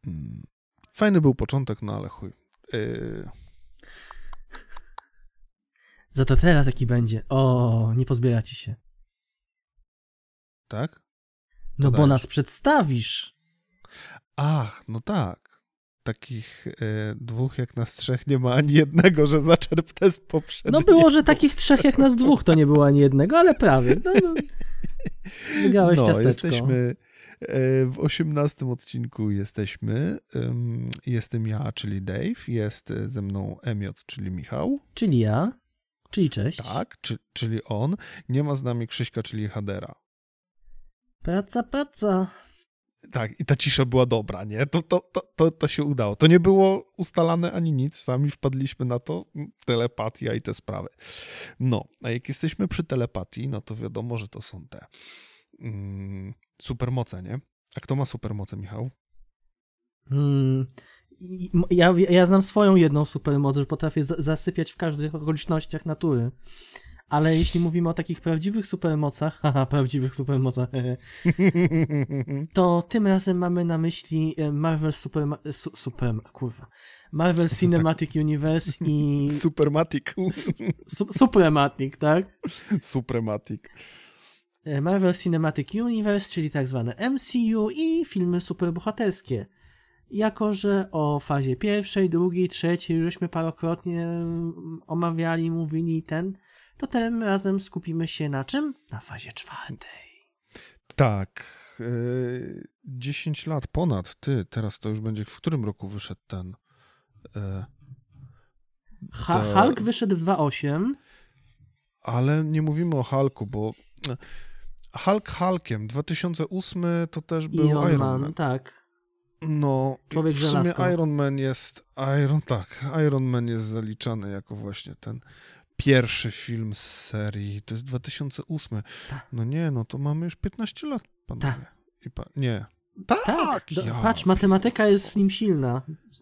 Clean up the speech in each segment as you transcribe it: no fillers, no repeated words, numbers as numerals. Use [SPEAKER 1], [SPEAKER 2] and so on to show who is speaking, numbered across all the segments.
[SPEAKER 1] Fajny był początek, no ale chuj.
[SPEAKER 2] Za to teraz jaki będzie? O, nie pozbieracie się.
[SPEAKER 1] Tak?
[SPEAKER 2] No bo nas przedstawisz.
[SPEAKER 1] Ach, no tak. Takich dwóch jak nas trzech nie ma ani jednego, że zaczerpnę z poprzedniego.
[SPEAKER 2] No było, że takich trzech jak nas dwóch to nie było ani jednego, ale prawie. No. Wygrałeś ciasteczko.
[SPEAKER 1] Jesteśmy w 18 odcinku jesteśmy. Jestem ja, czyli Dave. Jest ze mną Emiot, czyli Michał.
[SPEAKER 2] Czyli ja. Czyli cześć.
[SPEAKER 1] Tak, czyli on. Nie ma z nami Krzyśka, czyli Hadera.
[SPEAKER 2] Praca.
[SPEAKER 1] Tak, i ta cisza była dobra, nie? To się udało. To nie było ustalane ani nic, sami wpadliśmy na to, telepatia i te sprawy. No, a jak jesteśmy przy telepatii, no to wiadomo, że to są te supermoce, nie? A kto ma supermoce, Michał?
[SPEAKER 2] Ja znam swoją jedną supermoc, że potrafię zasypiać w każdych okolicznościach natury. Ale jeśli mówimy o takich prawdziwych supermocach, to tym razem mamy na myśli Marvel Marvel Cinematic Universe i... Suprematic, tak?
[SPEAKER 1] Suprematic.
[SPEAKER 2] Marvel Cinematic Universe, czyli tak zwane MCU i filmy superbohaterskie. Jako że o fazie pierwszej, drugiej, trzeciej żeśmy parokrotnie omawiali, mówili to tym razem skupimy się na czym? Na fazie czwartej.
[SPEAKER 1] Tak. 10 lat ponad. Teraz to już będzie... W którym roku wyszedł ten?
[SPEAKER 2] Hulk wyszedł w 2.8.
[SPEAKER 1] Ale nie mówimy o Hulku, bo Hulk Hulkiem. 2008 to też był Iron Man.
[SPEAKER 2] Tak.
[SPEAKER 1] No,
[SPEAKER 2] Człowiek
[SPEAKER 1] w sumie
[SPEAKER 2] żelazko.
[SPEAKER 1] Iron Man jest zaliczany jako właśnie ten pierwszy film z serii. To jest 2008. No nie, no to mamy już 15 lat, panowie. Nie. Tak!
[SPEAKER 2] Patrz, matematyka jest w nim silna.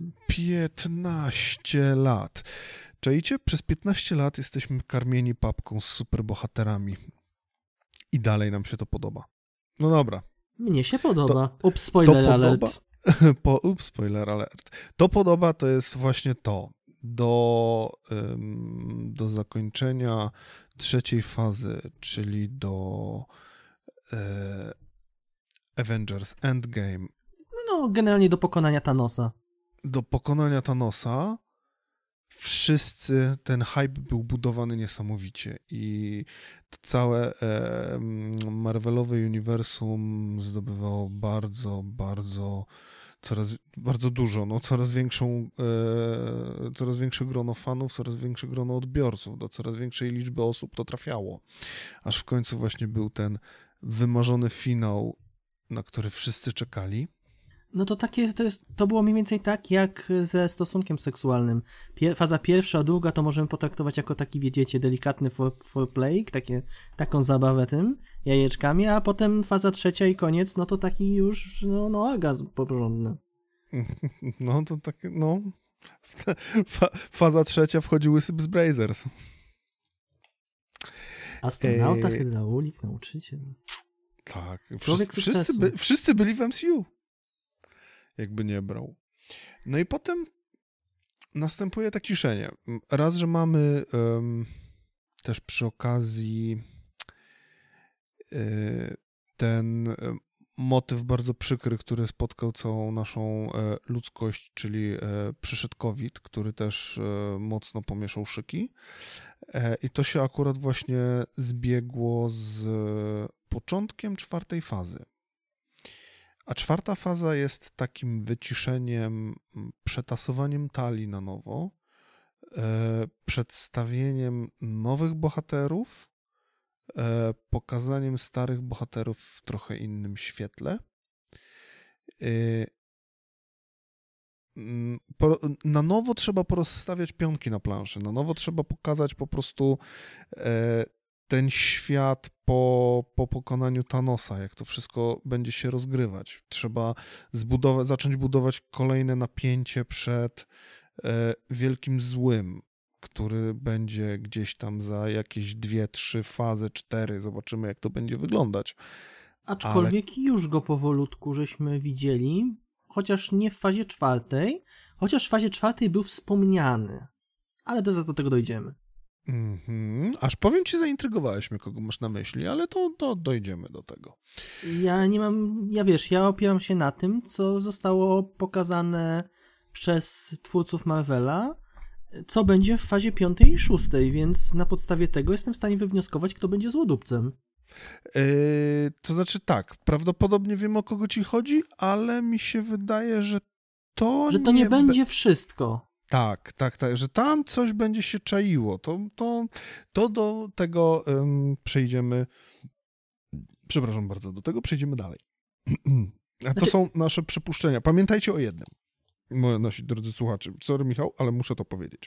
[SPEAKER 1] 15 lat. Czajcie? Przez 15 lat jesteśmy karmieni papką z superbohaterami. I dalej nam się to podoba. No dobra.
[SPEAKER 2] Mnie się podoba. Spoiler alert.
[SPEAKER 1] Spoiler alert. To podoba, to jest właśnie to. Do zakończenia trzeciej fazy, czyli do Avengers Endgame.
[SPEAKER 2] No, generalnie do pokonania Thanosa.
[SPEAKER 1] Do pokonania Thanosa ten hype był budowany niesamowicie i to całe Marvelowe uniwersum zdobywało bardzo dużo, no coraz większe grono fanów, coraz większe grono odbiorców, do coraz większej liczby osób to trafiało. Aż w końcu właśnie był ten wymarzony finał, na który wszyscy czekali.
[SPEAKER 2] No to było mniej więcej tak, jak ze stosunkiem seksualnym. Faza pierwsza, druga to możemy potraktować jako taki, wiecie, delikatny foreplay, taką zabawę tym, jajeczkami, a potem faza trzecia i koniec, no to taki już, no orgazm porządny.
[SPEAKER 1] No to takie, no. Faza trzecia wchodzi łysy z Brazers.
[SPEAKER 2] Astronauta, hydraulik, nauczyciel.
[SPEAKER 1] Tak.
[SPEAKER 2] Wszyscy
[SPEAKER 1] Wszyscy byli w MCU. Jakby nie brał. No i potem następuje takie ciszenie. Raz, że mamy też przy okazji ten motyw bardzo przykry, który spotkał całą naszą ludzkość, czyli przyszedł COVID, który też mocno pomieszał szyki. I to się akurat właśnie zbiegło z początkiem czwartej fazy. A czwarta faza jest takim wyciszeniem, przetasowaniem talii na nowo, przedstawieniem nowych bohaterów, pokazaniem starych bohaterów w trochę innym świetle. Na nowo trzeba porozstawiać pionki na planszy, na nowo trzeba pokazać po prostu ten świat po pokonaniu Thanosa, jak to wszystko będzie się rozgrywać. Trzeba zacząć budować kolejne napięcie przed wielkim złym, który będzie gdzieś tam za jakieś 2, 3 fazy, 4. Zobaczymy, jak to będzie wyglądać.
[SPEAKER 2] Aczkolwiek już go powolutku żeśmy widzieli, chociaż nie w fazie 4, chociaż w fazie 4 był wspomniany. Ale zaraz do tego dojdziemy.
[SPEAKER 1] Aż powiem ci, zaintrygowałeś mnie, kogo masz na myśli, ale to dojdziemy do tego.
[SPEAKER 2] Ja opieram się na tym, co zostało pokazane przez twórców Marvela, co będzie w fazie 5 i 6, więc na podstawie tego jestem w stanie wywnioskować, kto będzie złodupcem.
[SPEAKER 1] To znaczy tak, prawdopodobnie wiem, o kogo ci chodzi, ale mi się wydaje, że to
[SPEAKER 2] nie będzie wszystko.
[SPEAKER 1] Tak, że tam coś będzie się czaiło. To do tego przejdziemy. Przepraszam bardzo, do tego przejdziemy dalej. A to są nasze przypuszczenia. Pamiętajcie o jednym, nasi drodzy słuchacze. Sorry, Michał, ale muszę to powiedzieć.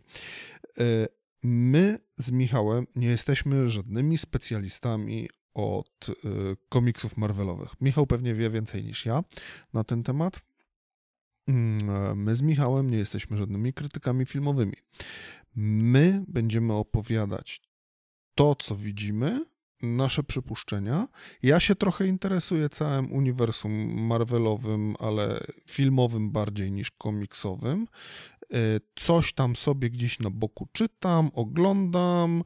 [SPEAKER 1] My z Michałem nie jesteśmy żadnymi specjalistami od komiksów Marvelowych. Michał pewnie wie więcej niż ja na ten temat. My z Michałem nie jesteśmy żadnymi krytykami filmowymi. My będziemy opowiadać to, co widzimy, nasze przypuszczenia. Ja się trochę interesuję całym uniwersum Marvelowym, ale filmowym bardziej niż komiksowym. Coś tam sobie gdzieś na boku czytam, oglądam,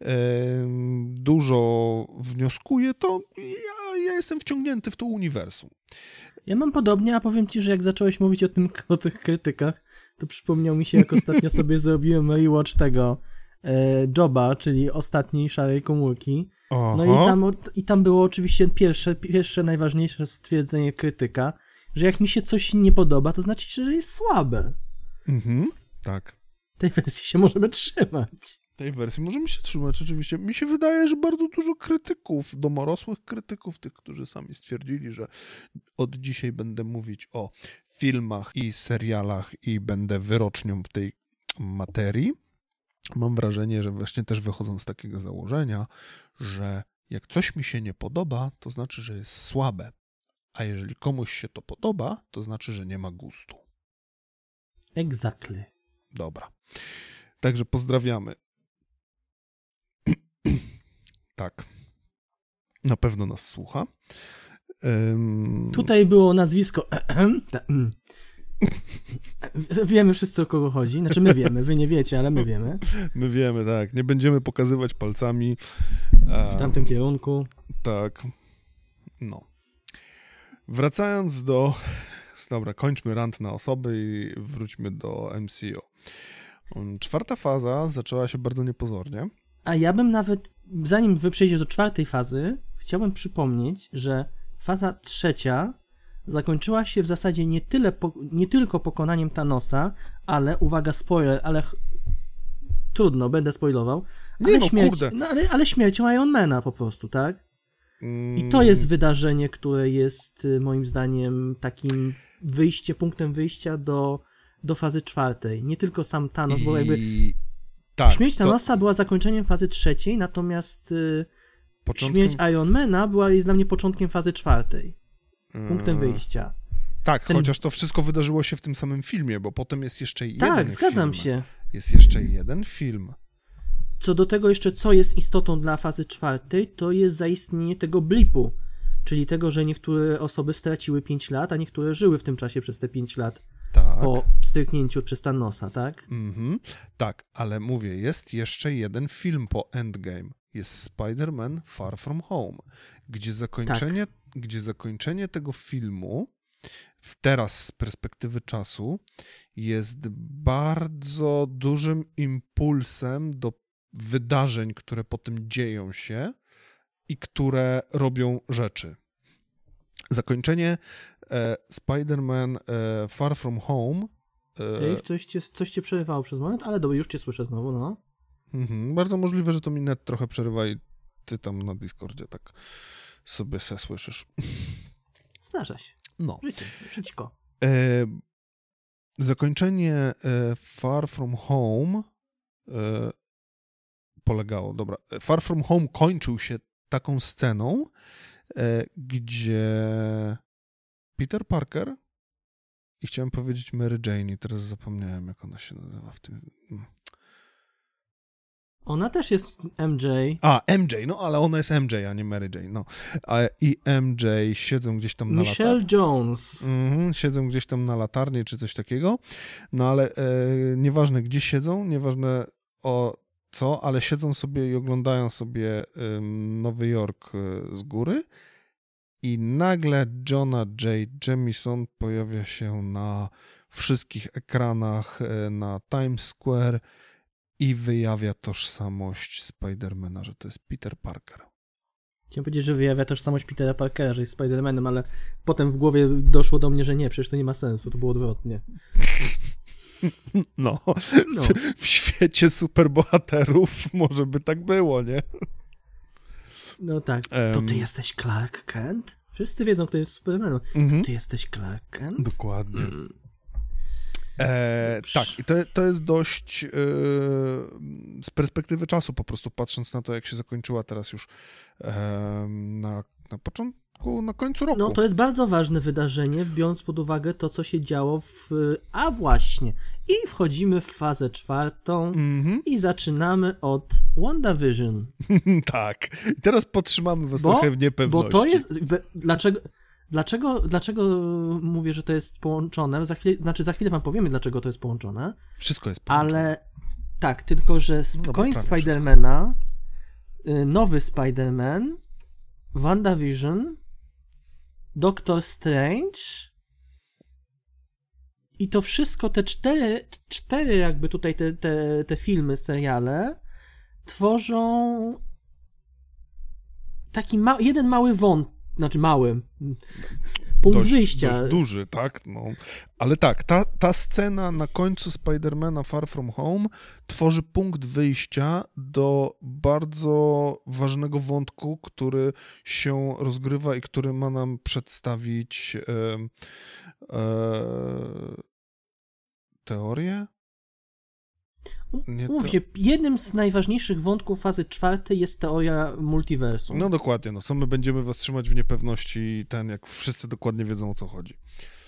[SPEAKER 1] dużo wnioskuję, to ja jestem wciągnięty w to uniwersum.
[SPEAKER 2] Ja mam podobnie, a powiem ci, że jak zacząłeś mówić o tych krytykach, to przypomniał mi się, jak ostatnio sobie zrobiłem rewatch tego Joba, czyli ostatniej szarej komórki.
[SPEAKER 1] Aha.
[SPEAKER 2] No i tam było oczywiście pierwsze najważniejsze stwierdzenie krytyka, że jak mi się coś nie podoba, to znaczy, że jest słabe.
[SPEAKER 1] Tak.
[SPEAKER 2] Tej wersji się możemy trzymać.
[SPEAKER 1] Tej wersji możemy się trzymać, oczywiście. Mi się wydaje, że bardzo dużo krytyków, domorosłych krytyków, tych, którzy sami stwierdzili, że od dzisiaj będę mówić o filmach i serialach i będę wyrocznią w tej materii. Mam wrażenie, że właśnie też wychodzą z takiego założenia, że jak coś mi się nie podoba, to znaczy, że jest słabe. A jeżeli komuś się to podoba, to znaczy, że nie ma gustu.
[SPEAKER 2] Exactly.
[SPEAKER 1] Dobra. Także pozdrawiamy. Tak. Na pewno nas słucha.
[SPEAKER 2] Tutaj było nazwisko. Wiemy wszyscy, o kogo chodzi. Znaczy my wiemy, wy nie wiecie, ale my wiemy.
[SPEAKER 1] My wiemy, tak. Nie będziemy pokazywać palcami.
[SPEAKER 2] W tamtym kierunku.
[SPEAKER 1] Tak. No. Wracając do... Dobra, kończmy rant na osoby i wróćmy do MCU. 4. faza zaczęła się bardzo niepozornie.
[SPEAKER 2] A ja bym nawet, zanim wy przejdziecie do 4. fazy, chciałbym przypomnieć, że faza 3 zakończyła się w zasadzie nie tylko pokonaniem Thanosa, ale, uwaga, spoiler, ale trudno, będę spoilował, ale śmiercią Ironmana po prostu, tak? I to jest wydarzenie, które jest moim zdaniem takim punktem wyjścia do fazy 4. Nie tylko sam Thanos, bo jakby tak, śmierć Thanosa była zakończeniem fazy 3, natomiast śmierć Ironmana jest dla mnie początkiem fazy 4. Punktem wyjścia.
[SPEAKER 1] Tak, chociaż to wszystko wydarzyło się w tym samym filmie, bo potem jest jeszcze jeden film.
[SPEAKER 2] Tak, zgadzam się.
[SPEAKER 1] Jest jeszcze jeden film.
[SPEAKER 2] Co do tego jeszcze, co jest istotą dla fazy 4, to jest zaistnienie tego blipu, czyli tego, że niektóre osoby straciły 5 lat, a niektóre żyły w tym czasie przez te 5 lat. Tak. Po stryknięciu przez Thanosa, tak?
[SPEAKER 1] Tak, ale mówię, jest jeszcze jeden film po Endgame. Jest Spider-Man Far From Home, gdzie zakończenie tego filmu teraz z perspektywy czasu jest bardzo dużym impulsem do wydarzeń, które potem dzieją się i które robią rzeczy. Zakończenie Spider-Man Far From Home.
[SPEAKER 2] Dave, coś cię przerywało przez moment, ale dobra, już cię słyszę znowu, no.
[SPEAKER 1] Bardzo możliwe, że to mi net trochę przerywa i ty tam na Discordzie tak sobie słyszysz.
[SPEAKER 2] Zdarza się.
[SPEAKER 1] No.
[SPEAKER 2] Żyćko.
[SPEAKER 1] Zakończenie Far From Home polegało, dobra, Far From Home kończył się taką sceną, gdzie Peter Parker i chciałem powiedzieć Mary Jane i teraz zapomniałem, jak ona się nazywa w tym...
[SPEAKER 2] Ona też jest MJ.
[SPEAKER 1] A, MJ, no ale ona jest MJ, a nie Mary Jane, no. I MJ siedzą gdzieś tam na
[SPEAKER 2] Michelle Jones.
[SPEAKER 1] Siedzą gdzieś tam na latarni czy coś takiego, no ale nieważne gdzie siedzą, nieważne o co, ale siedzą sobie i oglądają sobie Nowy Jork z góry i nagle Jonah J. Jamison pojawia się na wszystkich ekranach na Times Square i wyjawia tożsamość Spidermana, że to jest Peter Parker.
[SPEAKER 2] Chciałem powiedzieć, że wyjawia tożsamość Petera Parkera, że jest Spider-Manem, ale potem w głowie doszło do mnie, że nie, przecież to nie ma sensu, to było odwrotnie.
[SPEAKER 1] No. W świecie superbohaterów może by tak było, nie?
[SPEAKER 2] No tak. To ty jesteś Clark Kent? Wszyscy wiedzą, kto jest Supermanem. To ty jesteś Clark Kent?
[SPEAKER 1] Dokładnie. Tak, i to jest dość z perspektywy czasu, po prostu patrząc na to, jak się zakończyła teraz już na początku, na końcu roku.
[SPEAKER 2] No to jest bardzo ważne wydarzenie, biorąc pod uwagę to, co się działo A właśnie. I wchodzimy w fazę 4 i zaczynamy od WandaVision.
[SPEAKER 1] Tak. I teraz podtrzymamy was trochę w niepewności.
[SPEAKER 2] Bo to jest... Dlaczego mówię, że to jest połączone? Za chwilę wam powiemy, dlaczego to jest połączone.
[SPEAKER 1] Wszystko jest połączone.
[SPEAKER 2] Ale tak, tylko że koniec Spidermana, nowy Spider-Man, WandaVision, Doctor Strange i to wszystko, te cztery jakby tutaj te filmy, seriale tworzą taki jeden mały wątek, znaczy mały punkt wyjścia.
[SPEAKER 1] Dość duży, tak? No. Ale tak, ta scena na końcu Spidermana Far From Home tworzy punkt wyjścia do bardzo ważnego wątku, który się rozgrywa i który ma nam przedstawić teorię?
[SPEAKER 2] Mówię, jednym z najważniejszych wątków fazy 4 jest teoria multiversum.
[SPEAKER 1] No dokładnie, no co my będziemy was trzymać w niepewności, jak wszyscy dokładnie wiedzą, o co chodzi.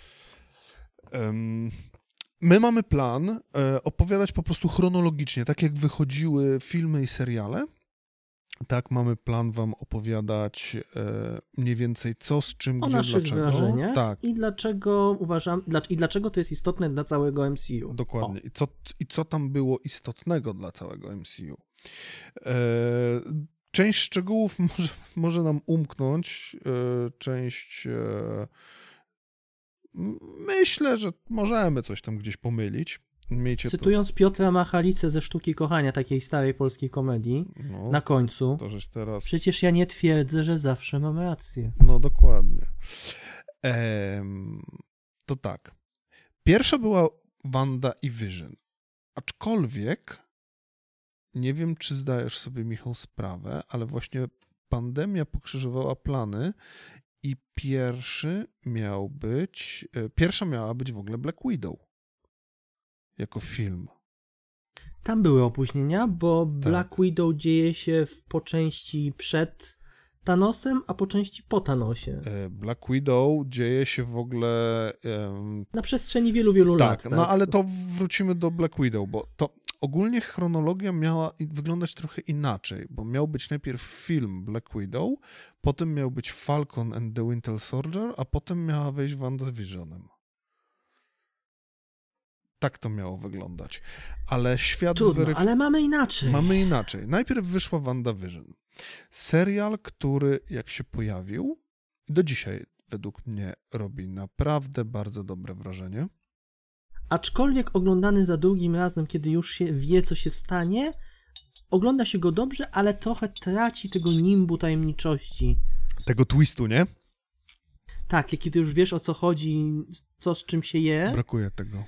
[SPEAKER 1] My mamy plan opowiadać po prostu chronologicznie, tak jak wychodziły filmy i seriale. Tak, mamy plan wam opowiadać mniej więcej co, z czym, gdzie,
[SPEAKER 2] naszych
[SPEAKER 1] dlaczego.
[SPEAKER 2] Wrażeniach
[SPEAKER 1] tak.
[SPEAKER 2] I dlaczego dlaczego to jest istotne dla całego MCU.
[SPEAKER 1] Dokładnie. I co tam było istotnego dla całego MCU. Część szczegółów może nam umknąć, część myślę, że możemy coś tam gdzieś pomylić.
[SPEAKER 2] Cytując Piotra Machalicę ze Sztuki Kochania, takiej starej polskiej komedii, na końcu,
[SPEAKER 1] to żeś teraz...
[SPEAKER 2] przecież ja nie twierdzę, że zawsze mam rację.
[SPEAKER 1] No dokładnie. To tak. Pierwsza była Wanda i Vision. Aczkolwiek nie wiem, czy zdajesz sobie, Michał, sprawę, ale właśnie pandemia pokrzyżowała plany i pierwsza miała być w ogóle Black Widow. Jako film.
[SPEAKER 2] Tam były opóźnienia, bo
[SPEAKER 1] tak.
[SPEAKER 2] Black Widow dzieje się po części przed Thanosem, a po części po Thanosie.
[SPEAKER 1] Black Widow dzieje się w ogóle...
[SPEAKER 2] na przestrzeni wielu lat.
[SPEAKER 1] Tak, no ale to wrócimy do Black Widow, bo to ogólnie chronologia miała wyglądać trochę inaczej, bo miał być najpierw film Black Widow, potem miał być Falcon and the Winter Soldier, a potem miała wejść Wanda z Visionem. Tak to miało wyglądać. Ale świat
[SPEAKER 2] ale mamy inaczej.
[SPEAKER 1] Mamy inaczej. Najpierw wyszła WandaVision. Serial, który jak się pojawił, do dzisiaj według mnie robi naprawdę bardzo dobre wrażenie.
[SPEAKER 2] Aczkolwiek oglądany za drugim razem, kiedy już się wie, co się stanie, ogląda się go dobrze, ale trochę traci tego nimbu tajemniczości.
[SPEAKER 1] Tego twistu, nie?
[SPEAKER 2] Tak, kiedy już wiesz, o co chodzi, co z czym się je.
[SPEAKER 1] Brakuje tego.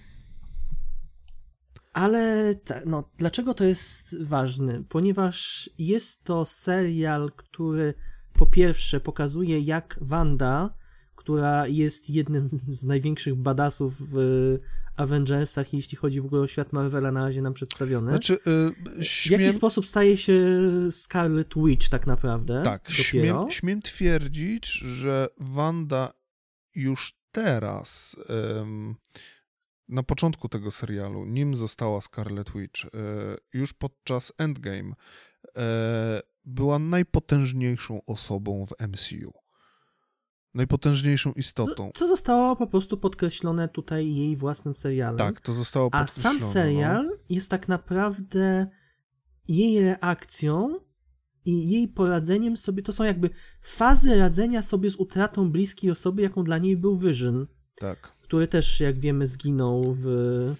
[SPEAKER 2] Ale dlaczego to jest ważne? Ponieważ jest to serial, który po pierwsze pokazuje, jak Wanda, która jest jednym z największych badassów w Avengersach, jeśli chodzi w ogóle o świat Marvela, na razie nam przedstawiony.
[SPEAKER 1] Znaczy,
[SPEAKER 2] w jaki sposób staje się Scarlet Witch tak naprawdę?
[SPEAKER 1] Tak, śmiem twierdzić, że Wanda już teraz na początku tego serialu, nim została Scarlet Witch, już podczas Endgame, była najpotężniejszą osobą w MCU. Najpotężniejszą istotą.
[SPEAKER 2] Co zostało po prostu podkreślone tutaj jej własnym serialem.
[SPEAKER 1] Tak, to zostało
[SPEAKER 2] A
[SPEAKER 1] podkreślone.
[SPEAKER 2] sam serial jest tak naprawdę jej reakcją i jej poradzeniem sobie, to są jakby fazy radzenia sobie z utratą bliskiej osoby, jaką dla niej był Vision.
[SPEAKER 1] Tak.
[SPEAKER 2] Który też, jak wiemy, zginął w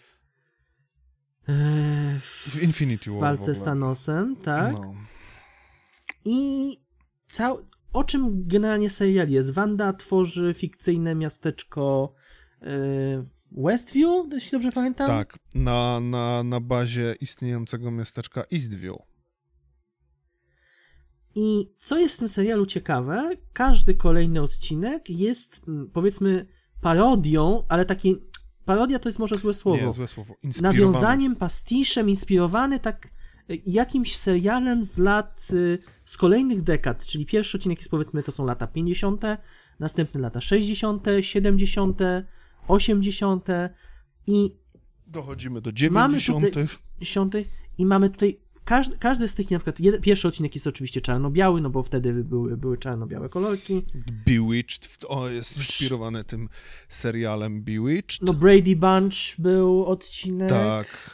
[SPEAKER 1] Infinity War
[SPEAKER 2] walce z Thanosem, tak?
[SPEAKER 1] No.
[SPEAKER 2] I o czym generalnie serial jest? Wanda tworzy fikcyjne miasteczko Westview, jeśli dobrze pamiętam?
[SPEAKER 1] Tak, na bazie istniejącego miasteczka Eastview.
[SPEAKER 2] I co jest w tym serialu ciekawe, każdy kolejny odcinek jest, powiedzmy, parodią, ale takie parodia to jest może złe słowo.
[SPEAKER 1] Nie, złe słowo.
[SPEAKER 2] Nawiązaniem, pastiszem, inspirowany tak jakimś serialem z kolejnych dekad, czyli pierwszy odcinek jest, powiedzmy, to są lata 50., następne lata 60., 70., 80. i
[SPEAKER 1] dochodzimy do 90.
[SPEAKER 2] I mamy tutaj każdy z tych, na przykład pierwszy odcinek jest oczywiście czarno-biały, no bo wtedy były czarno-białe kolorki.
[SPEAKER 1] Bewitched, jest inspirowany tym serialem Bewitched.
[SPEAKER 2] No Brady Bunch był odcinek.
[SPEAKER 1] Tak.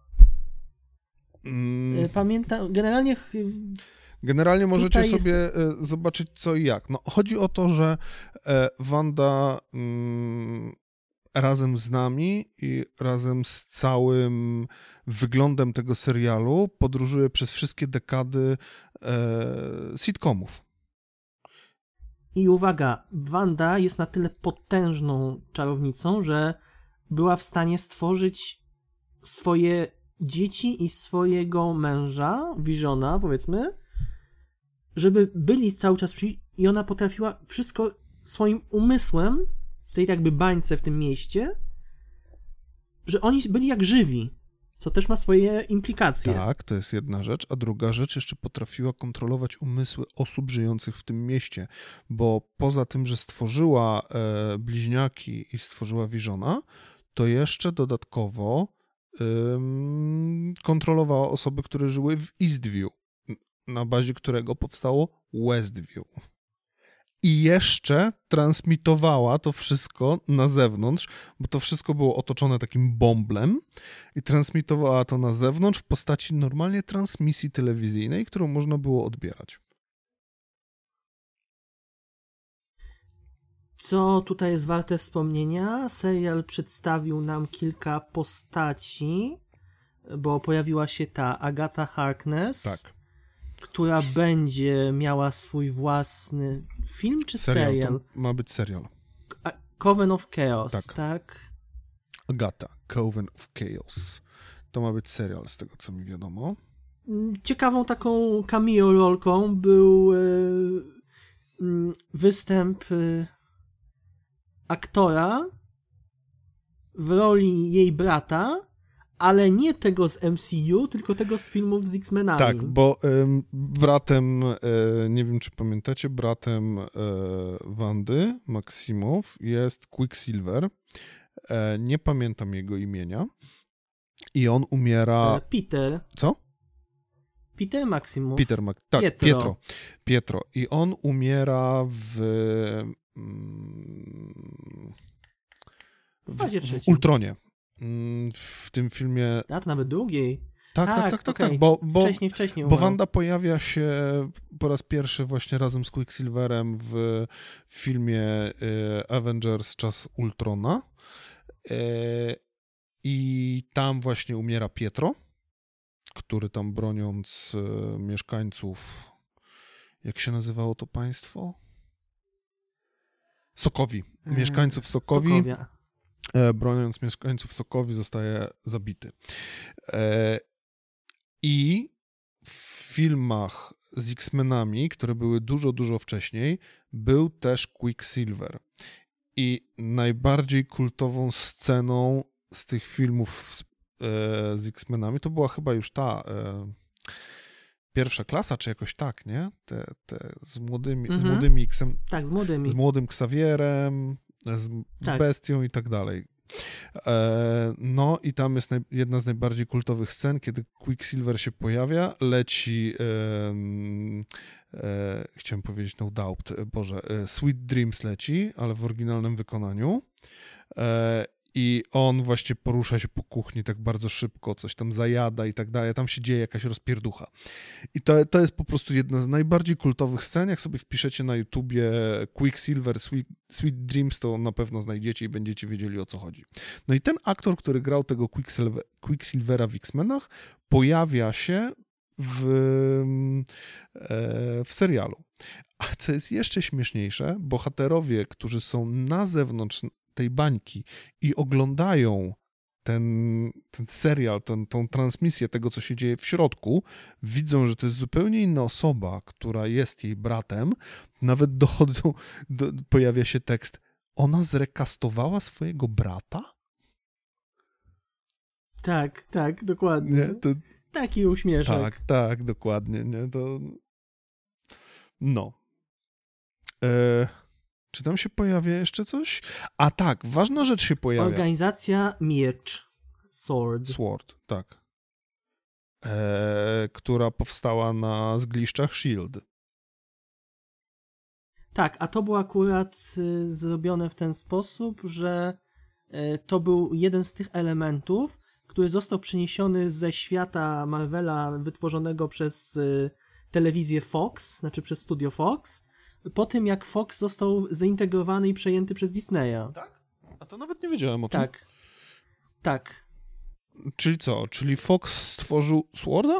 [SPEAKER 2] Pamiętam,
[SPEAKER 1] Generalnie możecie sobie zobaczyć co i jak. No, chodzi o to, że Wanda razem z nami i razem z całym wyglądem tego serialu podróżuje przez wszystkie dekady sitcomów.
[SPEAKER 2] I uwaga, Wanda jest na tyle potężną czarownicą, że była w stanie stworzyć swoje dzieci i swojego męża, Visiona, powiedzmy, żeby byli cały czas i ona potrafiła wszystko swoim umysłem w tej jakby bańce w tym mieście, że oni byli jak żywi, co też ma swoje implikacje.
[SPEAKER 1] Tak, to jest jedna rzecz, a druga rzecz, jeszcze potrafiła kontrolować umysły osób żyjących w tym mieście, bo poza tym, że stworzyła bliźniaki i stworzyła Visiona, to jeszcze dodatkowo kontrolowała osoby, które żyły w Eastview, na bazie którego powstało Westview. I jeszcze transmitowała to wszystko na zewnątrz, bo to wszystko było otoczone takim bąblem i transmitowała to na zewnątrz w postaci normalnie transmisji telewizyjnej, którą można było odbierać.
[SPEAKER 2] Co tutaj jest warte wspomnienia? Serial przedstawił nam kilka postaci, bo pojawiła się ta Agatha Harkness,
[SPEAKER 1] tak,
[SPEAKER 2] która będzie miała swój własny film czy serial?
[SPEAKER 1] To ma być serial.
[SPEAKER 2] Coven of Chaos, tak?
[SPEAKER 1] Agatha, Coven of Chaos. To ma być serial, z tego co mi wiadomo.
[SPEAKER 2] Ciekawą taką cameo rolką był występ aktora w roli jej brata, ale nie tego z MCU, tylko tego z filmów z X-Menami.
[SPEAKER 1] Tak, bo bratem, nie wiem czy pamiętacie, bratem Wandy, Maksimow, jest Quicksilver. Nie pamiętam jego imienia. I on umiera...
[SPEAKER 2] Peter.
[SPEAKER 1] Co?
[SPEAKER 2] Peter Maksimow.
[SPEAKER 1] Tak, Pietro. I on umiera w
[SPEAKER 2] fazie trzeciej.
[SPEAKER 1] W Ultronie. W tym filmie...
[SPEAKER 2] A, to nawet drugiej.
[SPEAKER 1] Tak,
[SPEAKER 2] okay.
[SPEAKER 1] bo
[SPEAKER 2] wcześniej
[SPEAKER 1] bo Wanda pojawia się po raz pierwszy właśnie razem z Quicksilverem w filmie Avengers Czas Ultrona i tam właśnie umiera Pietro, który tam broniąc mieszkańców, jak się nazywało to państwo? Sokowi. Mieszkańców Sokowi.
[SPEAKER 2] Sokowia.
[SPEAKER 1] Broniąc mieszkańców Sokowi zostaje zabity. I w filmach z X-Menami, które były dużo wcześniej, był też Quicksilver. I najbardziej kultową sceną z tych filmów z X-Menami to była chyba już ta pierwsza klasa, czy jakoś tak, nie? Te z młodymi X-em.
[SPEAKER 2] Tak, z młodymi.
[SPEAKER 1] Z młodym Xavierem, z Bestią i tak dalej. No i tam jest jedna z najbardziej kultowych scen, kiedy Quicksilver się pojawia, leci chciałem powiedzieć No Doubt, Boże, Sweet Dreams leci, ale w oryginalnym wykonaniu. I on właśnie porusza się po kuchni tak bardzo szybko, coś tam zajada i tak dalej, tam się dzieje jakaś rozpierducha. I to jest po prostu jedna z najbardziej kultowych scen, jak sobie wpiszecie na YouTubie Quicksilver, Sweet Dreams, to na pewno znajdziecie i będziecie wiedzieli, o co chodzi. No i ten aktor, który grał tego Quicksilvera w X-Menach, pojawia się w serialu. A co jest jeszcze śmieszniejsze, bohaterowie, którzy są na zewnątrz tej bańki i oglądają ten serial, tą transmisję tego, co się dzieje w środku, widzą, że to jest zupełnie inna osoba, która jest jej bratem, nawet pojawia się tekst, ona zrekastowała swojego brata?
[SPEAKER 2] Tak, dokładnie.
[SPEAKER 1] Nie, to...
[SPEAKER 2] Taki uśmieszek.
[SPEAKER 1] Tak, dokładnie, nie, to... No. Czy tam się pojawia jeszcze coś? A tak, ważna rzecz się pojawia.
[SPEAKER 2] Organizacja Miecz. Sword,
[SPEAKER 1] tak. Która powstała na zgliszczach S.H.I.E.L.D.
[SPEAKER 2] Tak, a to było akurat zrobione w ten sposób, że to był jeden z tych elementów, który został przeniesiony ze świata Marvela wytworzonego przez telewizję Fox, znaczy przez studio Fox, po tym jak Fox został zintegrowany i przejęty przez Disneya.
[SPEAKER 1] Tak? A to nawet nie wiedziałem o tym.
[SPEAKER 2] Tak.
[SPEAKER 1] Czyli co? Czyli Fox stworzył Sworda?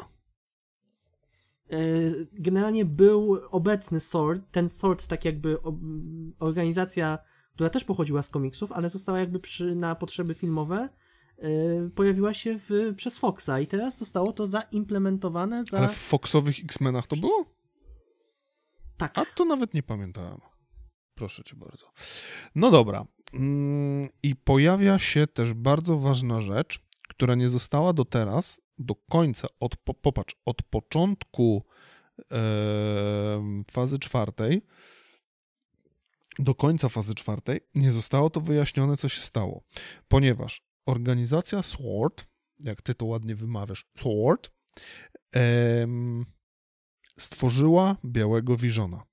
[SPEAKER 2] Generalnie był obecny Sword, ten Sword tak jakby organizacja, która też pochodziła z komiksów, ale została jakby na potrzeby filmowe, pojawiła się przez Foxa i teraz zostało to zaimplementowane
[SPEAKER 1] Ale w Foxowych X-Menach to było?
[SPEAKER 2] Tak.
[SPEAKER 1] A to nawet nie pamiętałem. Proszę cię bardzo. No dobra. I pojawia się też bardzo ważna rzecz, która nie została do teraz, do końca, popatrz, od początku fazy 4 do końca fazy 4 nie zostało to wyjaśnione, co się stało. Ponieważ organizacja SWORD, jak ty to ładnie wymawiasz, SWORD, stworzyła Białego Visiona.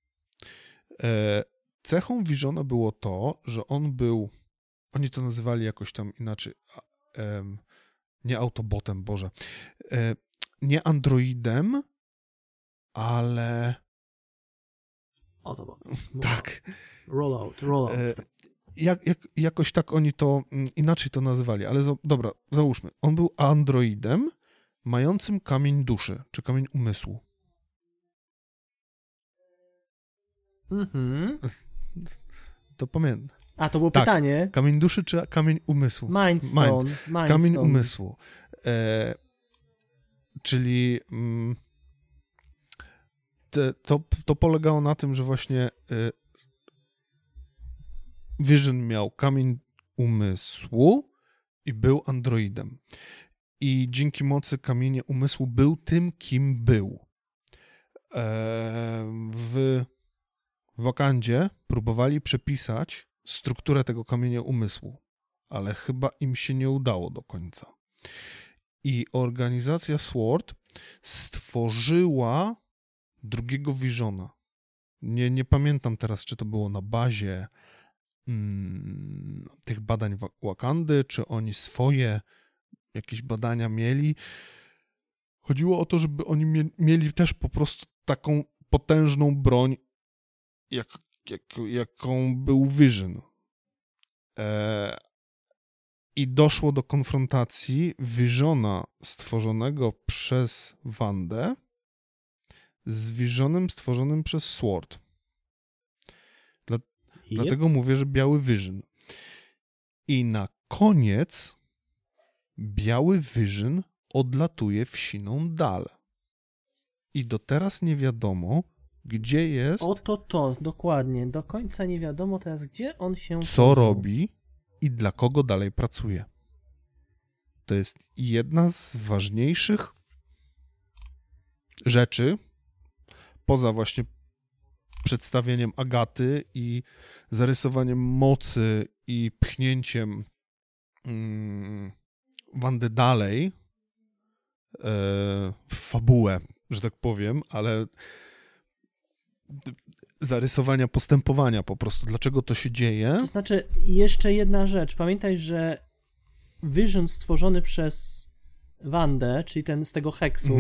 [SPEAKER 1] Cechą Visiona było to, że on był, oni to nazywali jakoś tam inaczej, nie Autobotem, Boże, nie androidem, ale...
[SPEAKER 2] Autobots.
[SPEAKER 1] Tak.
[SPEAKER 2] Rollout.
[SPEAKER 1] Jakoś tak oni to inaczej to nazywali, ale dobra, załóżmy. On był androidem mającym kamień duszy, czy kamień umysłu. To pamiętam.
[SPEAKER 2] A, to było pytanie.
[SPEAKER 1] Kamień duszy czy kamień umysłu?
[SPEAKER 2] Mindstone.
[SPEAKER 1] Kamień umysłu. Czyli to polegało na tym, że właśnie Vision miał kamień umysłu i był androidem. I dzięki mocy kamienia umysłu był tym, kim był. W Wakandzie próbowali przepisać strukturę tego kamienia umysłu, ale chyba im się nie udało do końca. I organizacja SWORD stworzyła drugiego Visiona. Nie pamiętam teraz, czy to było na bazie tych badań Wakandy, czy oni swoje jakieś badania mieli. Chodziło o to, żeby oni mieli też po prostu taką potężną broń, jaką był Vision. I doszło do konfrontacji Visiona stworzonego przez Wandę z Visionem stworzonym przez SWORD. Dlatego mówię, że biały Vision. I na koniec biały Vision odlatuje w siną dal. I do teraz nie wiadomo, gdzie jest...
[SPEAKER 2] To, dokładnie. Do końca nie wiadomo teraz, gdzie on się...
[SPEAKER 1] Co robi i dla kogo dalej pracuje. To jest jedna z ważniejszych rzeczy, poza właśnie przedstawieniem Agaty i zarysowaniem mocy i pchnięciem Wandy dalej w fabułę, że tak powiem, ale zarysowania postępowania po prostu, dlaczego to się dzieje.
[SPEAKER 2] To znaczy, jeszcze jedna rzecz. Pamiętaj, że Vision stworzony przez Wandę, czyli ten z tego heksu,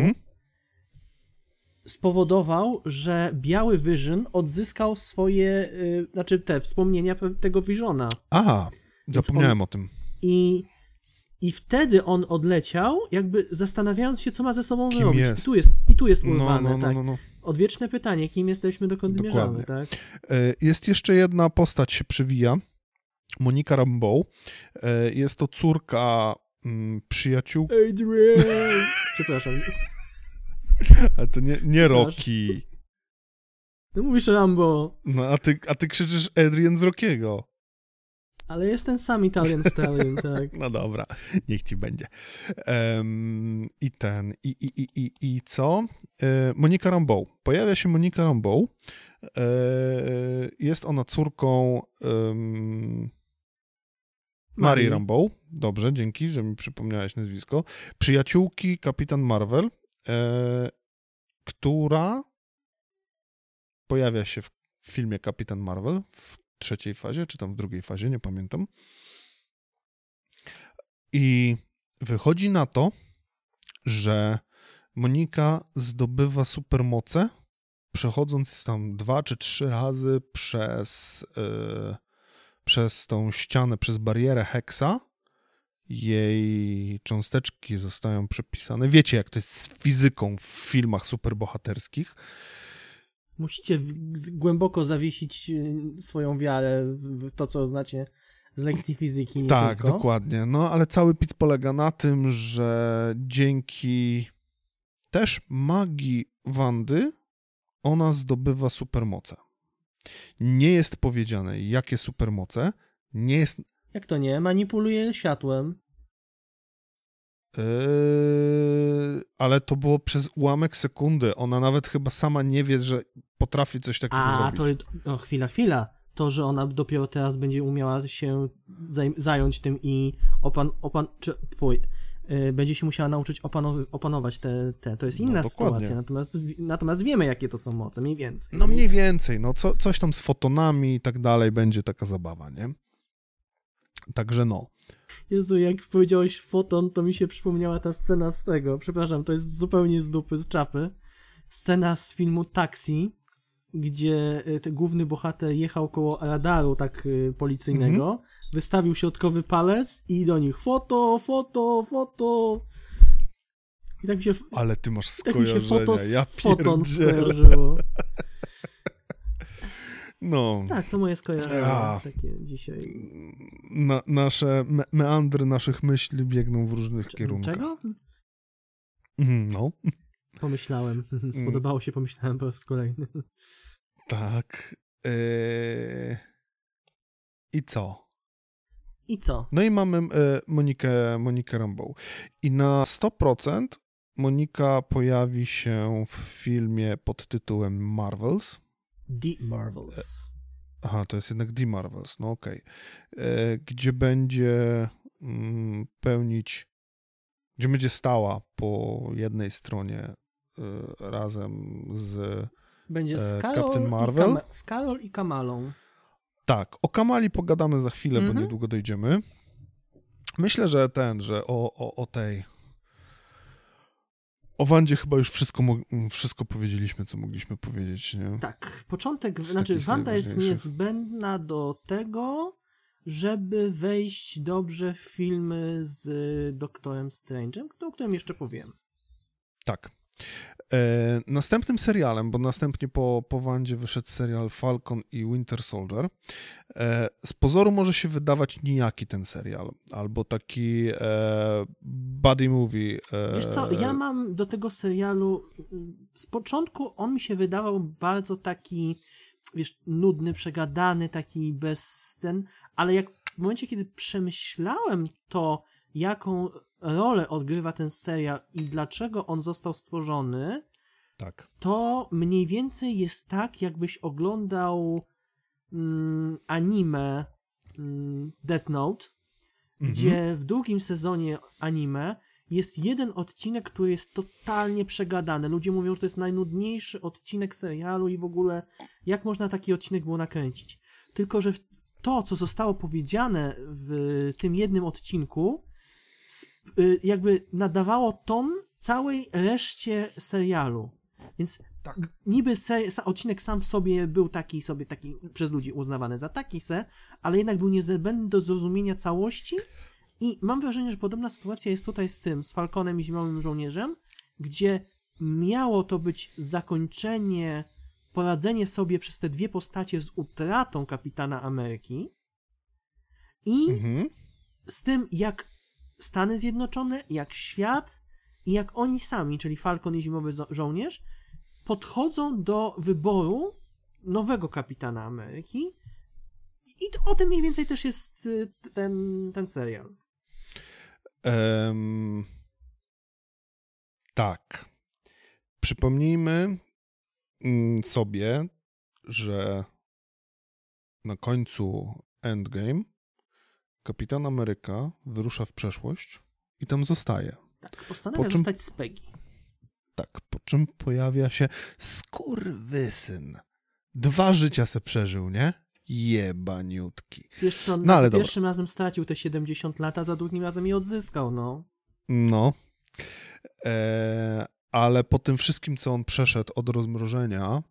[SPEAKER 2] spowodował, że biały Vision odzyskał swoje, znaczy te wspomnienia tego Visiona.
[SPEAKER 1] Aha, zapomniałem o tym.
[SPEAKER 2] I wtedy on odleciał, jakby zastanawiając się, co ma ze sobą
[SPEAKER 1] Kim
[SPEAKER 2] zrobić.
[SPEAKER 1] jest?
[SPEAKER 2] I tu jest urwane, tak.
[SPEAKER 1] No.
[SPEAKER 2] Odwieczne pytanie, kim jesteśmy, dokąd zmierzamy, tak?
[SPEAKER 1] Jest jeszcze jedna postać się przewija, Monica Rambeau. Jest to córka przyjaciółki...
[SPEAKER 2] Adrian! Przepraszam.
[SPEAKER 1] Ale to nie Rocky.
[SPEAKER 2] No mówisz Rambo.
[SPEAKER 1] No, a ty krzyczysz Adrian z Rockiego.
[SPEAKER 2] Ale jest ten sam Italian Stallion, tak.
[SPEAKER 1] No dobra, niech ci będzie. I co? Monica Rambeau. Pojawia się Monica Rambeau. Jest ona córką Marii Rambeau. Dobrze, dzięki, że mi przypomniałeś nazwisko. Przyjaciółki Kapitan Marvel, która pojawia się w filmie Kapitan Marvel w trzeciej fazie, czy tam w drugiej fazie, nie pamiętam. I wychodzi na to, że Monika zdobywa supermoce, przechodząc tam 2 czy 3 razy przez tą ścianę, przez barierę Hexa. Jej cząsteczki zostają przepisane. Wiecie, jak to jest z fizyką w filmach superbohaterskich.
[SPEAKER 2] Musicie głęboko zawiesić swoją wiarę w to, co znacie z lekcji fizyki. Nie
[SPEAKER 1] tak,
[SPEAKER 2] tylko.
[SPEAKER 1] Dokładnie. No, ale cały pic polega na tym, że dzięki też magii Wandy ona zdobywa supermoce. Nie jest powiedziane, jakie supermoce. Nie jest...
[SPEAKER 2] Jak to nie? Manipuluje światłem.
[SPEAKER 1] Ale to było przez ułamek sekundy. Ona nawet chyba sama nie wie, że potrafi coś takiego zrobić.
[SPEAKER 2] To chwila. To, że ona dopiero teraz będzie umiała się zająć tym i będzie się musiała nauczyć opanować te. To jest inna sytuacja. Natomiast wiemy, jakie to są moce, mniej więcej.
[SPEAKER 1] No mniej więcej. No coś tam z fotonami i tak dalej będzie taka zabawa, nie? Także no.
[SPEAKER 2] Jezu, jak powiedziałeś foton, to mi się przypomniała ta scena z tego. Przepraszam, to jest zupełnie z dupy, z czapy. Scena z filmu Taxi, gdzie ten główny bohater jechał koło radaru tak policyjnego, wystawił środkowy palec i do nich foto. I tak mi się...
[SPEAKER 1] Ale ty masz
[SPEAKER 2] Tak
[SPEAKER 1] skojarzenia,
[SPEAKER 2] mi się foton
[SPEAKER 1] pierdzielę.
[SPEAKER 2] skojarzyło.
[SPEAKER 1] No.
[SPEAKER 2] Tak, to moje skojarzenia takie dzisiaj.
[SPEAKER 1] Nasze meandry naszych myśli biegną w różnych kierunkach.
[SPEAKER 2] Czego?
[SPEAKER 1] No.
[SPEAKER 2] Pomyślałem. Spodobało się, pomyślałem po raz kolejny.
[SPEAKER 1] Tak. I co? No i mamy Monikę Rambeau. I na 100% Monika pojawi się w filmie pod tytułem Marvels.
[SPEAKER 2] The Marvels.
[SPEAKER 1] Aha, to jest jednak The Marvels, no okej. Gdzie będzie gdzie będzie stała po jednej stronie razem z
[SPEAKER 2] będzie
[SPEAKER 1] Captain Marvel.
[SPEAKER 2] Z Carol i Kamalą.
[SPEAKER 1] Tak, o Kamali pogadamy za chwilę, bo niedługo dojdziemy. Myślę, że o Wandzie chyba już wszystko powiedzieliśmy, co mogliśmy powiedzieć, nie?
[SPEAKER 2] Tak, początek, Wanda jest niezbędna do tego, żeby wejść dobrze w filmy z Doktorem Strange'em, o którym jeszcze powiem.
[SPEAKER 1] Tak. Następnym serialem, bo następnie po Wandzie wyszedł serial Falcon i Winter Soldier. Z pozoru może się wydawać nijaki ten serial, albo taki buddy movie.
[SPEAKER 2] Wiesz co, ja mam do tego serialu, z początku on mi się wydawał bardzo taki, wiesz, nudny, przegadany, taki bez ale jak w momencie, kiedy przemyślałem to, jaką rolę odgrywa ten serial i dlaczego on został stworzony,
[SPEAKER 1] tak. To
[SPEAKER 2] mniej więcej jest tak, jakbyś oglądał anime Death Note, gdzie w drugim sezonie anime jest jeden odcinek, który jest totalnie przegadany. Ludzie mówią, że to jest najnudniejszy odcinek serialu i w ogóle jak można taki odcinek było nakręcić. Tylko, że to, co zostało powiedziane w tym jednym odcinku, jakby nadawało ton całej reszcie serialu. Więc niby odcinek sam w sobie był taki przez ludzi uznawany za taki ale jednak był niezbędny do zrozumienia całości i mam wrażenie, że podobna sytuacja jest tutaj z Falconem i Zimowym Żołnierzem, gdzie miało to być zakończenie, poradzenie sobie przez te dwie postacie z utratą Kapitana Ameryki i z tym, jak Stany Zjednoczone, jak świat i jak oni sami, czyli Falcon i Zimowy Żołnierz, podchodzą do wyboru nowego Kapitana Ameryki i o tym mniej więcej też jest ten serial.
[SPEAKER 1] Tak. Przypomnijmy sobie, że na końcu Endgame Kapitan Ameryka wyrusza w przeszłość i tam zostaje.
[SPEAKER 2] Tak, postanawia zostać z Peggy.
[SPEAKER 1] Tak, po czym pojawia się skurwysyn. 2 życia se przeżył, nie? Jebaniutki.
[SPEAKER 2] Wiesz co, za pierwszym razem stracił te 70 lat, a za drugim razem je odzyskał, no.
[SPEAKER 1] No. Ale po tym wszystkim, co on przeszedł od rozmrożenia,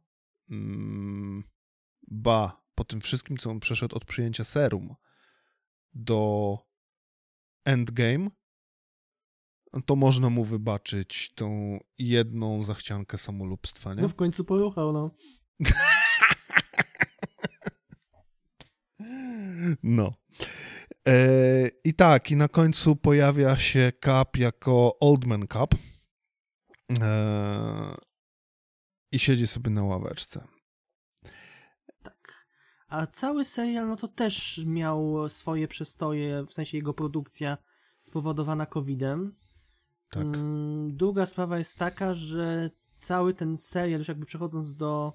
[SPEAKER 1] po tym wszystkim, co on przeszedł od przyjęcia serum do Endgame, to można mu wybaczyć tą jedną zachciankę samolubstwa, nie?
[SPEAKER 2] No w końcu poruchał, no.
[SPEAKER 1] No. I tak, i na końcu pojawia się Cap jako Old Man Cap i siedzi sobie na ławeczce.
[SPEAKER 2] Tak. A cały serial, no to też miał swoje przestoje, w sensie jego produkcja spowodowana COVID-em.
[SPEAKER 1] Tak.
[SPEAKER 2] Druga sprawa jest taka, że cały ten serial, już jakby przechodząc do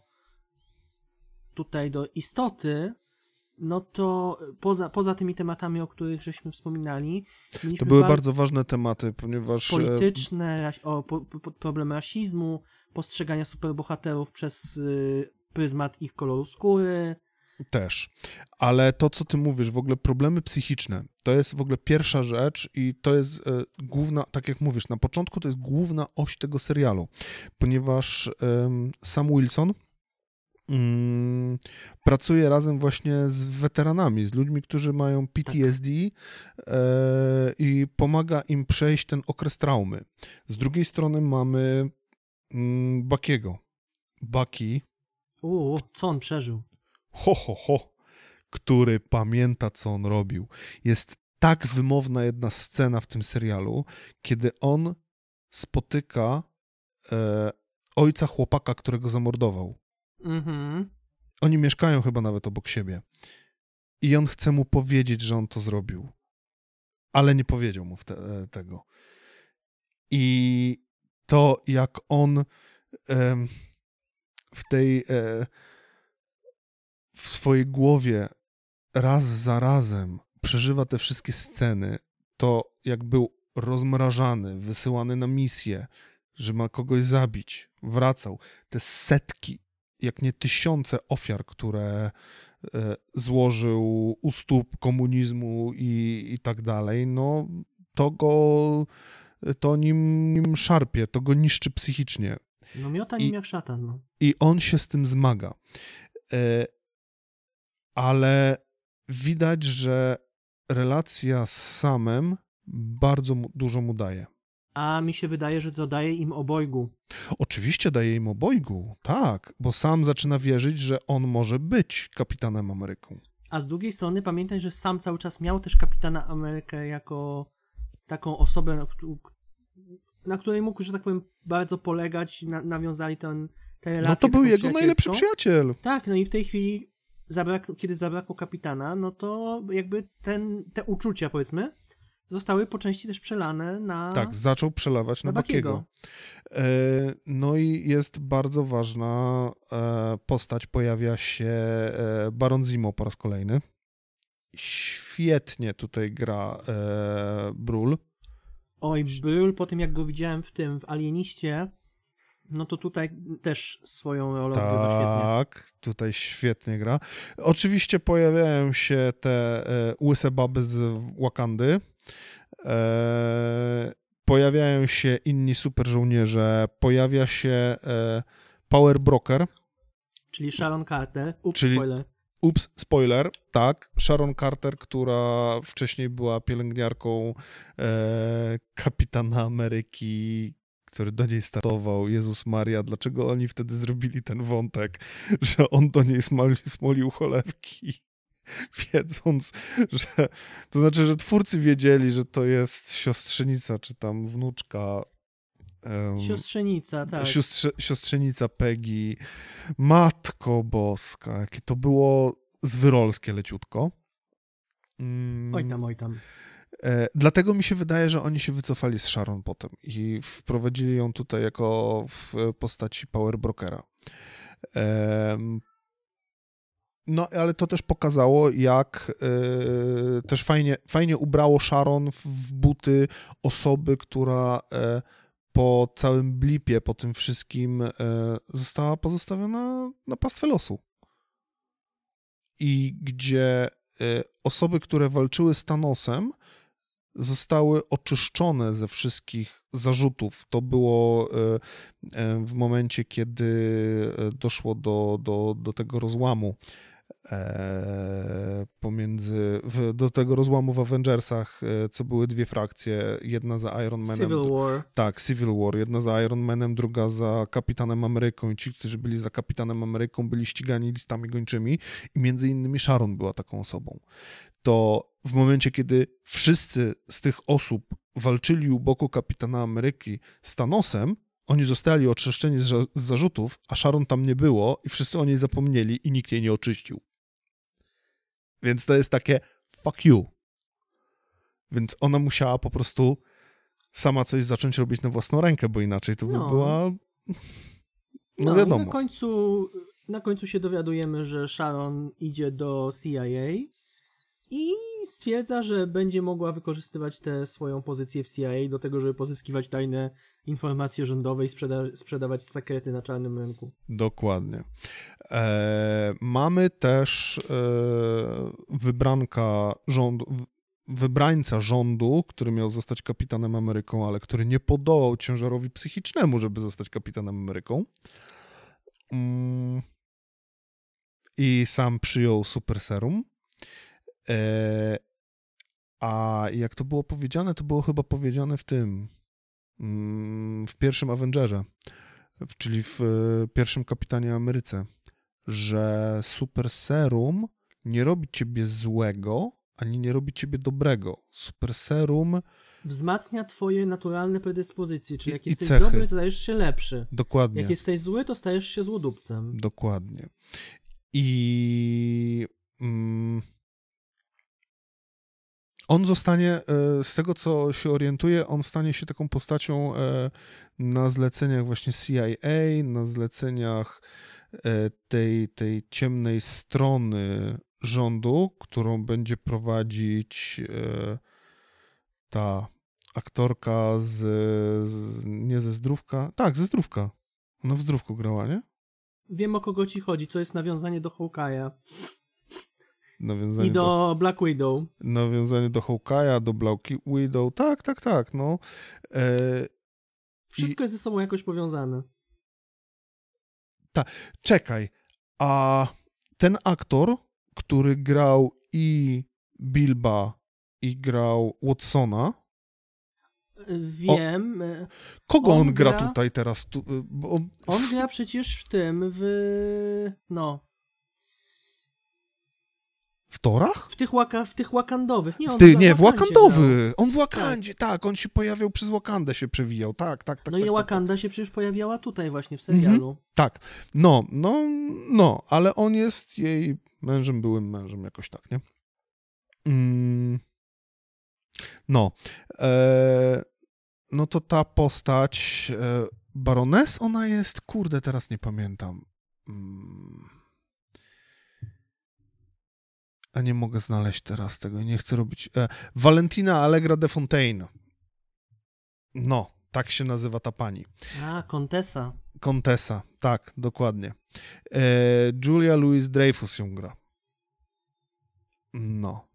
[SPEAKER 2] istoty, no to poza tymi tematami, o których żeśmy wspominali,
[SPEAKER 1] to były bardzo ważne tematy, ponieważ
[SPEAKER 2] polityczne, problem rasizmu, postrzegania superbohaterów przez pryzmat ich koloru skóry.
[SPEAKER 1] Też. Ale to, co ty mówisz, w ogóle problemy psychiczne, to jest w ogóle pierwsza rzecz i to jest główna, tak jak mówisz, na początku to jest główna oś tego serialu, ponieważ Sam Wilson pracuje razem właśnie z weteranami, z ludźmi, którzy mają PTSD i pomaga im przejść ten okres traumy. Z drugiej strony mamy Buckiego. Bucky.
[SPEAKER 2] Co on przeżył?
[SPEAKER 1] Który pamięta, co on robił. Jest tak wymowna jedna scena w tym serialu, kiedy on spotyka ojca chłopaka, którego zamordował. Oni mieszkają chyba nawet obok siebie. I on chce mu powiedzieć, że on to zrobił. Ale nie powiedział mu tego. I to, jak on w swojej głowie raz za razem przeżywa te wszystkie sceny, to jak był rozmrażany, wysyłany na misję, że ma kogoś zabić, wracał. Te setki, jak nie tysiące ofiar, które złożył u stóp komunizmu i tak dalej, no to nim szarpie, to go niszczy psychicznie.
[SPEAKER 2] No miota nim jak szatan, no.
[SPEAKER 1] I on się z tym zmaga. Ale widać, że relacja z Samem bardzo dużo mu daje.
[SPEAKER 2] A mi się wydaje, że to daje im obojgu.
[SPEAKER 1] Oczywiście daje im obojgu, tak, bo Sam zaczyna wierzyć, że on może być Kapitanem Ameryką.
[SPEAKER 2] A z drugiej strony pamiętaj, że Sam cały czas miał też Kapitana Amerykę jako taką osobę, na której mógł, że tak powiem, bardzo polegać, nawiązali te relacje.
[SPEAKER 1] No to był jego najlepszy przyjaciel.
[SPEAKER 2] Tak, no i w tej chwili kiedy zabrakło kapitana, no to jakby te uczucia, powiedzmy, zostały po części też przelane na...
[SPEAKER 1] Tak, zaczął przelewać na Buckiego. No i jest bardzo ważna postać, pojawia się Baron Zemo po raz kolejny. świetnie tutaj gra Brühl.
[SPEAKER 2] Oj, Brühl, po tym jak go widziałem w Alieniście, no to tutaj też swoją rolę odgrywa świetnie.
[SPEAKER 1] Tak, tutaj świetnie gra. Oczywiście pojawiają się te łyse baby z Wakandy. Pojawiają się inni super żołnierze. Pojawia się Power Broker.
[SPEAKER 2] Czyli Sharon Carter.
[SPEAKER 1] Spoiler, tak. Sharon Carter, która wcześniej była pielęgniarką Kapitana Ameryki, który do niej startował. Jezus Maria, dlaczego oni wtedy zrobili ten wątek, że on do niej smolił cholewki, wiedząc, że... To znaczy, że twórcy wiedzieli, że to jest siostrzenica, czy tam wnuczka...
[SPEAKER 2] Siostrzenica, tak.
[SPEAKER 1] Siostrzenica Peggy. Matko Boska, jakie to było zwyrolskie leciutko.
[SPEAKER 2] Oj tam.
[SPEAKER 1] Dlatego mi się wydaje, że oni się wycofali z Sharon potem i wprowadzili ją tutaj jako w postaci Power Brokera. No, ale to też pokazało, jak też fajnie ubrało Sharon w buty osoby, która po całym blipie, po tym wszystkim została pozostawiona na pastwę losu. I gdzie osoby, które walczyły z Thanosem, zostały oczyszczone ze wszystkich zarzutów. To było w momencie, kiedy doszło do tego rozłamu do tego rozłamu w Avengersach, co były dwie frakcje, jedna za Iron Manem.
[SPEAKER 2] Civil War.
[SPEAKER 1] Tak, Civil War. Jedna za Iron Manem, druga za Kapitanem Ameryką i ci, którzy byli za Kapitanem Ameryką, byli ścigani listami gończymi i między innymi Sharon była taką osobą. To w momencie, kiedy wszyscy z tych osób walczyli u boku Kapitana Ameryki z Thanosem, oni zostali oczyszczeni z zarzutów, a Sharon tam nie było i wszyscy o niej zapomnieli i nikt jej nie oczyścił. Więc to jest takie fuck you. Więc ona musiała po prostu sama coś zacząć robić na własną rękę, bo inaczej to by była... No wiadomo.
[SPEAKER 2] Na końcu się dowiadujemy, że Sharon idzie do CIA i stwierdza, że będzie mogła wykorzystywać tę swoją pozycję w CIA do tego, żeby pozyskiwać tajne informacje rządowe i sprzedawać sekrety na czarnym rynku.
[SPEAKER 1] Dokładnie. Mamy też wybrańca rządu, który miał zostać Kapitanem Ameryką, ale który nie podołał ciężarowi psychicznemu, żeby zostać Kapitanem Ameryką. I sam przyjął super serum. A jak to było powiedziane, to było chyba powiedziane w pierwszym Avengerze, czyli w pierwszym Kapitanie Ameryce, że super serum nie robi ciebie złego, ani nie robi ciebie dobrego. Super serum
[SPEAKER 2] wzmacnia twoje naturalne predyspozycje, czyli jak jesteś
[SPEAKER 1] cechy.
[SPEAKER 2] dobry, to stajesz się lepszy.
[SPEAKER 1] Dokładnie.
[SPEAKER 2] Jak jesteś zły, to stajesz się złodupcem.
[SPEAKER 1] Dokładnie. I on zostanie, z tego co się orientuję, on stanie się taką postacią na zleceniach właśnie CIA, na zleceniach tej ciemnej strony rządu, którą będzie prowadzić ta aktorka nie ze Zdrówka, tak, ze Zdrówka. Ona w Zdrówku grała, nie?
[SPEAKER 2] Wiem, o kogo ci chodzi, co jest nawiązanie do Hawkeye'a.
[SPEAKER 1] Nawiązanie
[SPEAKER 2] i do Black Widow.
[SPEAKER 1] Nawiązanie do Hawkeye'a, do Black Widow, tak, no.
[SPEAKER 2] Wszystko jest ze sobą jakoś powiązane.
[SPEAKER 1] Tak, czekaj, a ten aktor, który grał i Bilba, i grał Watsona.
[SPEAKER 2] Wiem.
[SPEAKER 1] Kogo on gra tutaj teraz?
[SPEAKER 2] On gra przecież
[SPEAKER 1] w Torach?
[SPEAKER 2] W tych Wakandowych.
[SPEAKER 1] W Wakandowy. On w Wakandzie, tak. On się pojawiał przez Wakandę, się przewijał, tak.
[SPEAKER 2] No i Wakanda się przecież pojawiała tutaj właśnie w serialu.
[SPEAKER 1] Tak. No, ale on jest jej mężem, byłym mężem, jakoś tak, nie? No to ta postać Baroness, ona jest, kurde, teraz nie pamiętam. A nie mogę znaleźć teraz tego, nie chcę robić. Valentina Allegra de Fontaine. No, tak się nazywa ta pani.
[SPEAKER 2] A, Kontesa.
[SPEAKER 1] Kontesa, tak, dokładnie. Julia Louis-Dreyfus ją gra. No.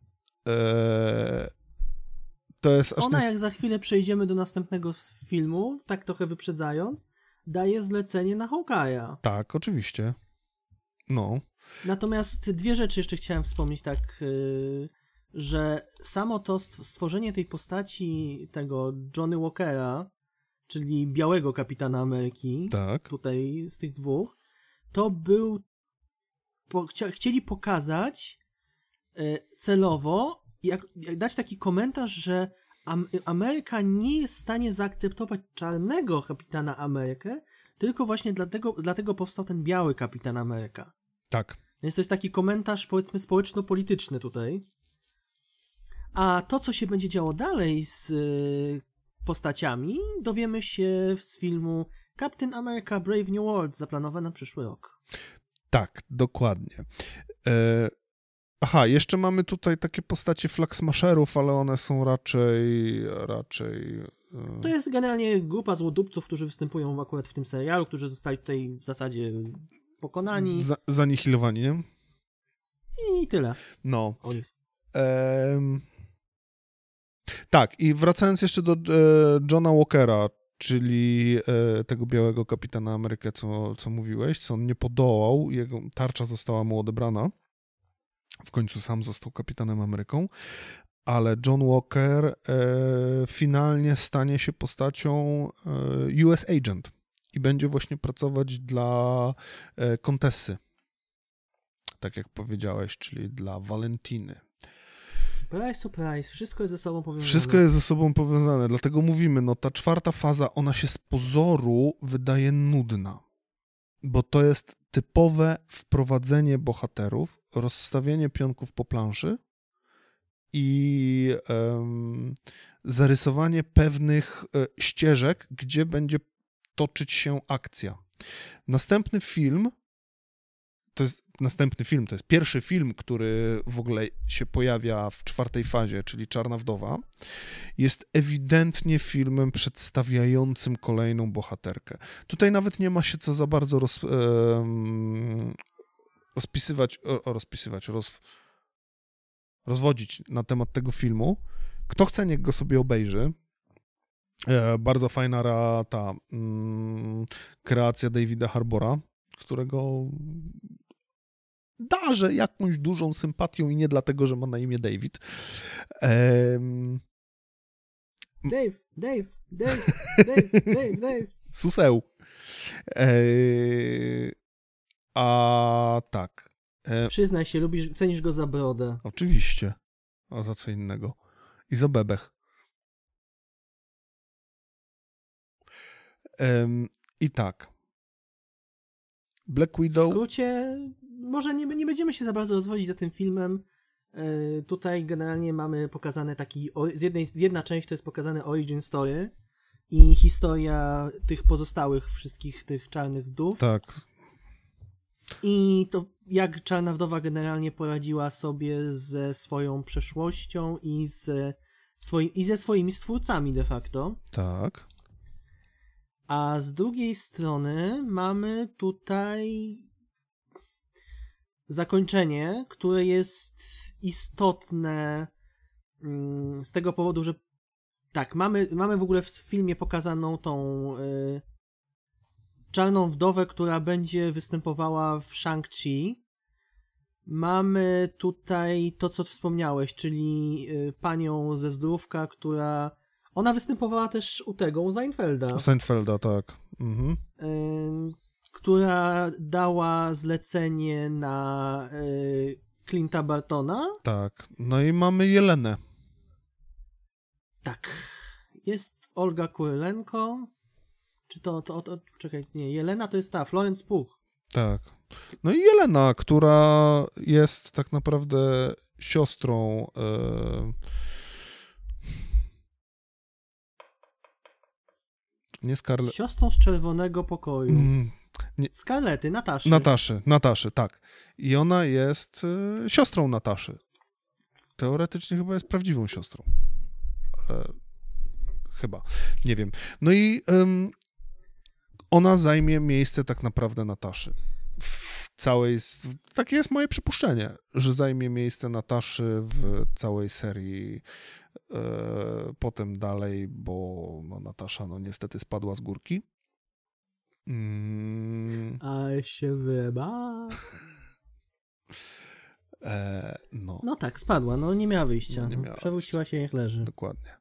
[SPEAKER 1] To jest aż
[SPEAKER 2] Ona, jak za chwilę przejdziemy do następnego filmu, tak trochę wyprzedzając, daje zlecenie na Hawkeye'a.
[SPEAKER 1] Tak, oczywiście. No.
[SPEAKER 2] Natomiast dwie rzeczy jeszcze chciałem wspomnieć, tak, że samo to stworzenie tej postaci tego Johnny Walkera, czyli białego Kapitana Ameryki,
[SPEAKER 1] Tak.
[SPEAKER 2] tutaj z tych dwóch, to był... chcieli pokazać celowo, jak dać taki komentarz, że Ameryka nie jest w stanie zaakceptować czarnego Kapitana Amerykę, tylko właśnie dlatego powstał ten biały Kapitan Ameryka.
[SPEAKER 1] Tak.
[SPEAKER 2] Więc to jest taki komentarz, powiedzmy, społeczno-polityczny tutaj. A to, co się będzie działo dalej z postaciami, dowiemy się z filmu Captain America Brave New World, zaplanowane na przyszły rok.
[SPEAKER 1] Tak, dokładnie. Aha, jeszcze mamy tutaj takie postacie flagsmasherów, ale one są raczej...
[SPEAKER 2] To jest generalnie grupa złodupców, którzy występują akurat w tym serialu, którzy zostali tutaj w zasadzie pokonani.
[SPEAKER 1] Zanihilowani, nie?
[SPEAKER 2] I tyle.
[SPEAKER 1] No.
[SPEAKER 2] O nich.
[SPEAKER 1] Tak, i wracając jeszcze do Johna Walkera, czyli tego białego Kapitana Amerykę, co mówiłeś, co on nie podołał, jego tarcza została mu odebrana. W końcu sam został Kapitanem Ameryką, ale John Walker finalnie stanie się postacią US Agent i będzie właśnie pracować dla Kontessy, tak jak powiedziałeś, czyli dla Valentiny.
[SPEAKER 2] Surprise, wszystko jest ze sobą powiązane.
[SPEAKER 1] Wszystko jest ze sobą powiązane, dlatego mówimy, no ta czwarta faza, ona się z pozoru wydaje nudna, bo to jest typowe wprowadzenie bohaterów, rozstawienie pionków po planszy i zarysowanie pewnych ścieżek, gdzie będzie toczyć się akcja. Następny film to jest pierwszy film, który w ogóle się pojawia w czwartej fazie, czyli Czarna Wdowa, jest ewidentnie filmem przedstawiającym kolejną bohaterkę. Tutaj nawet nie ma się co za bardzo rozwodzić na temat tego filmu. Kto chce, niech go sobie obejrzy. Bardzo fajna kreacja Davida Harbora, którego darzę jakąś dużą sympatią i nie dlatego, że ma na imię David.
[SPEAKER 2] Dave.
[SPEAKER 1] Suseł. A tak.
[SPEAKER 2] Przyznaj się, cenisz go za brodę.
[SPEAKER 1] Oczywiście. A za co innego. I za bebech. I tak. Black Widow...
[SPEAKER 2] W skrócie, może nie będziemy się za bardzo rozwodzić za tym filmem. Tutaj generalnie mamy pokazane taki... Jedna część to jest pokazane origin story i historia tych pozostałych wszystkich tych czarnych wdów.
[SPEAKER 1] Tak.
[SPEAKER 2] I to jak Czarna Wdowa generalnie poradziła sobie ze swoją przeszłością i ze swoimi stwórcami de facto.
[SPEAKER 1] Tak.
[SPEAKER 2] A z drugiej strony mamy tutaj zakończenie, które jest istotne z tego powodu, że tak, mamy w ogóle w filmie pokazaną tą Czarną Wdowę, która będzie występowała w Shang-Chi. Mamy tutaj to, co wspomniałeś, czyli panią ze Zdrówka, która... Ona występowała też u Seinfelda.
[SPEAKER 1] U Seinfelda, tak. Mhm.
[SPEAKER 2] Która dała zlecenie na Clint'a Bartona.
[SPEAKER 1] Tak. No i mamy Jelenę.
[SPEAKER 2] Tak. Jest Olga Kurylenko. Czy to czekaj, nie, Jelena to jest Florence Pugh.
[SPEAKER 1] Tak. No i Jelena, która jest tak naprawdę siostrą nie Scarlett.
[SPEAKER 2] Siostrą z Czerwonego Pokoju. Scarletty, Nataszy, tak. I
[SPEAKER 1] ona jest siostrą Nataszy. teoretycznie chyba jest prawdziwą siostrą. Chyba. Nie wiem. No i ona zajmie miejsce tak naprawdę Nataszy. Takie jest moje przypuszczenie, że zajmie miejsce Nataszy w całej serii potem dalej, bo Natasza niestety spadła z górki.
[SPEAKER 2] A się wyba.
[SPEAKER 1] No
[SPEAKER 2] tak, spadła, nie miała wyjścia. Przewróciła się, jak leży.
[SPEAKER 1] Dokładnie.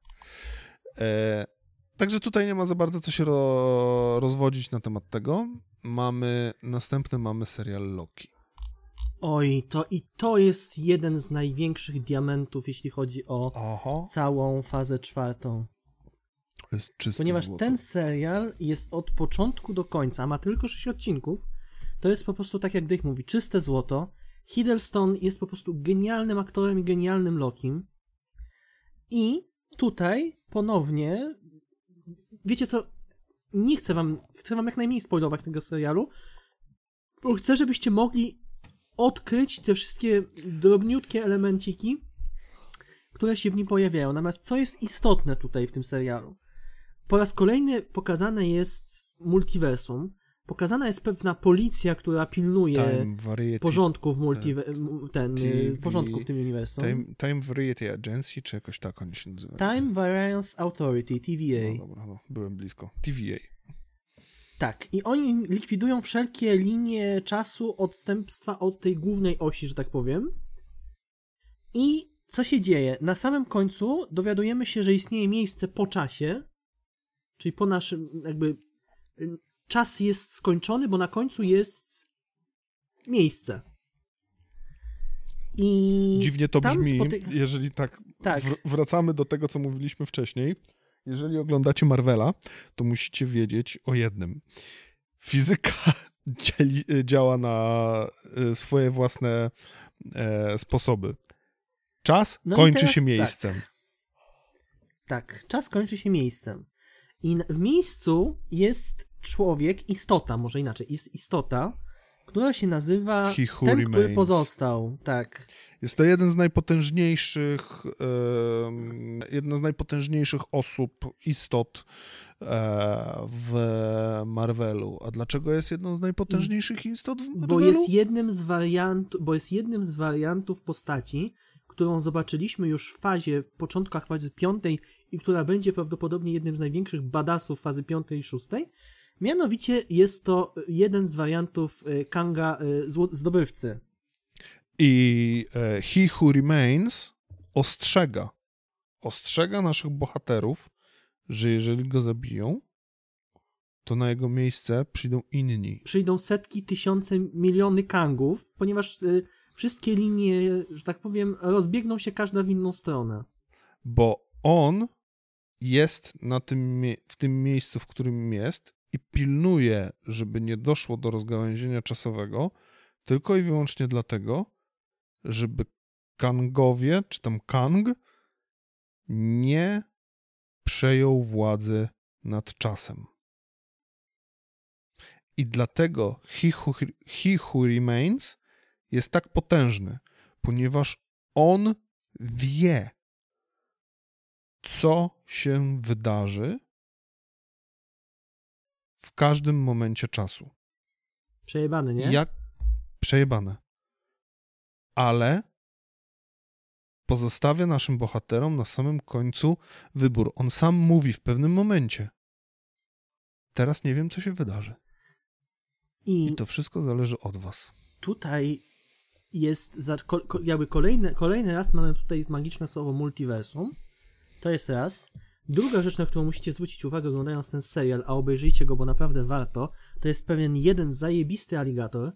[SPEAKER 1] Także tutaj nie ma za bardzo co się rozwodzić na temat tego. Następny mamy serial Loki.
[SPEAKER 2] Oj, to jest jeden z największych diamentów, jeśli chodzi o całą fazę 4.
[SPEAKER 1] Jest czysty
[SPEAKER 2] Ponieważ
[SPEAKER 1] złoto.
[SPEAKER 2] ten serial jest od początku do końca, ma tylko 6 odcinków, to jest po prostu, tak jak Dave mówi, czyste złoto. Hiddleston jest po prostu genialnym aktorem i genialnym Lokim. I tutaj ponownie, wiecie co, chcę wam jak najmniej spoilować tego serialu, bo chcę, żebyście mogli odkryć te wszystkie drobniutkie elemenciki, które się w nim pojawiają. Natomiast co jest istotne tutaj w tym serialu? Po raz kolejny pokazane jest multiversum, pokazana jest pewna policja, która pilnuje porządku porządku w tym uniwersum.
[SPEAKER 1] Time Variety Agency, czy jakoś tak oni się nazywają?
[SPEAKER 2] Time Variance Authority, TVA.
[SPEAKER 1] No dobra, byłem blisko. TVA.
[SPEAKER 2] Tak, i oni likwidują wszelkie linie czasu, odstępstwa od tej głównej osi, że tak powiem. I co się dzieje? Na samym końcu dowiadujemy się, że istnieje miejsce po czasie, czyli po naszym, czas jest skończony, bo na końcu jest miejsce. I
[SPEAKER 1] dziwnie to brzmi, jeżeli tak. Wracamy do tego, co mówiliśmy wcześniej. Jeżeli oglądacie Marvela, to musicie wiedzieć o jednym. Fizyka działa na swoje własne sposoby. Czas kończy się miejscem.
[SPEAKER 2] Tak, czas kończy się miejscem. I w miejscu jest człowiek, istota, może inaczej, jest istota, która się nazywa ten, który pozostał. Tak.
[SPEAKER 1] Jest to jedna z najpotężniejszych osób, istot w Marvelu. A dlaczego jest jedną z najpotężniejszych istot w Marvelu?
[SPEAKER 2] Bo jest jednym z wariantów postaci, którą zobaczyliśmy już w początkach fazy 5 i która będzie prawdopodobnie jednym z największych badassów fazy 5 i 6. Mianowicie jest to jeden z wariantów Kanga zdobywcy.
[SPEAKER 1] I He Who Remains ostrzega naszych bohaterów, że jeżeli go zabiją, to na jego miejsce przyjdą inni.
[SPEAKER 2] Przyjdą setki, tysiące, miliony Kangów, ponieważ wszystkie linie, że tak powiem, rozbiegną się każda w inną stronę.
[SPEAKER 1] Bo on jest w tym miejscu, w którym jest i pilnuje, żeby nie doszło do rozgałęzienia czasowego, tylko i wyłącznie dlatego, żeby Kangowie, czy tam Kang, nie przejął władzy nad czasem. I dlatego He Who Remains jest tak potężny, ponieważ on wie, co się wydarzy w każdym momencie czasu.
[SPEAKER 2] Przejebane, nie?
[SPEAKER 1] Przejebane. Ale pozostawia naszym bohaterom na samym końcu wybór. On sam mówi w pewnym momencie: teraz nie wiem, co się wydarzy. I to wszystko zależy od was.
[SPEAKER 2] Tutaj jest jakby kolejny raz mamy tutaj magiczne słowo multiversum. To jest raz. Druga rzecz, na którą musicie zwrócić uwagę, oglądając ten serial, a obejrzyjcie go, bo naprawdę warto, to jest pewien jeden zajebisty aligator.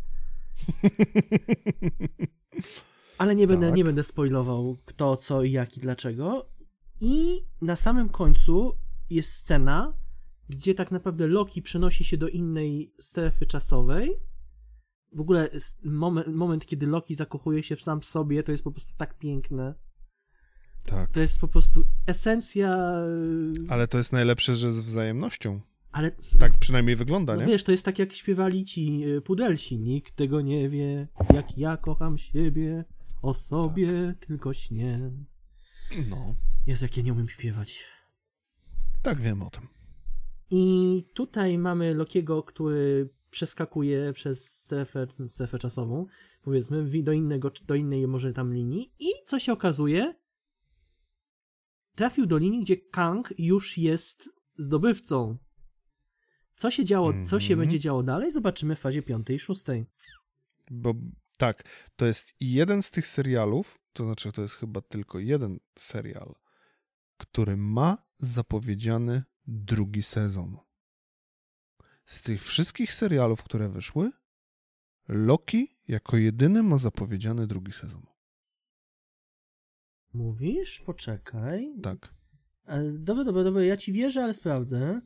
[SPEAKER 2] Ale nie będę spoilował kto, co i jak i dlaczego. I na samym końcu jest scena, gdzie tak naprawdę Loki przenosi się do innej strefy czasowej. W ogóle moment, kiedy Loki zakochuje się w sam sobie, to jest po prostu tak piękne.
[SPEAKER 1] Tak.
[SPEAKER 2] To jest po prostu esencja...
[SPEAKER 1] Ale to jest najlepsze, że z wzajemnością.
[SPEAKER 2] Ale...
[SPEAKER 1] Tak przynajmniej wygląda, nie?
[SPEAKER 2] Wiesz, to jest tak jak śpiewali ci Pudelsi. Nikt tego nie wie, jak ja kocham siebie, o sobie tylko śnie.
[SPEAKER 1] No.
[SPEAKER 2] Jezu, jak ja nie umiem śpiewać.
[SPEAKER 1] Tak, wiem o tym.
[SPEAKER 2] I tutaj mamy Lokiego, który przeskakuje przez strefę czasową, powiedzmy, do innej może tam linii i co się okazuje? Trafił do linii, gdzie Kang już jest zdobywcą. Co się działo, co się będzie działo dalej, zobaczymy w fazie 5. i 6.
[SPEAKER 1] Bo tak, to jest jeden z tych serialów, to znaczy to jest chyba tylko jeden serial, który ma zapowiedziany drugi sezon. Z tych wszystkich serialów, które wyszły, Loki jako jedyny ma zapowiedziany drugi sezon.
[SPEAKER 2] Mówisz? Poczekaj.
[SPEAKER 1] Tak.
[SPEAKER 2] Dobra, ja ci wierzę, ale sprawdzę.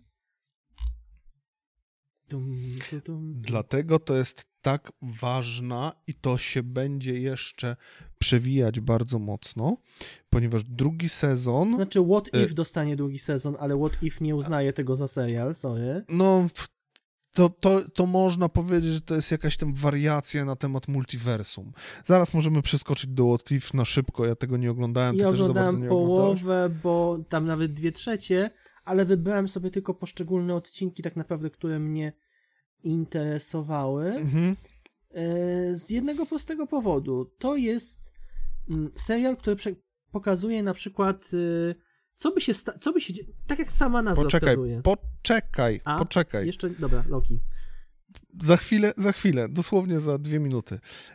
[SPEAKER 1] Dlatego to jest tak ważna i to się będzie jeszcze przewijać bardzo mocno, ponieważ drugi sezon...
[SPEAKER 2] To znaczy What If dostanie drugi sezon, ale What If nie uznaje tego za serial, sorry.
[SPEAKER 1] No, to można powiedzieć, że to jest jakaś tam wariacja na temat multiversum. Zaraz możemy przeskoczyć do What If na szybko, ja tego nie oglądałem, ty
[SPEAKER 2] Ja
[SPEAKER 1] też za bardzo
[SPEAKER 2] oglądałem
[SPEAKER 1] nie
[SPEAKER 2] połowę, bo tam nawet 2/3, ale wybrałem sobie tylko poszczególne odcinki tak naprawdę, które mnie interesowały.
[SPEAKER 1] Mhm.
[SPEAKER 2] Z jednego prostego powodu. To jest serial, który pokazuje na przykład co by się tak jak sama nazwa wskazuje.
[SPEAKER 1] Poczekaj.
[SPEAKER 2] Jeszcze, dobra, Loki.
[SPEAKER 1] Za chwilę, dosłownie za 2 minuty.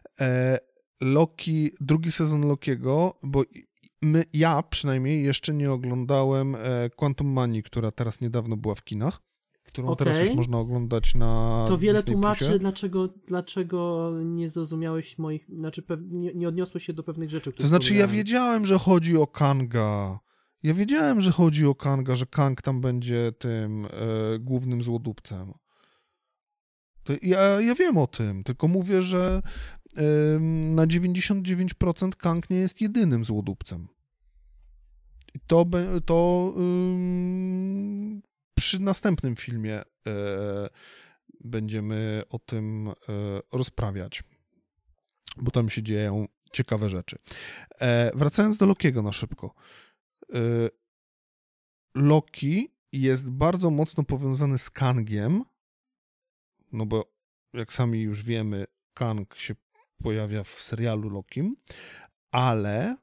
[SPEAKER 1] Loki, drugi sezon Lokiego, bo ja przynajmniej jeszcze nie oglądałem Quantum Manii, która teraz niedawno była w kinach, którą teraz już można oglądać na
[SPEAKER 2] To wiele
[SPEAKER 1] Disney
[SPEAKER 2] tłumaczy, dlaczego nie zrozumiałeś moich, znaczy nie odniosłeś się do pewnych rzeczy, które
[SPEAKER 1] to znaczy ja wiedziałem, że chodzi o Kanga. Że Kang tam będzie tym głównym złodupcem. To ja wiem o tym, tylko mówię, że na 99% Kang nie jest jedynym złodupcem. I to przy następnym filmie będziemy o tym rozprawiać, bo tam się dzieją ciekawe rzeczy. Wracając do Lokiego na szybko. Loki jest bardzo mocno powiązany z Kangiem, no bo jak sami już wiemy, Kang się pojawia w serialu Lokim, ale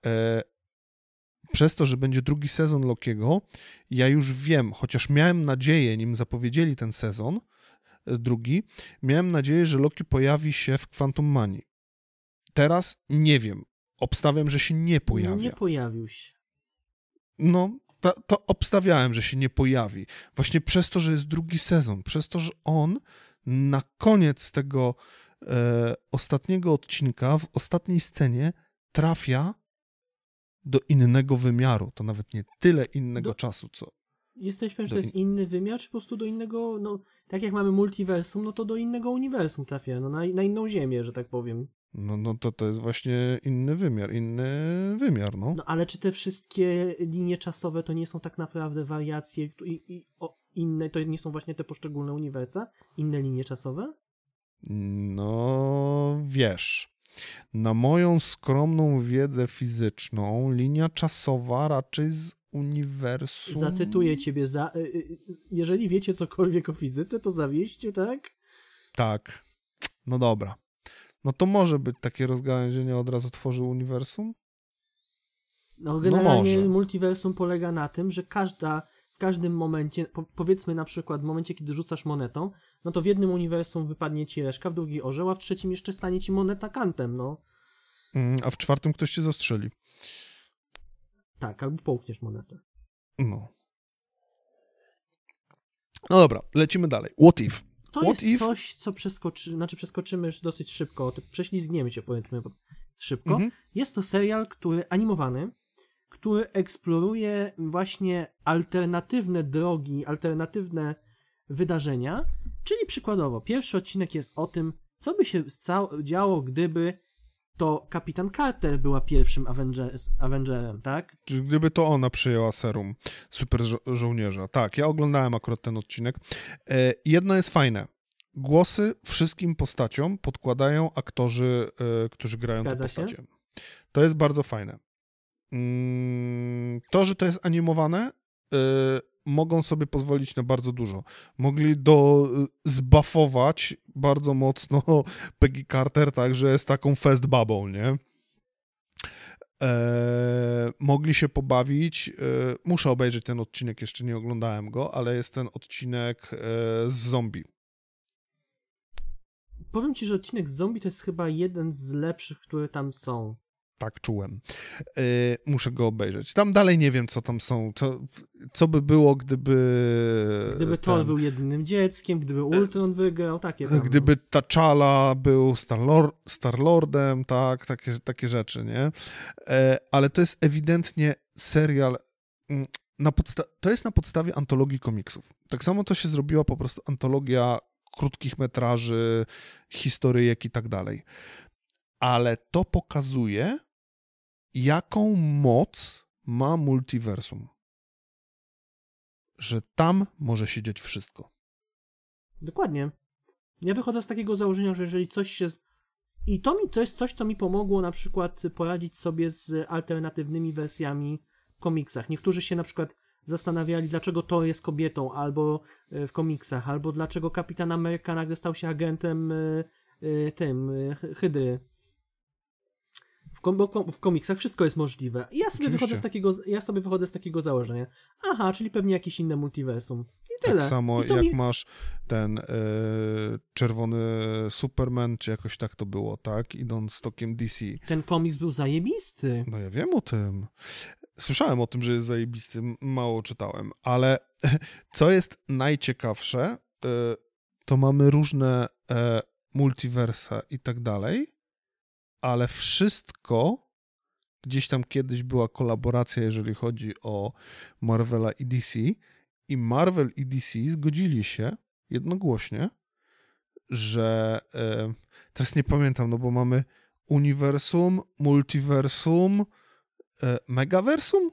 [SPEAKER 1] przez to, że będzie drugi sezon Lokiego, ja już wiem, chociaż miałem nadzieję, nim zapowiedzieli ten sezon drugi, miałem nadzieję, że Loki pojawi się w Quantum Manii. Teraz nie wiem. Obstawiam, że się nie pojawia.
[SPEAKER 2] Nie pojawił się.
[SPEAKER 1] No, to obstawiałem, że się nie pojawi. Właśnie przez to, że jest drugi sezon, przez to, że on na koniec tego ostatniego odcinka, w ostatniej scenie trafia do innego wymiaru. To nawet nie tyle innego czasu, co...
[SPEAKER 2] Jesteś pewien, że to jest inny wymiar, czy po prostu do innego, no tak jak mamy multiversum, no to do innego uniwersum trafia, no na inną ziemię, że tak powiem.
[SPEAKER 1] No to jest właśnie inny wymiar, no.
[SPEAKER 2] No ale czy te wszystkie linie czasowe to nie są tak naprawdę wariacje inne, to nie są właśnie te poszczególne uniwersa, inne linie czasowe?
[SPEAKER 1] No, wiesz, na moją skromną wiedzę fizyczną linia czasowa raczej z uniwersum...
[SPEAKER 2] Zacytuję ciebie, jeżeli wiecie cokolwiek o fizyce, to zawieźcie, tak?
[SPEAKER 1] Tak, no dobra. No to może być takie rozgałęzienie, od razu tworzy uniwersum?
[SPEAKER 2] No generalnie multiversum polega na tym, że w każdym momencie, powiedzmy na przykład w momencie, kiedy rzucasz monetą, no to w jednym uniwersum wypadnie ci reszka, w drugi orzeł, a w trzecim jeszcze stanie ci moneta kantem, no.
[SPEAKER 1] A w czwartym ktoś cię zastrzeli.
[SPEAKER 2] Tak, albo połkniesz monetę.
[SPEAKER 1] No. No dobra, lecimy dalej. What if?
[SPEAKER 2] To jest coś, co przeskoczymy dosyć szybko, prześlizgniemy się powiedzmy szybko. Mhm. Jest to serial, animowany, który eksploruje właśnie alternatywne drogi, alternatywne wydarzenia, czyli przykładowo pierwszy odcinek jest o tym, co by się działo, gdyby to Kapitan Carter była pierwszym Avengerem, tak?
[SPEAKER 1] Czyli gdyby to ona przyjęła serum super żołnierza. Tak, ja oglądałem akurat ten odcinek. Jedno jest fajne. Głosy wszystkim postaciom podkładają aktorzy, którzy grają te postacie. To jest bardzo fajne. To, że to jest animowane, mogą sobie pozwolić na bardzo dużo. Mogli zbuffować bardzo mocno Peggy Carter, tak, że jest taką fest babą, nie? Mogli się pobawić. Muszę obejrzeć ten odcinek, jeszcze nie oglądałem go, ale jest ten odcinek z zombie.
[SPEAKER 2] Powiem ci, że odcinek z zombie to jest chyba jeden z lepszych, które tam są.
[SPEAKER 1] Tak czułem. Muszę go obejrzeć. Tam dalej nie wiem, co tam są. Co by było, gdyby
[SPEAKER 2] Thor był jedynym dzieckiem, gdyby Ultron wygrał, takie tam.
[SPEAKER 1] Gdyby T'Challa był Star-Lordem, tak, takie rzeczy, nie? Ale to jest ewidentnie serial... To jest na podstawie antologii komiksów. Tak samo to się zrobiła po prostu antologia krótkich metraży, historyjek i tak dalej. Ale to pokazuje, jaką moc ma multiversum. Że tam może się dziać wszystko.
[SPEAKER 2] Dokładnie. Ja wychodzę z takiego założenia, że jeżeli coś się... I to jest coś, co mi pomogło na przykład poradzić sobie z alternatywnymi wersjami w komiksach. Niektórzy się na przykład zastanawiali, dlaczego Thor jest kobietą albo w komiksach, albo dlaczego Kapitan Ameryka nagle stał się agentem Hydry. W komiksach wszystko jest możliwe. Ja sobie wychodzę z takiego założenia. Aha, czyli pewnie jakieś inne multiversum. I tyle.
[SPEAKER 1] Tak samo jak masz ten czerwony Superman, czy jakoś tak to było, tak? Idąc tokiem DC.
[SPEAKER 2] Ten komiks był zajebisty.
[SPEAKER 1] No ja wiem o tym. Słyszałem o tym, że jest zajebisty, mało czytałem, ale co jest najciekawsze, to mamy różne multiversa i tak dalej, ale wszystko, gdzieś tam kiedyś była kolaboracja, jeżeli chodzi o Marvela i DC, i Marvel i DC zgodzili się jednogłośnie, że teraz nie pamiętam, no bo mamy uniwersum, multiversum, megaversum?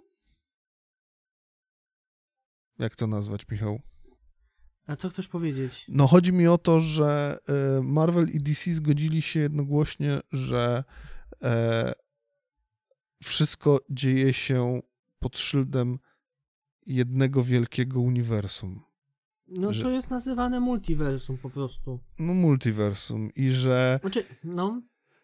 [SPEAKER 1] Jak to nazwać, Michał?
[SPEAKER 2] A co chcesz powiedzieć?
[SPEAKER 1] No chodzi mi o to, że Marvel i DC zgodzili się jednogłośnie, że wszystko dzieje się pod szyldem jednego wielkiego uniwersum.
[SPEAKER 2] No to jest nazywane multiversum po prostu.
[SPEAKER 1] No multiversum i że...
[SPEAKER 2] Znaczy, no...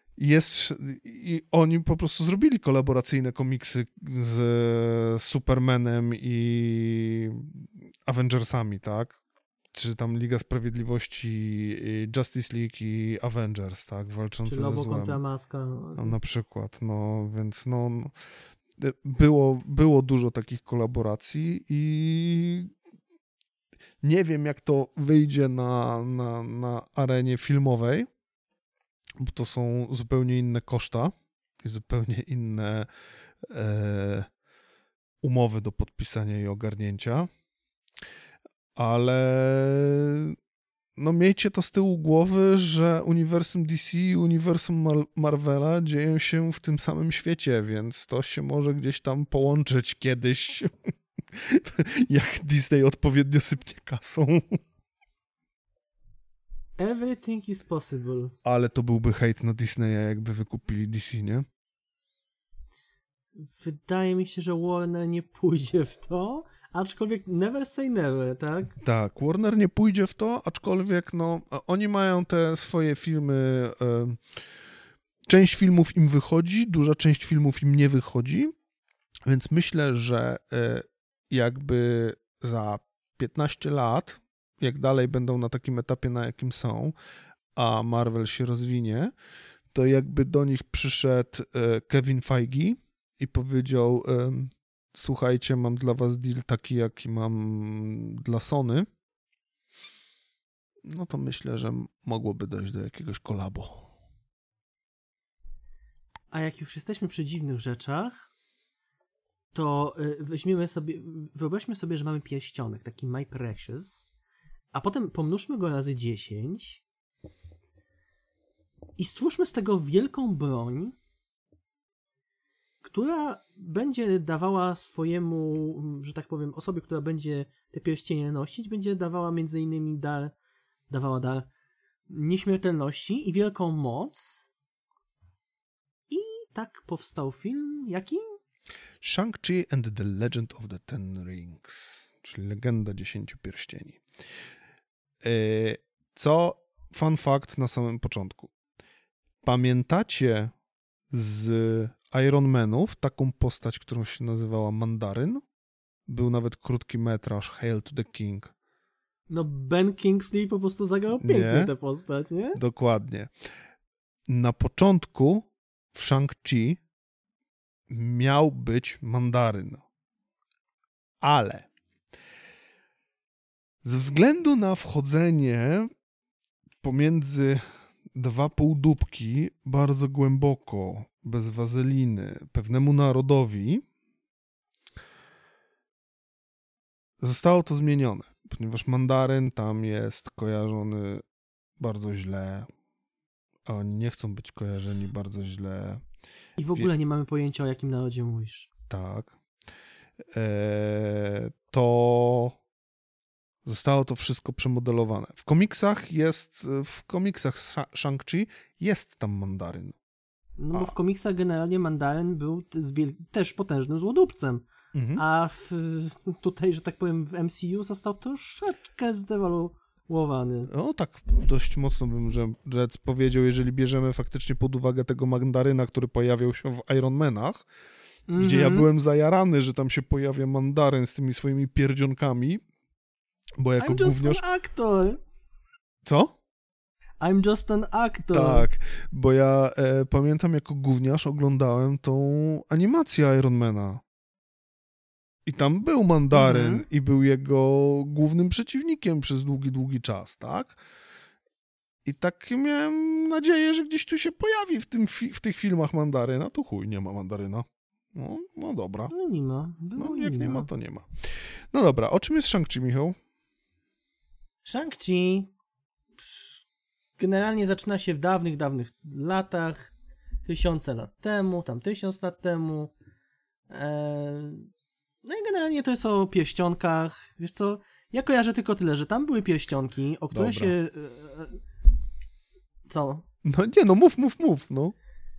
[SPEAKER 1] I oni po prostu zrobili kolaboracyjne komiksy z Supermanem i Avengersami, tak? Czy tam Liga Sprawiedliwości, Justice League i Avengers, tak? Walczące ze
[SPEAKER 2] Lobo
[SPEAKER 1] złem.
[SPEAKER 2] kontra Maska.
[SPEAKER 1] No, na przykład, no więc było dużo takich kolaboracji i nie wiem, jak to wyjdzie na arenie filmowej, bo to są zupełnie inne koszta i zupełnie inne umowy do podpisania i ogarnięcia, ale no miejcie to z tyłu głowy, że uniwersum DC i uniwersum Marvela dzieją się w tym samym świecie, więc to się może gdzieś tam połączyć kiedyś, jak Disney odpowiednio sypnie kasą.
[SPEAKER 2] Everything is possible.
[SPEAKER 1] Ale to byłby hejt na Disneya, jakby wykupili DC, nie?
[SPEAKER 2] Wydaje mi się, że Warner nie pójdzie w to, aczkolwiek never say never, tak?
[SPEAKER 1] Tak, Warner nie pójdzie w to, aczkolwiek no, oni mają te swoje filmy, część filmów im wychodzi, duża część filmów im nie wychodzi, więc myślę, że jakby za 15 lat, jak dalej będą na takim etapie, na jakim są, a Marvel się rozwinie, to jakby do nich przyszedł Kevin Feige i powiedział: słuchajcie, mam dla was deal taki, jaki mam dla Sony, no to myślę, że mogłoby dojść do jakiegoś kolabo.
[SPEAKER 2] A jak już jesteśmy przy dziwnych rzeczach, to wyobraźmy sobie, że mamy pierścionek, taki My Precious, a potem pomnóżmy go razy 10 i stwórzmy z tego wielką broń, która będzie dawała swojemu, że tak powiem, osobie, która będzie te pierścienie nosić, będzie dawała między innymi dar nieśmiertelności i wielką moc. I tak powstał film. Jaki?
[SPEAKER 1] Shang-Chi and the Legend of the Ten Rings, czyli Legenda 10 Pierścieni. Co fun fact na samym początku. Pamiętacie z Iron Manów taką postać, którą się nazywała Mandaryn? Był nawet krótki metraż Hail to the King.
[SPEAKER 2] No Ben Kingsley po prostu zagrał pięknie tę postać, nie?
[SPEAKER 1] Dokładnie. Na początku w Shang-Chi miał być Mandaryn. Ale ze względu na wchodzenie pomiędzy dwa półdubki bardzo głęboko, bez wazeliny, pewnemu narodowi, zostało to zmienione, ponieważ Mandaryn tam jest kojarzony bardzo źle, a oni nie chcą być kojarzeni bardzo źle.
[SPEAKER 2] I w ogóle nie mamy pojęcia, o jakim narodzie mówisz.
[SPEAKER 1] Tak. To zostało to wszystko przemodelowane. W komiksach Shang-Chi jest tam Mandaryn.
[SPEAKER 2] No bo w komiksach generalnie Mandaryn był też potężnym złodupcem. A tutaj, że tak powiem, w MCU został troszeczkę zdewaluowany.
[SPEAKER 1] No tak, dość mocno bym rzec powiedział, jeżeli bierzemy faktycznie pod uwagę tego Mandaryna, który pojawiał się w Iron Manach, gdzie ja byłem zajarany, że tam się pojawia Mandaryn z tymi swoimi pierdzionkami, bo jako
[SPEAKER 2] I'm just
[SPEAKER 1] gówniarz...
[SPEAKER 2] an actor.
[SPEAKER 1] Co?
[SPEAKER 2] I'm just an actor.
[SPEAKER 1] Tak, bo ja pamiętam, jako gówniarz oglądałem tą animację Ironmana. I tam był Mandaryn i był jego głównym przeciwnikiem przez długi, długi czas, tak? I tak miałem nadzieję, że gdzieś tu się pojawi w tych filmach Mandaryn, a tu chuj, nie ma Mandaryna. No dobra.
[SPEAKER 2] No nie ma.
[SPEAKER 1] Jak nie ma, to nie ma. No dobra, o czym jest Shang-Chi, Michał?
[SPEAKER 2] Shang-Chi generalnie zaczyna się w dawnych, dawnych latach, 1000 lat temu, tam 1000 lat temu. No i generalnie to jest o pierścionkach. Wiesz co, ja kojarzę tylko tyle, że tam były pierścionki, o które się... Co?
[SPEAKER 1] No nie, no mów, no.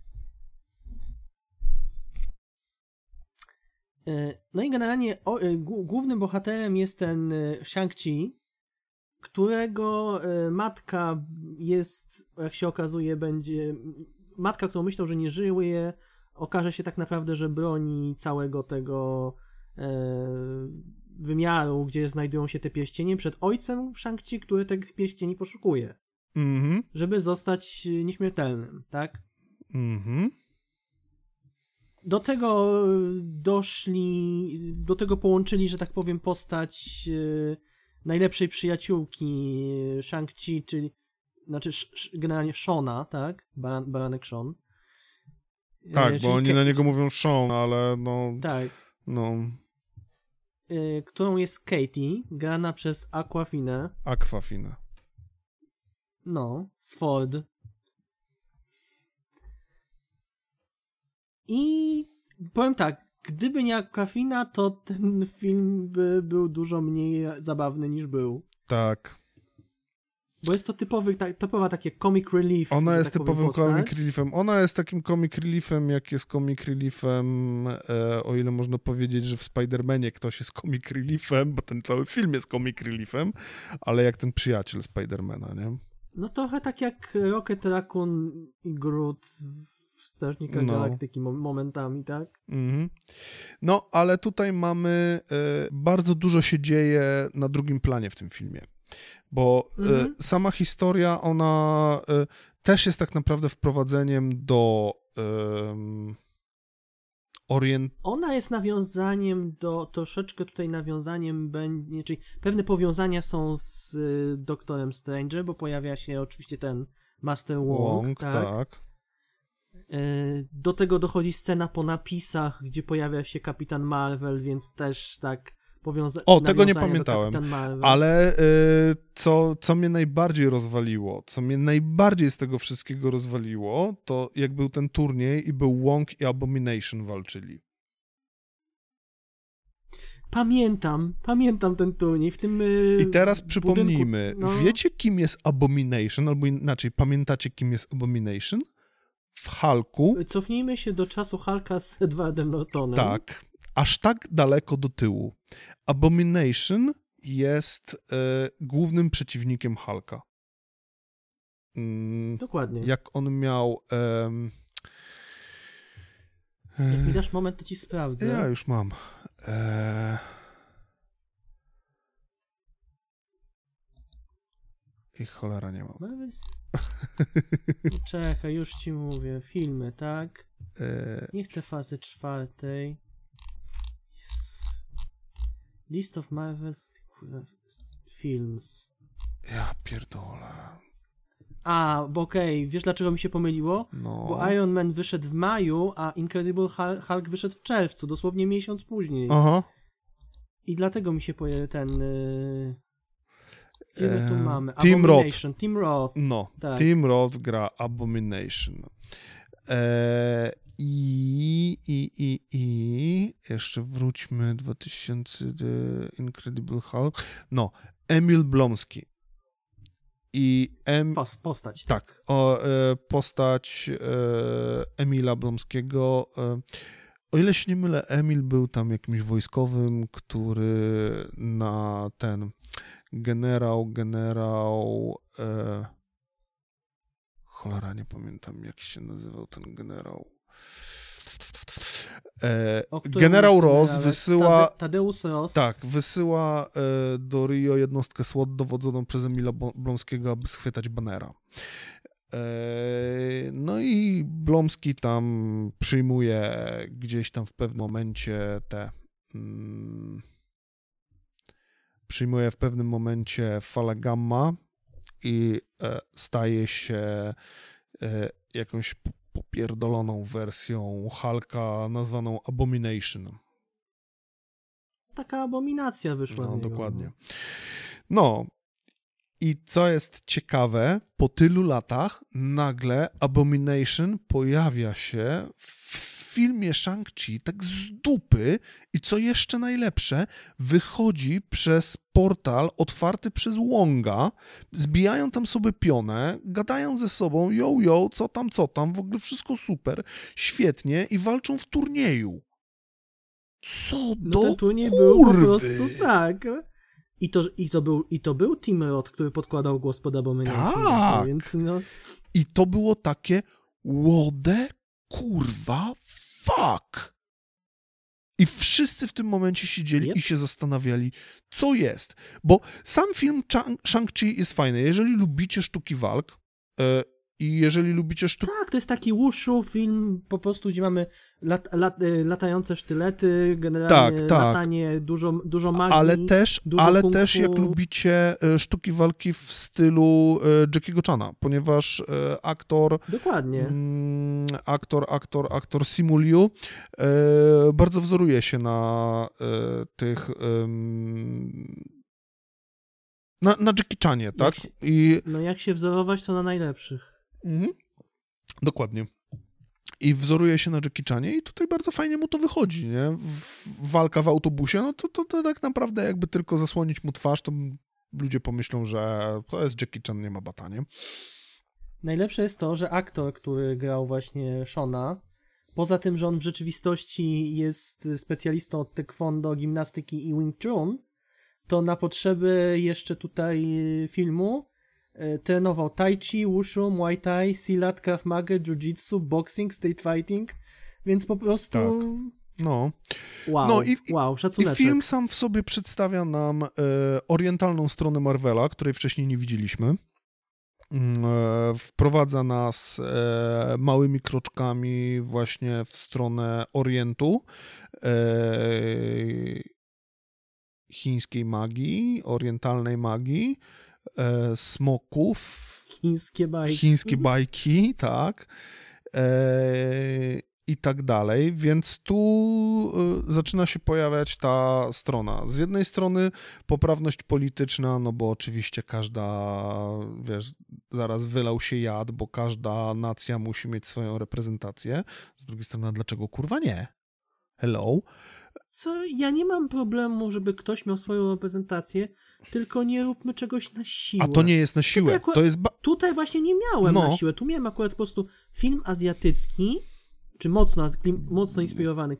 [SPEAKER 2] No i generalnie głównym bohaterem jest ten Shang-Chi, którego matka jest, jak się okazuje, matka, którą myślał, że nie żyje, okaże się tak naprawdę, że broni całego tego wymiaru, gdzie znajdują się te pierścienie, przed ojcem Shang-Chi, który tych pierścieni poszukuje. Żeby zostać nieśmiertelnym, tak? Do tego połączyli, że tak powiem, postać najlepszej przyjaciółki Shang-Chi, czyli generalnie Shona, tak? Baranek Sean.
[SPEAKER 1] Tak, bo oni na niego mówią Sean, ale no...
[SPEAKER 2] Tak.
[SPEAKER 1] No.
[SPEAKER 2] Którą jest Katie, grana przez Awkwafina. No, z Ford. I powiem tak, gdyby nie Awkwafina, to ten film by był dużo mniej zabawny niż był.
[SPEAKER 1] Tak.
[SPEAKER 2] Bo jest to typowa takie comic relief.
[SPEAKER 1] Ona jest typowym comic reliefem. Ona jest takim comic reliefem, jak jest comic reliefem, o ile można powiedzieć, że w Spider-Manie ktoś jest comic reliefem, bo ten cały film jest comic reliefem, ale jak ten przyjaciel Spider-Mana, nie?
[SPEAKER 2] No trochę tak jak Rocket Raccoon i Groot w Strażnikach Galaktyki momentami, tak?
[SPEAKER 1] No, ale tutaj mamy... bardzo dużo się dzieje na drugim planie w tym filmie. Bo sama historia, ona też jest tak naprawdę wprowadzeniem do
[SPEAKER 2] Ona jest nawiązaniem troszeczkę tutaj nawiązaniem będzie, czyli pewne powiązania są z Doktorem Strange'em, bo pojawia się oczywiście ten Master Wong, tak. Do tego dochodzi scena po napisach, gdzie pojawia się Kapitan Marvel, więc też tak
[SPEAKER 1] tego nie pamiętałem, ale co mnie najbardziej rozwaliło, co mnie najbardziej z tego wszystkiego rozwaliło, to jak był ten turniej i był Wong i Abomination walczyli.
[SPEAKER 2] Pamiętam ten turniej w tym
[SPEAKER 1] I teraz przypomnijmy, wiecie kim jest Abomination, albo inaczej, pamiętacie kim jest Abomination? w Hulku.
[SPEAKER 2] Cofnijmy się do czasu Hulka z Edwardem Nortonem.
[SPEAKER 1] Tak, aż tak daleko do tyłu. Abomination jest głównym przeciwnikiem Hulka.
[SPEAKER 2] Dokładnie.
[SPEAKER 1] Jak on miał...
[SPEAKER 2] Jak mi dasz moment, to ci sprawdzę.
[SPEAKER 1] Ja już mam. I cholera nie mam.
[SPEAKER 2] Czekaj, już ci mówię. Filmy, tak? Nie chcę fazy 4. List of Marvel's Films.
[SPEAKER 1] Ja pierdolę.
[SPEAKER 2] Bo okej, wiesz dlaczego mi się pomyliło?
[SPEAKER 1] No.
[SPEAKER 2] Bo Iron Man wyszedł w maju, a Incredible Hulk wyszedł w czerwcu, dosłownie miesiąc później.
[SPEAKER 1] Aha.
[SPEAKER 2] I dlatego mi się ten... Kiedy tu mamy?
[SPEAKER 1] Tim
[SPEAKER 2] Abomination. Tim Roth.
[SPEAKER 1] No,
[SPEAKER 2] tak.
[SPEAKER 1] Tim Roth gra Abomination. I jeszcze wróćmy 2000 The Incredible Hulk. No, Emil Blonsky. I
[SPEAKER 2] postać.
[SPEAKER 1] Tak, postać Emila Blomskiego. O ile się nie mylę, Emil był tam jakimś wojskowym, który na ten generał cholera, nie pamiętam jak się nazywał ten generał. Generał Ross wysyła...
[SPEAKER 2] Tadeusz Ross.
[SPEAKER 1] Tak, wysyła do Rio jednostkę SWAT dowodzoną przez Emila Blomskiego, aby schwytać Bannera. No i Blomski tam przyjmuje gdzieś tam w pewnym momencie przyjmuje w pewnym momencie falę gamma i staje się jakąś popierdoloną wersją Hulka nazwaną Abomination.
[SPEAKER 2] Taka abominacja wyszła z niego.
[SPEAKER 1] Dokładnie. No i co jest ciekawe, po tylu latach nagle Abomination pojawia się w filmie Shang-Chi tak z dupy i co jeszcze najlepsze, wychodzi przez portal otwarty przez Wonga, zbijają tam sobie pionę, gadają ze sobą, yo, co tam, w ogóle wszystko super, świetnie i walczą w turnieju. Co do
[SPEAKER 2] ten turniej
[SPEAKER 1] kurwy.
[SPEAKER 2] Był po prostu tak. I to był Tim Roth, który podkładał głos pod Abomination.
[SPEAKER 1] Tak.
[SPEAKER 2] Więc no...
[SPEAKER 1] I to było takie what the kurwa fuck. I wszyscy w tym momencie siedzieli i się zastanawiali, co jest. Bo sam film Shang-Chi jest fajny. Jeżeli lubicie sztuki walk i jeżeli lubicie sztuki...
[SPEAKER 2] Tak, to jest taki wushu film po prostu, gdzie mamy latające sztylety, generalnie latanie, dużo magii,
[SPEAKER 1] ale też jak lubicie sztuki walki w stylu Jackiego Chana, ponieważ
[SPEAKER 2] Dokładnie.
[SPEAKER 1] Aktor Simu Liu bardzo wzoruje się na tych na Jackie Chanie, tak?
[SPEAKER 2] Jak się wzorować, to na najlepszych.
[SPEAKER 1] Mhm. Dokładnie. I wzoruje się na Jackie Chanie i tutaj bardzo fajnie mu to wychodzi, nie? Walka w autobusie, no to tak naprawdę jakby tylko zasłonić mu twarz, to ludzie pomyślą, że to jest Jackie Chan, nie ma bata, nie?
[SPEAKER 2] Najlepsze jest to, że aktor, który grał właśnie Shona, poza tym, że on w rzeczywistości jest specjalistą od taekwondo, gimnastyki i Wing Chun, to na potrzeby jeszcze tutaj filmu trenował tai chi, wushu, muay thai, silat, krav maga, jiu-jitsu, boxing, street fighting, więc po prostu...
[SPEAKER 1] Tak. No.
[SPEAKER 2] Wow, szacuneczek.
[SPEAKER 1] I film sam w sobie przedstawia nam orientalną stronę Marvela, której wcześniej nie widzieliśmy. Wprowadza nas małymi kroczkami właśnie w stronę Orientu, chińskiej magii, orientalnej magii, smoków, chińskie bajki, tak, i tak dalej, więc tu zaczyna się pojawiać ta strona. Z jednej strony poprawność polityczna, no bo oczywiście każda, wiesz, zaraz wylał się jad, bo każda nacja musi mieć swoją reprezentację. Z drugiej strony, dlaczego kurwa nie? Hello.
[SPEAKER 2] Co? Ja nie mam problemu, żeby ktoś miał swoją reprezentację, tylko nie róbmy czegoś na siłę.
[SPEAKER 1] A to nie jest na siłę, to jest...
[SPEAKER 2] Tutaj właśnie nie miałem na siłę, tu miałem akurat po prostu film azjatycki, czy mocno inspirowany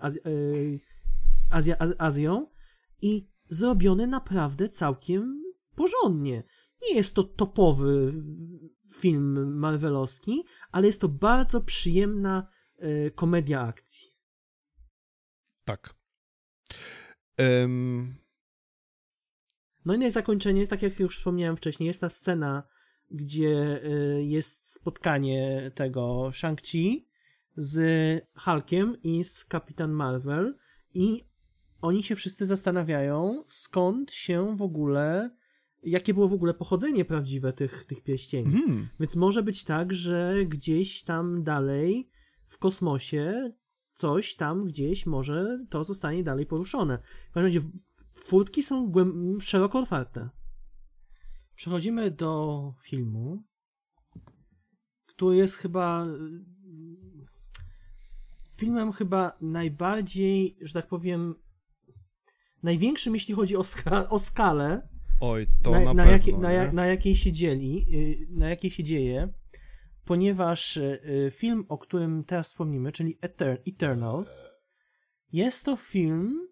[SPEAKER 2] Azją i zrobiony naprawdę całkiem porządnie. Nie jest to topowy film marvelowski, ale jest to bardzo przyjemna komedia akcji.
[SPEAKER 1] Tak.
[SPEAKER 2] No i na zakończenie jest, tak jak już wspomniałem wcześniej, jest ta scena, gdzie jest spotkanie tego Shang-Chi z Hulkiem i z Kapitan Marvel i oni się wszyscy zastanawiają, skąd się w ogóle, jakie było w ogóle pochodzenie prawdziwe tych pierścieni. Więc może być tak, że gdzieś tam dalej w kosmosie coś tam gdzieś może to zostanie dalej poruszone. W każdym razie furtki są szeroko otwarte. Przechodzimy do filmu, który jest chyba filmem najbardziej, że tak powiem, największym, jeśli chodzi o skalę.
[SPEAKER 1] Oj, to na pewno.
[SPEAKER 2] Na jakiej się dzieje, ponieważ film, o którym teraz wspomnimy, czyli Eternals, jest to film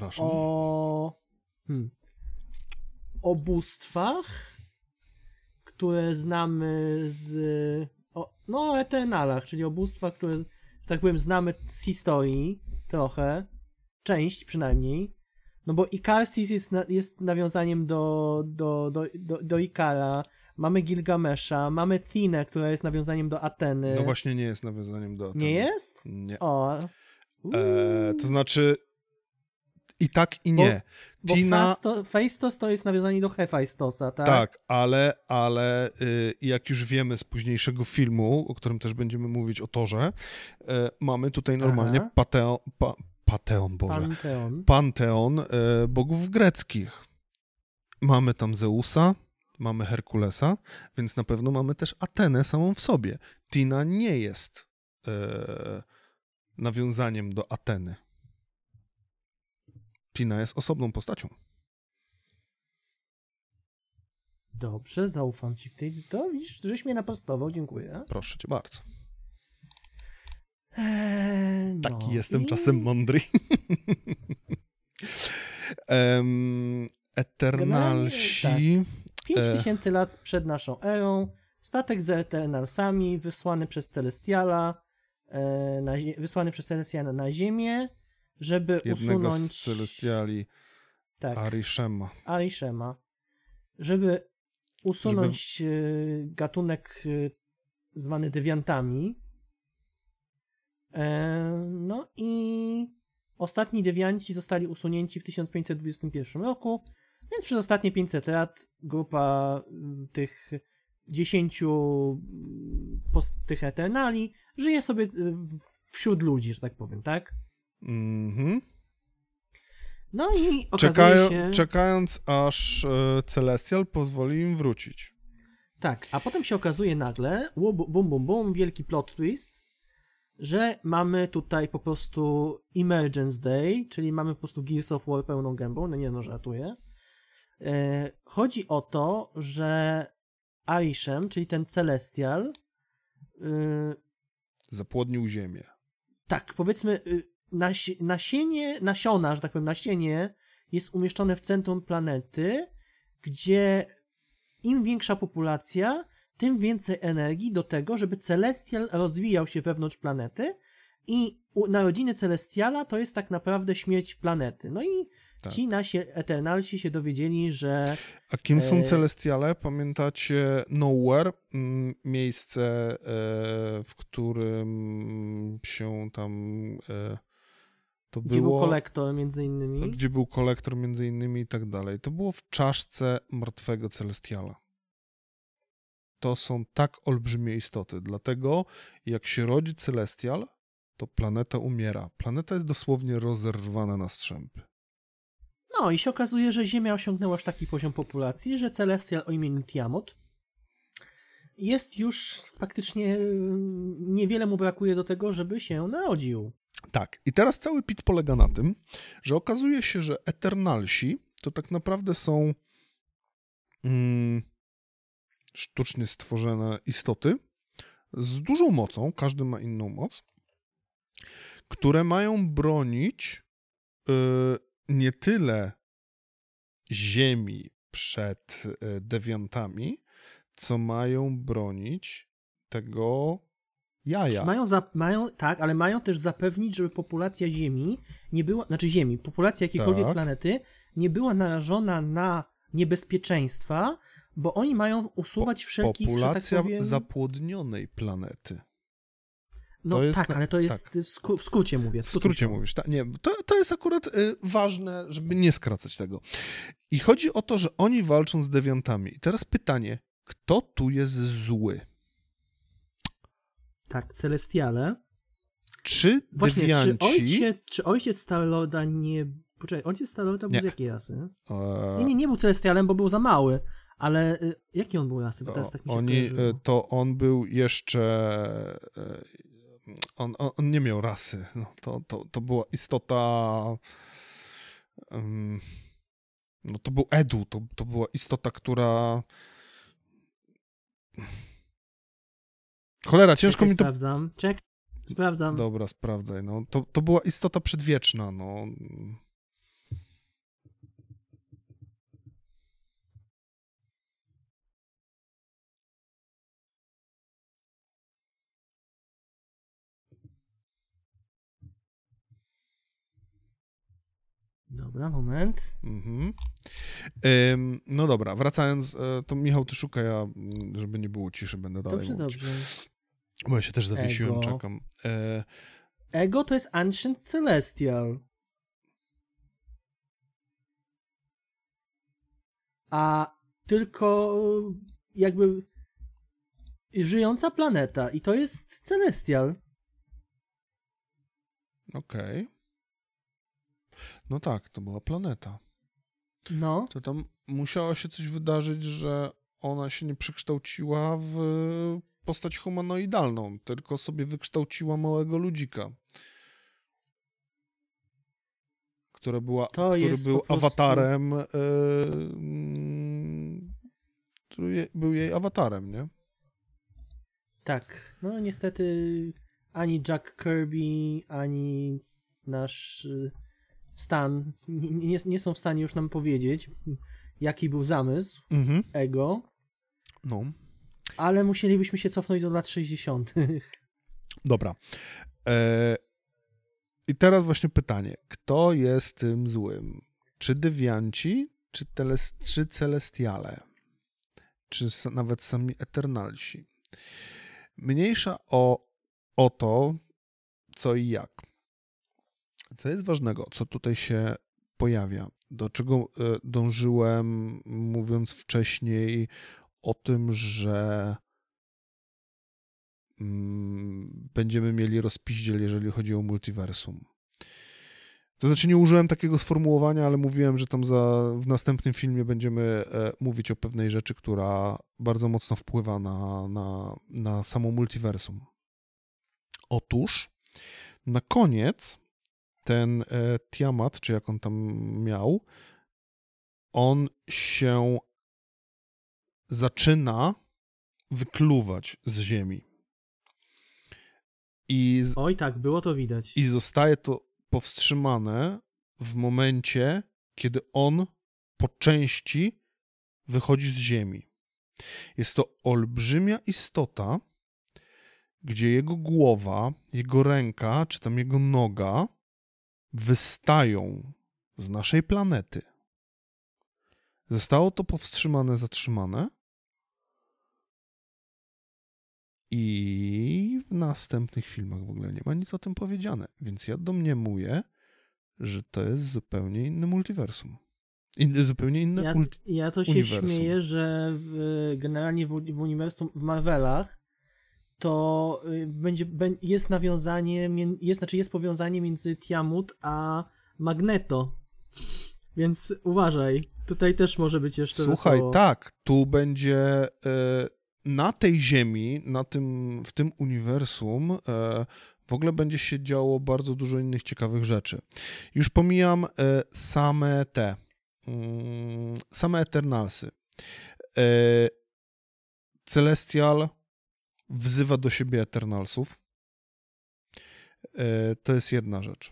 [SPEAKER 2] o bóstwach, które znamy o Eternalach, czyli o bóstwach, które, że tak powiem, znamy z historii trochę, część przynajmniej, no bo Ikarsis jest nawiązaniem do Ikara, mamy Gilgamesza, mamy Thinę, która jest nawiązaniem do Ateny.
[SPEAKER 1] No właśnie nie jest nawiązaniem do Ateny.
[SPEAKER 2] Nie jest?
[SPEAKER 1] Nie.
[SPEAKER 2] To
[SPEAKER 1] znaczy i tak i nie.
[SPEAKER 2] Bo Phaistos to jest nawiązanie do Hefajstosa, tak?
[SPEAKER 1] Tak, ale jak już wiemy z późniejszego filmu, o którym też będziemy mówić o Torze, mamy tutaj normalnie panteon bogów greckich. Mamy tam Zeusa, mamy Herkulesa, więc na pewno mamy też Atenę samą w sobie. Tina nie jest nawiązaniem do Ateny. Tina jest osobną postacią.
[SPEAKER 2] Dobrze, zaufam ci w tej... To widzisz, żeś mnie naprostował, dziękuję.
[SPEAKER 1] Proszę cię bardzo. Taki jestem czasem mądry. Eternalsi...
[SPEAKER 2] 5000 lat przed naszą erą statek z Eternalsami wysłany przez Celestiala na Ziemię, żeby usunąć...
[SPEAKER 1] z Celestiali,
[SPEAKER 2] tak, Arishema. Żeby usunąć gatunek zwany dewiantami. No i ostatni dewianci zostali usunięci w 1521 roku, więc przez ostatnie 500 lat grupa tych 10 tych Eternali żyje sobie wśród ludzi, że tak powiem, tak?
[SPEAKER 1] Mhm.
[SPEAKER 2] No i okazuje się...
[SPEAKER 1] Czekając, aż Celestial pozwoli im wrócić.
[SPEAKER 2] Tak, a potem się okazuje nagle, bum, wielki plot twist, że mamy tutaj po prostu Emergence Day, czyli mamy po prostu Gears of War pełną gębą, no żartuję. Chodzi o to, że Arishem, czyli ten Celestial...
[SPEAKER 1] zapłodnił ziemię.
[SPEAKER 2] Tak, powiedzmy... nasiona, że tak powiem, nasienie jest umieszczone w centrum planety, gdzie im większa populacja, tym więcej energii do tego, żeby Celestial rozwijał się wewnątrz planety i narodziny Celestiala to jest tak naprawdę śmierć planety. No i ci nasi Eternalsi się dowiedzieli, że...
[SPEAKER 1] A kim są Celestiale? Pamiętacie Nowhere? Miejsce, w którym się tam...
[SPEAKER 2] Gdzie był kolektor między innymi.
[SPEAKER 1] Gdzie był kolektor między innymi i tak dalej. To było w czaszce martwego Celestiala. To są tak olbrzymie istoty. Dlatego jak się rodzi Celestial, to planeta umiera. Planeta jest dosłownie rozerwana na strzępy.
[SPEAKER 2] No i się okazuje, że Ziemia osiągnęła aż taki poziom populacji, że Celestial o imieniu Tiamat jest już praktycznie... Niewiele mu brakuje do tego, żeby się narodził.
[SPEAKER 1] Tak, i teraz cały pic polega na tym, że okazuje się, że Eternalsi to tak naprawdę są sztucznie stworzone istoty z dużą mocą, każdy ma inną moc, które mają bronić nie tyle Ziemi przed dewiantami, co mają bronić tego jaja.
[SPEAKER 2] Tak, ale mają też zapewnić, żeby populacja Ziemi nie była, populacja jakiejkolwiek planety nie była narażona na niebezpieczeństwa, bo oni mają usuwać wszelkich,
[SPEAKER 1] populacja,
[SPEAKER 2] że tak powiem...
[SPEAKER 1] zapłodnionej planety.
[SPEAKER 2] No tak, ale to jest w skrócie mówię.
[SPEAKER 1] W skrócie mówisz. Nie, to jest akurat ważne, żeby nie skracać tego. I chodzi o to, że oni walczą z dewiantami. I teraz pytanie, kto tu jest zły?
[SPEAKER 2] Tak, Celestiale.
[SPEAKER 1] Czy
[SPEAKER 2] właśnie,
[SPEAKER 1] dewianci...
[SPEAKER 2] Czy ojciec Star-Lorda nie... Poczekaj, ojciec Star-Lorda był z jakiej rasy? Nie był Celestialem, bo był za mały. Ale jaki on był rasy? Teraz tak mi się
[SPEAKER 1] on był jeszcze... On nie miał rasy. No, to była istota... No to był Edu. To była istota, która... Cholera, ciężko mi to...
[SPEAKER 2] Sprawdzam.
[SPEAKER 1] Dobra, sprawdzaj. No, to była istota przedwieczna. No.
[SPEAKER 2] Dobra, moment.
[SPEAKER 1] No dobra, wracając, to Michał, ty szukaj, ja, żeby nie było ciszy, będę dalej mówić.
[SPEAKER 2] Dobrze.
[SPEAKER 1] Bo ja się też zawiesiłem, czekam.
[SPEAKER 2] Ego to jest Ancient Celestial. A tylko jakby żyjąca planeta i to jest Celestial.
[SPEAKER 1] Okej. No tak, to była planeta.
[SPEAKER 2] No.
[SPEAKER 1] To tam musiało się coś wydarzyć, że ona się nie przekształciła w postać humanoidalną, tylko sobie wykształciła małego ludzika, który był awatarem, był jej awatarem, nie?
[SPEAKER 2] Tak. No niestety ani Jack Kirby, ani nasz Stan nie są w stanie już nam powiedzieć, jaki był zamysł Ego.
[SPEAKER 1] No.
[SPEAKER 2] Ale musielibyśmy się cofnąć do lat 60.
[SPEAKER 1] Dobra. I teraz właśnie pytanie. Kto jest tym złym? Czy dewianci, czy celestiale? Czy nawet sami Eternalsi? Mniejsza o to, co i jak. Co jest ważnego, co tutaj się pojawia, do czego dążyłem, mówiąc wcześniej o tym, że będziemy mieli rozpiździel, jeżeli chodzi o multiversum. To znaczy nie użyłem takiego sformułowania, ale mówiłem, że tam w następnym filmie będziemy mówić o pewnej rzeczy, która bardzo mocno wpływa na samo multiversum. Otóż na koniec ten Tiamat, czy jak on tam miał, on się zaczyna wykluwać z ziemi.
[SPEAKER 2] Oj tak, było to widać.
[SPEAKER 1] I zostaje to powstrzymane w momencie, kiedy on po części wychodzi z ziemi. Jest to olbrzymia istota, gdzie jego głowa, jego ręka, czy tam jego noga wystają z naszej planety. Zostało to powstrzymane, zatrzymane i w następnych filmach w ogóle nie ma nic o tym powiedziane, więc ja domniemuję, że to jest zupełnie inny multiversum. Zupełnie inny
[SPEAKER 2] ja to się
[SPEAKER 1] uniwersum.
[SPEAKER 2] Śmieję, że generalnie w uniwersum, w Marvelach to jest nawiązanie, jest powiązanie między Tiamut a Magneto. Więc uważaj, tutaj też może być jeszcze
[SPEAKER 1] Słuchaj,
[SPEAKER 2] wesoło.
[SPEAKER 1] tak, tu będzie na tej ziemi, w tym uniwersum W ogóle będzie się działo bardzo dużo innych ciekawych rzeczy. Już pomijam same Eternalsy. Celestial wzywa do siebie Eternalsów. To jest jedna rzecz.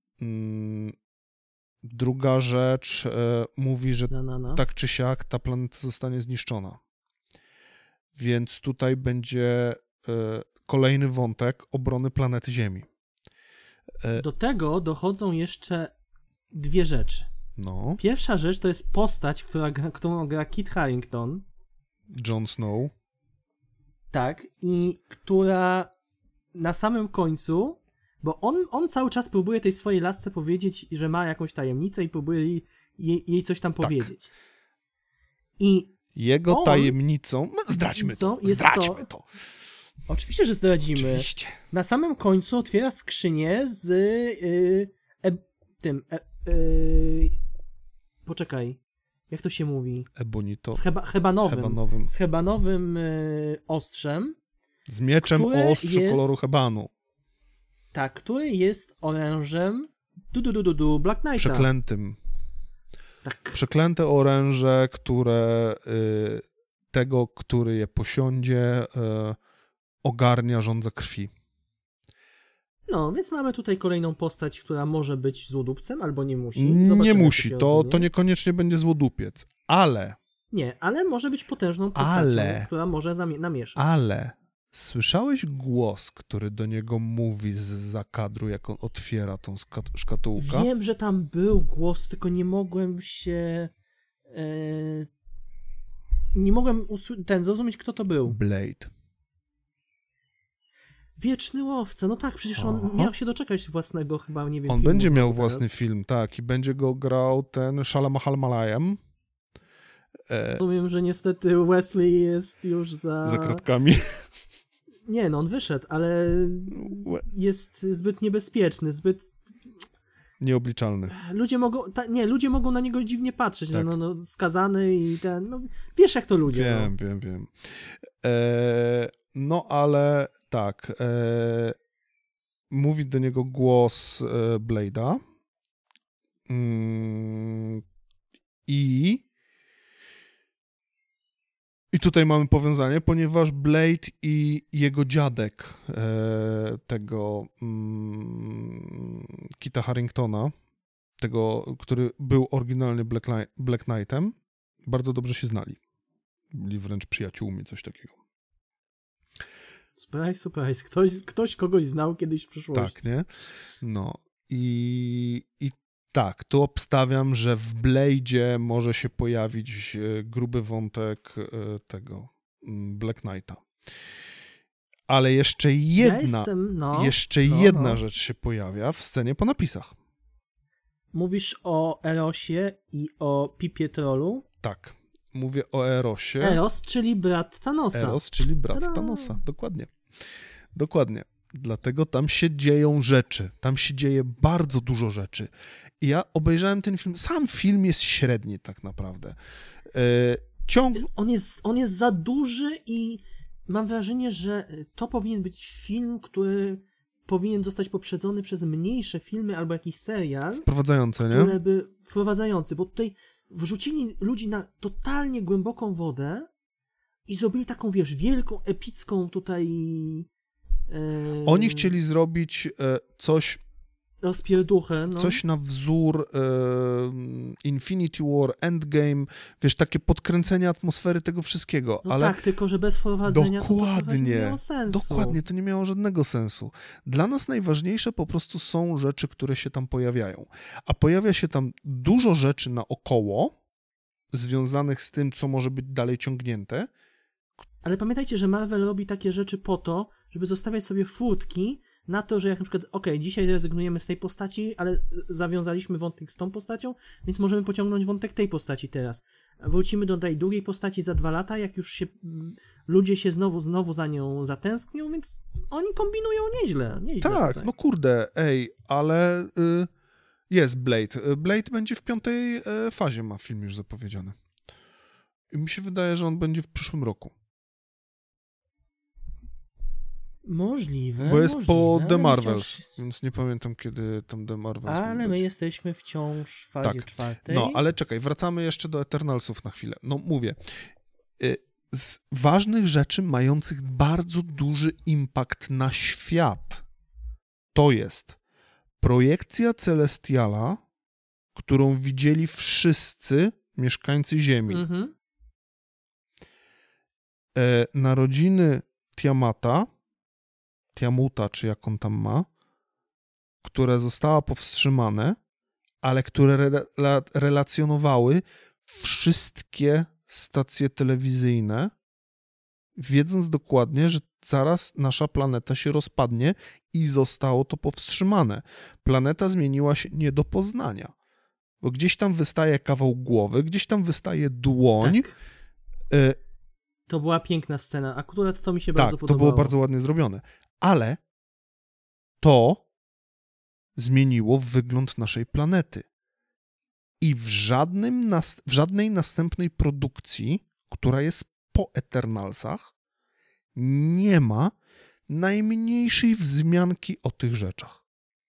[SPEAKER 1] Druga rzecz mówi, że tak czy siak ta planeta zostanie zniszczona. Więc tutaj będzie kolejny wątek obrony planety Ziemi.
[SPEAKER 2] Do tego dochodzą jeszcze dwie rzeczy.
[SPEAKER 1] No.
[SPEAKER 2] Pierwsza rzecz to jest postać, którą gra Kit Harington.
[SPEAKER 1] Jon Snow.
[SPEAKER 2] Tak, i która na samym końcu, bo on cały czas próbuje tej swojej lasce powiedzieć, że ma jakąś tajemnicę i próbuje jej coś tam powiedzieć. I
[SPEAKER 1] jego tajemnicą... Zdradźmy to.
[SPEAKER 2] Oczywiście, że zdradzimy.
[SPEAKER 1] Oczywiście.
[SPEAKER 2] Na samym końcu otwiera skrzynię z poczekaj. Jak to się mówi?
[SPEAKER 1] Ebonito.
[SPEAKER 2] Z hebanowym. Z hebanowym ostrzem.
[SPEAKER 1] Z mieczem o ostrzu koloru hebanu.
[SPEAKER 2] Tak, który jest orężem Black Knighta.
[SPEAKER 1] Przeklętym.
[SPEAKER 2] Tak.
[SPEAKER 1] Przeklęte oręże, które tego, który je posiądzie, ogarnia żądza krwi.
[SPEAKER 2] No, więc mamy tutaj kolejną postać, która może być złodupcem, albo nie musi.
[SPEAKER 1] Zobaczymy, nie musi, to niekoniecznie będzie złodupiec, ale...
[SPEAKER 2] Nie, ale może być potężną postacią, która może namieszać.
[SPEAKER 1] Ale słyszałeś głos, który do niego mówi zza kadru, jak on otwiera tą szkatułkę?
[SPEAKER 2] Wiem, że tam był głos, tylko nie mogłem się... nie mogłem zrozumieć, kto to był.
[SPEAKER 1] Blade.
[SPEAKER 2] Wieczny łowca, no tak, przecież on miał się doczekać własnego chyba, nie wiem...
[SPEAKER 1] On będzie miał własny film, tak, i będzie go grał ten Shalamahal Malajem.
[SPEAKER 2] Rozumiem, że niestety Wesley jest już za
[SPEAKER 1] kratkami.
[SPEAKER 2] Nie, no on wyszedł, ale jest zbyt niebezpieczny, zbyt...
[SPEAKER 1] Nieobliczalny.
[SPEAKER 2] Ludzie mogą na niego dziwnie patrzeć,
[SPEAKER 1] tak.
[SPEAKER 2] no skazany i ten, no wiesz jak to ludzie.
[SPEAKER 1] Wiem. No ale tak, mówi do niego głos Blade'a i tutaj mamy powiązanie, ponieważ Blade i jego dziadek tego Kita Haringtona, tego, który był oryginalnie Black Knightem, bardzo dobrze się znali. Byli wręcz przyjaciółmi, coś takiego.
[SPEAKER 2] Surprise. Ktoś kogoś znał kiedyś w przyszłości.
[SPEAKER 1] Tak, nie? No. I tak, tu obstawiam, że w Blade'zie może się pojawić gruby wątek tego Black Knighta. Ale jeszcze jedna rzecz się pojawia w scenie po napisach.
[SPEAKER 2] Mówisz o Erosie i o Pipie Trollu?
[SPEAKER 1] Tak, mówię o Erosie.
[SPEAKER 2] Eros, czyli brat Thanosa.
[SPEAKER 1] Eros, czyli brat Thanosa, dokładnie. Dlatego tam się dzieją rzeczy. Tam się dzieje bardzo dużo rzeczy. I ja obejrzałem ten film. Sam film jest średni tak naprawdę.
[SPEAKER 2] On jest za duży i mam wrażenie, że to powinien być film, który powinien zostać poprzedzony przez mniejsze filmy albo jakiś serial.
[SPEAKER 1] Wprowadzające, nie?
[SPEAKER 2] Wprowadzający, bo tutaj wrzucili ludzi na totalnie głęboką wodę i zrobili taką, wiesz, wielką, epicką tutaj...
[SPEAKER 1] Oni chcieli zrobić coś...
[SPEAKER 2] Rozpierduchę, no.
[SPEAKER 1] Coś na wzór Infinity War, Endgame, wiesz, takie podkręcenie atmosfery tego wszystkiego.
[SPEAKER 2] No
[SPEAKER 1] ale
[SPEAKER 2] tak, tylko że bez wprowadzenia to nie miało sensu.
[SPEAKER 1] Dokładnie, to nie miało żadnego sensu. Dla nas najważniejsze po prostu są rzeczy, które się tam pojawiają. A pojawia się tam dużo rzeczy naokoło, związanych z tym, co może być dalej ciągnięte.
[SPEAKER 2] Ale pamiętajcie, że Marvel robi takie rzeczy po to, żeby zostawiać sobie furtki na to, że jak na przykład, dzisiaj rezygnujemy z tej postaci, ale zawiązaliśmy wątek z tą postacią, więc możemy pociągnąć wątek tej postaci teraz. Wrócimy do tej drugiej postaci za 2 lata, jak już się ludzie się znowu za nią zatęsknią, więc oni kombinują nieźle
[SPEAKER 1] tak, tutaj. No kurde, ale jest Blade. Blade będzie w 5. fazie, ma film już zapowiedziany. I mi się wydaje, że on będzie w przyszłym roku.
[SPEAKER 2] Możliwe.
[SPEAKER 1] Bo jest po The
[SPEAKER 2] ale
[SPEAKER 1] Marvels, więc nie pamiętam, kiedy tam The Marvels.
[SPEAKER 2] Ale my jesteśmy wciąż w fazie czwartej.
[SPEAKER 1] No, ale czekaj, wracamy jeszcze do Eternalsów na chwilę. No, mówię, z ważnych rzeczy mających bardzo duży impact na świat to jest projekcja Celestiala, którą widzieli wszyscy mieszkańcy Ziemi. Narodziny Tiamuta, czy jak on tam ma, które została powstrzymane, ale które relacjonowały wszystkie stacje telewizyjne, wiedząc dokładnie, że zaraz nasza planeta się rozpadnie i zostało to powstrzymane. Planeta zmieniła się nie do poznania, bo gdzieś tam wystaje kawał głowy, gdzieś tam wystaje dłoń.
[SPEAKER 2] Tak. To była piękna scena. Akurat to mi się bardzo podobało.
[SPEAKER 1] Tak, to było bardzo ładnie zrobione. Ale to zmieniło wygląd naszej planety. I w żadnej następnej produkcji, która jest po Eternalsach, nie ma najmniejszej wzmianki o tych rzeczach.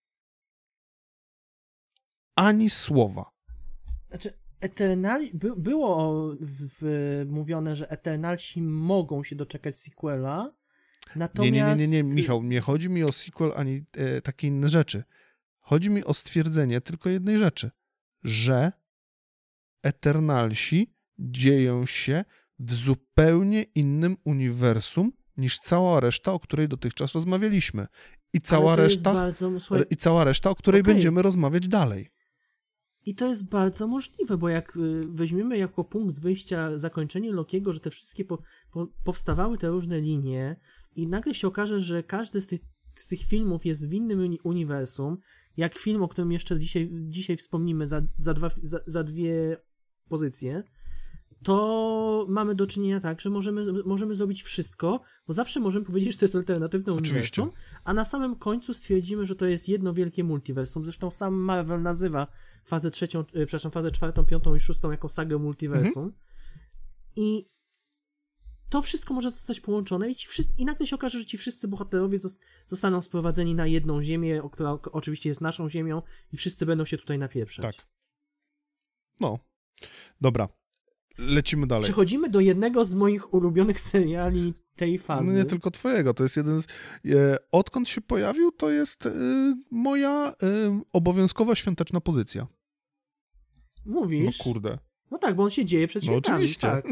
[SPEAKER 1] Ani słowa.
[SPEAKER 2] Znaczy, było mówione, że Eternalsi mogą się doczekać sequela, natomiast...
[SPEAKER 1] Nie, Michał, nie chodzi mi o sequel ani takie inne rzeczy. Chodzi mi o stwierdzenie tylko jednej rzeczy, że Eternalsi dzieją się w zupełnie innym uniwersum niż cała reszta, o której dotychczas rozmawialiśmy. I cała reszta, o której będziemy rozmawiać dalej.
[SPEAKER 2] I to jest bardzo możliwe, bo jak weźmiemy jako punkt wyjścia zakończenie Lokiego, że te wszystkie powstawały te różne linie i nagle się okaże, że każdy z tych filmów jest w innym uniwersum, jak film, o którym jeszcze dzisiaj wspomnimy za dwie pozycje, to mamy do czynienia tak, że możemy zrobić wszystko, bo zawsze możemy powiedzieć, że to jest alternatywne uniwersum, a na samym końcu stwierdzimy, że to jest jedno wielkie multiversum. Zresztą sam Marvel nazywa fazę czwartą, piątą i szóstą jako sagę multiversum. I to wszystko może zostać połączone i nagle się okaże, że ci wszyscy bohaterowie zostaną sprowadzeni na jedną ziemię, która oczywiście jest naszą ziemią i wszyscy będą się tutaj napieprzać.
[SPEAKER 1] Tak. No. Dobra. Lecimy dalej.
[SPEAKER 2] Przechodzimy do jednego z moich ulubionych seriali tej fazy.
[SPEAKER 1] No nie tylko twojego, to jest jeden z... Odkąd się pojawił, to jest moja obowiązkowa świąteczna pozycja.
[SPEAKER 2] Mówisz?
[SPEAKER 1] No kurde.
[SPEAKER 2] No tak, bo on się dzieje przed świętami.
[SPEAKER 1] Oczywiście.
[SPEAKER 2] Tak.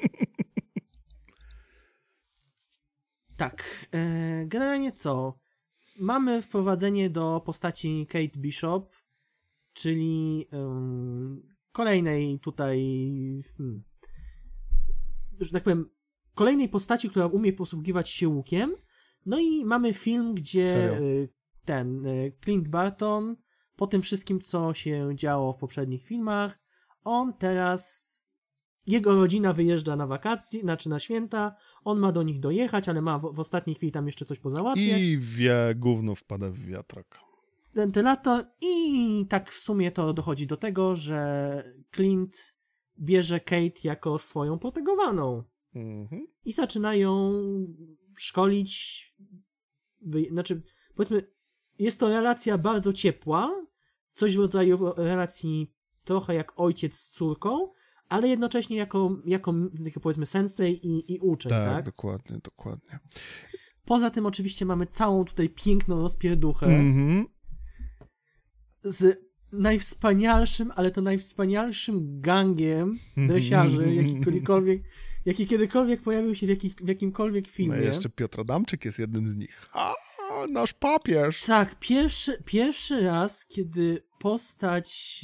[SPEAKER 2] Tak. Generalnie co? Mamy wprowadzenie do postaci Kate Bishop, czyli kolejnej tutaj, że tak powiem, kolejnej postaci, która umie posługiwać się łukiem. No i mamy film, gdzie Clint Barton, po tym wszystkim, co się działo w poprzednich filmach, jego rodzina wyjeżdża na wakacje, znaczy na święta, on ma do nich dojechać, ale ma w ostatniej chwili tam jeszcze coś pozałatwiać.
[SPEAKER 1] I gówno wpada w wiatrak.
[SPEAKER 2] Wentylator i tak w sumie to dochodzi do tego, że Clint bierze Kate jako swoją protegowaną. I zaczyna ją szkolić. Znaczy, powiedzmy, jest to relacja bardzo ciepła, coś w rodzaju relacji trochę jak ojciec z córką, ale jednocześnie jako powiedzmy sensei i uczeń, tak?
[SPEAKER 1] Dokładnie.
[SPEAKER 2] Poza tym oczywiście mamy całą tutaj piękną rozpierduchę z najwspanialszym, ale to najwspanialszym gangiem dresiarzy, jaki kiedykolwiek pojawił się w jakimkolwiek filmie.
[SPEAKER 1] No i jeszcze Piotr Adamczyk jest jednym z nich. Nasz papież!
[SPEAKER 2] Tak, pierwszy raz, kiedy postać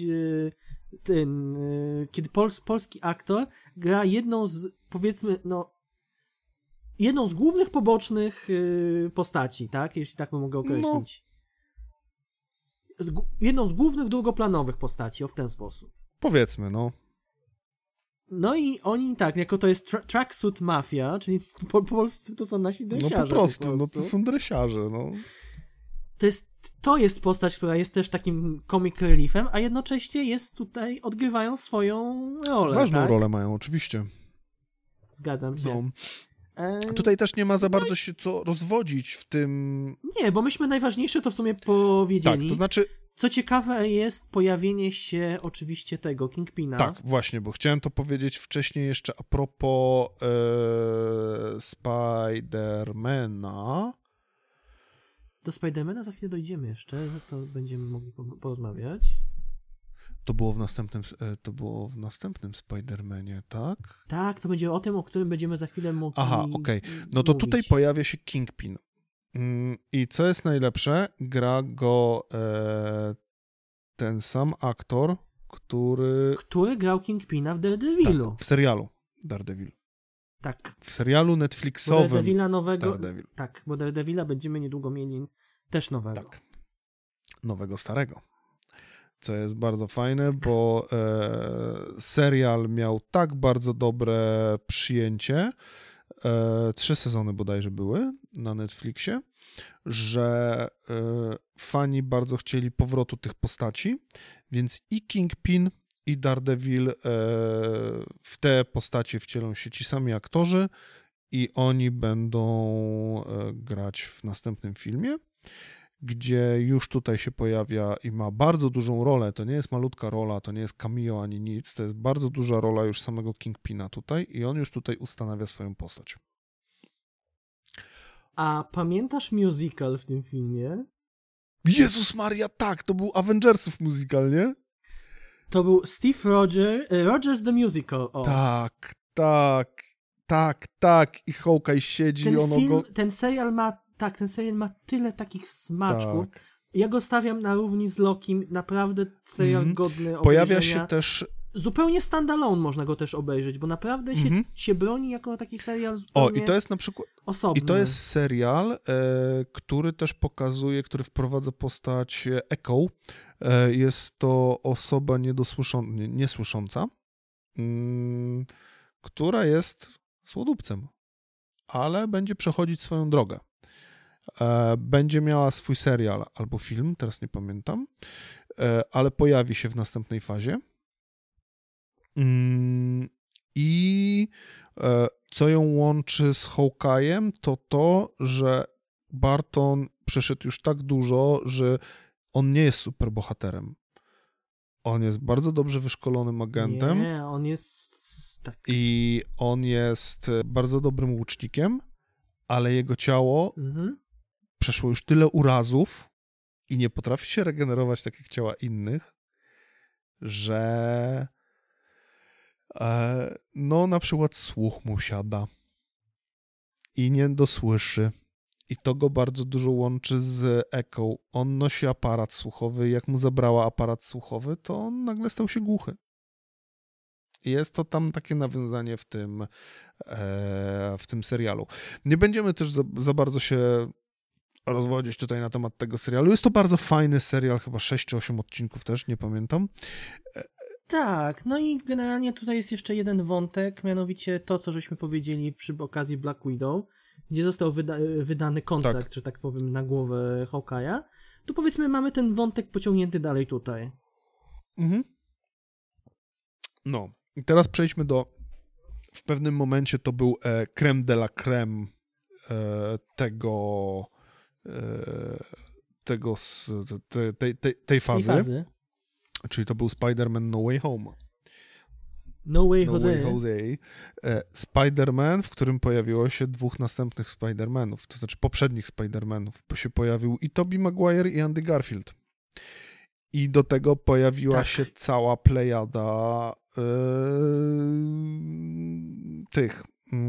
[SPEAKER 2] kiedy polski aktor gra jedną z, powiedzmy, jedną z głównych pobocznych postaci, tak? Jeśli tak mogę określić. Jedną z głównych drugoplanowych postaci, w ten sposób.
[SPEAKER 1] Powiedzmy, no.
[SPEAKER 2] No i oni tak, jako to jest tracksuit mafia, czyli po polsku to są nasi dresiarze.
[SPEAKER 1] No po prostu, no to są dresiarze, no.
[SPEAKER 2] To jest postać, która jest też takim comic reliefem, a jednocześnie odgrywają swoją rolę.
[SPEAKER 1] Ważną rolę mają, oczywiście.
[SPEAKER 2] Zgadzam się.
[SPEAKER 1] Tutaj też nie ma za bardzo się co rozwodzić w tym...
[SPEAKER 2] Nie, bo myśmy najważniejsze to w sumie powiedzieli.
[SPEAKER 1] Tak, to znaczy...
[SPEAKER 2] Co ciekawe jest pojawienie się oczywiście tego Kingpina.
[SPEAKER 1] Tak, właśnie, bo chciałem to powiedzieć wcześniej jeszcze a propos Spidermana.
[SPEAKER 2] Do Spidermana za chwilę dojdziemy jeszcze, to będziemy mogli porozmawiać.
[SPEAKER 1] To było w następnym Spidermanie, tak?
[SPEAKER 2] Tak, to będzie o tym, o którym będziemy za chwilę mogli
[SPEAKER 1] Aha, okej. No to tutaj pojawia się Kingpin. I co jest najlepsze, gra go ten sam aktor,
[SPEAKER 2] który grał Kingpina w Daredevilu.
[SPEAKER 1] Tak, w serialu Daredevil.
[SPEAKER 2] Tak.
[SPEAKER 1] W serialu Netflixowym
[SPEAKER 2] Daredevila nowego.
[SPEAKER 1] Daredevil.
[SPEAKER 2] Tak, bo Daredevila będziemy niedługo mieli też nowego.
[SPEAKER 1] Tak. Nowego, starego. Co jest bardzo fajne, bo serial miał tak bardzo dobre przyjęcie, 3 sezony bodajże były na Netflixie, że fani bardzo chcieli powrotu tych postaci, więc i Kingpin, i Daredevil w te postacie wcielą się ci sami aktorzy i oni będą grać w następnym filmie, gdzie już tutaj się pojawia i ma bardzo dużą rolę. To nie jest malutka rola, to nie jest cameo ani nic, to jest bardzo duża rola już samego Kingpina tutaj i on już tutaj ustanawia swoją postać.
[SPEAKER 2] A pamiętasz musical w tym filmie?
[SPEAKER 1] Jezus Maria, tak, to był Avengersów musical, nie?
[SPEAKER 2] To był Steve Rogers the Musical. O.
[SPEAKER 1] Tak. I Hawkeye siedzi
[SPEAKER 2] ten
[SPEAKER 1] i ono
[SPEAKER 2] film,
[SPEAKER 1] go...
[SPEAKER 2] ten serial ma tyle takich smaczków.
[SPEAKER 1] Tak.
[SPEAKER 2] Ja go stawiam na równi z Lokim. Naprawdę serial godny obejrzenia.
[SPEAKER 1] Pojawia się też...
[SPEAKER 2] Zupełnie standalone można go też obejrzeć, bo naprawdę się broni jako taki serial zupełnie
[SPEAKER 1] i to jest na przykład
[SPEAKER 2] osobny.
[SPEAKER 1] I to jest serial, który też pokazuje, który wprowadza postać Echo. Jest to osoba niesłysząca, która jest słodupcem, ale będzie przechodzić swoją drogę. Będzie miała swój serial albo film, teraz nie pamiętam, ale pojawi się w następnej fazie. I co ją łączy z Hawkeye'em, to, że Barton przeszedł już tak dużo, że on nie jest superbohaterem. On jest bardzo dobrze wyszkolonym agentem.
[SPEAKER 2] Nie, on jest... Tak.
[SPEAKER 1] I on jest bardzo dobrym łucznikiem, ale jego ciało przeszło już tyle urazów i nie potrafi się regenerować tak jak ciała innych, że no na przykład słuch mu siada i nie dosłyszy. I to go bardzo dużo łączy z Echo. On nosi aparat słuchowy i jak mu zabrała aparat słuchowy, to on nagle stał się głuchy. Jest to tam takie nawiązanie w tym serialu. Nie będziemy też za bardzo się rozwodzić tutaj na temat tego serialu. Jest to bardzo fajny serial, chyba 6 czy 8 odcinków też, nie pamiętam.
[SPEAKER 2] Tak, no i generalnie tutaj jest jeszcze jeden wątek, mianowicie to, co żeśmy powiedzieli przy okazji Black Widow, gdzie został wydany kontrakt,
[SPEAKER 1] tak,
[SPEAKER 2] że tak powiem, na głowę Hawkeye'a. To powiedzmy, mamy ten wątek pociągnięty dalej tutaj.
[SPEAKER 1] No, i teraz przejdźmy w pewnym momencie to był crème de la crème tej fazy. Czyli to był Spider-Man No Way Home.
[SPEAKER 2] No Way Jose.
[SPEAKER 1] Spider-Man, w którym pojawiło się 2 następnych Spider-Manów, to znaczy poprzednich Spider-Manów, bo się pojawił i Tobey Maguire i Andy Garfield. I do tego pojawiła się cała plejada tych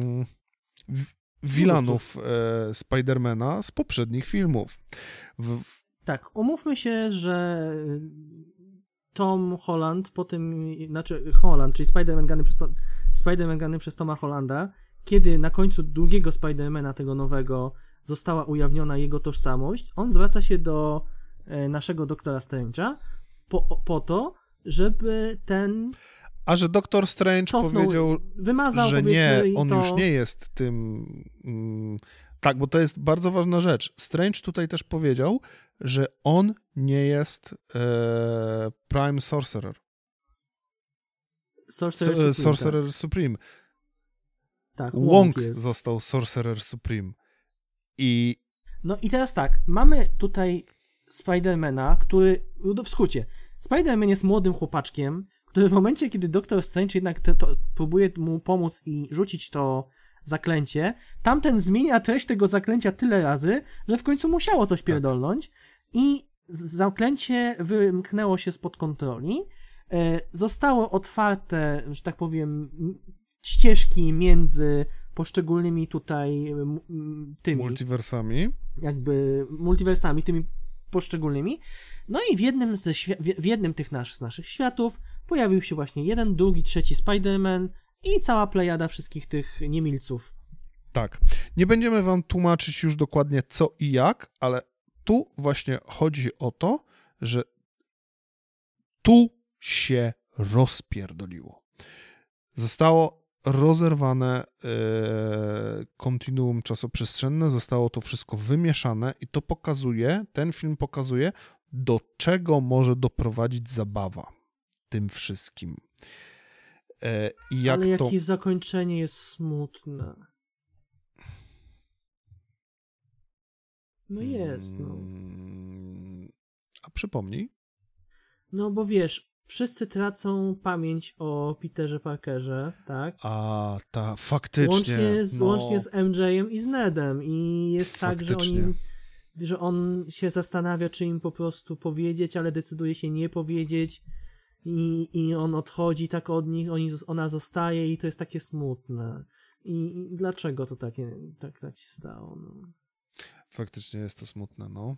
[SPEAKER 1] wilanów Spidermana z poprzednich filmów.
[SPEAKER 2] Tak, umówmy się, że Tom Holland Holland, czyli Spider-Man grany przez Toma Hollanda, kiedy na końcu drugiego Spider-Mana, tego nowego, została ujawniona jego tożsamość, on zwraca się do naszego Doktora Strange'a po to, żeby ten...
[SPEAKER 1] A że Doktor Strange powiedział,
[SPEAKER 2] wymazał,
[SPEAKER 1] że nie, on
[SPEAKER 2] to...
[SPEAKER 1] już nie jest tym... Tak, bo to jest bardzo ważna rzecz. Strange tutaj też powiedział, że on nie jest Prime Sorcerer.
[SPEAKER 2] Sorcerer
[SPEAKER 1] Supreme.
[SPEAKER 2] Tak,
[SPEAKER 1] Wong
[SPEAKER 2] jest.
[SPEAKER 1] został Sorcerer Supreme. I...
[SPEAKER 2] No i teraz tak, mamy tutaj Spidermana, który, w skrócie, Spider-Man jest młodym chłopaczkiem, który w momencie, kiedy Doktor Strange jednak próbuje mu pomóc i rzucić to zaklęcie, tamten zmienia treść tego zaklęcia tyle razy, że w końcu musiało coś pierdolnąć i zaklęcie wymknęło się spod kontroli, zostały otwarte, że tak powiem, ścieżki między poszczególnymi tutaj tymi multiversami, tymi poszczególnymi. No i w jednym z naszych światów pojawił się właśnie jeden, drugi, trzeci Spider-Man i cała plejada wszystkich tych niemilców.
[SPEAKER 1] Tak. Nie będziemy wam tłumaczyć już dokładnie co i jak, ale tu właśnie chodzi o to, że tu się rozpierdoliło. Zostało rozerwane kontinuum czasoprzestrzenne, zostało to wszystko wymieszane i to pokazuje, ten film pokazuje, do czego może doprowadzić zabawa tym wszystkim.
[SPEAKER 2] Ale jakieś zakończenie jest smutne. No jest, no.
[SPEAKER 1] A przypomnij.
[SPEAKER 2] No bo wiesz, wszyscy tracą pamięć o Peterze Parkerze, tak?
[SPEAKER 1] A, faktycznie.
[SPEAKER 2] Łącznie z MJ-em i z Nedem. I jest faktycznie tak, że on się zastanawia, czy im po prostu powiedzieć, ale decyduje się nie powiedzieć. I on odchodzi tak od nich, ona zostaje i to jest takie smutne. I dlaczego to tak się stało? No.
[SPEAKER 1] Faktycznie jest to smutne, no.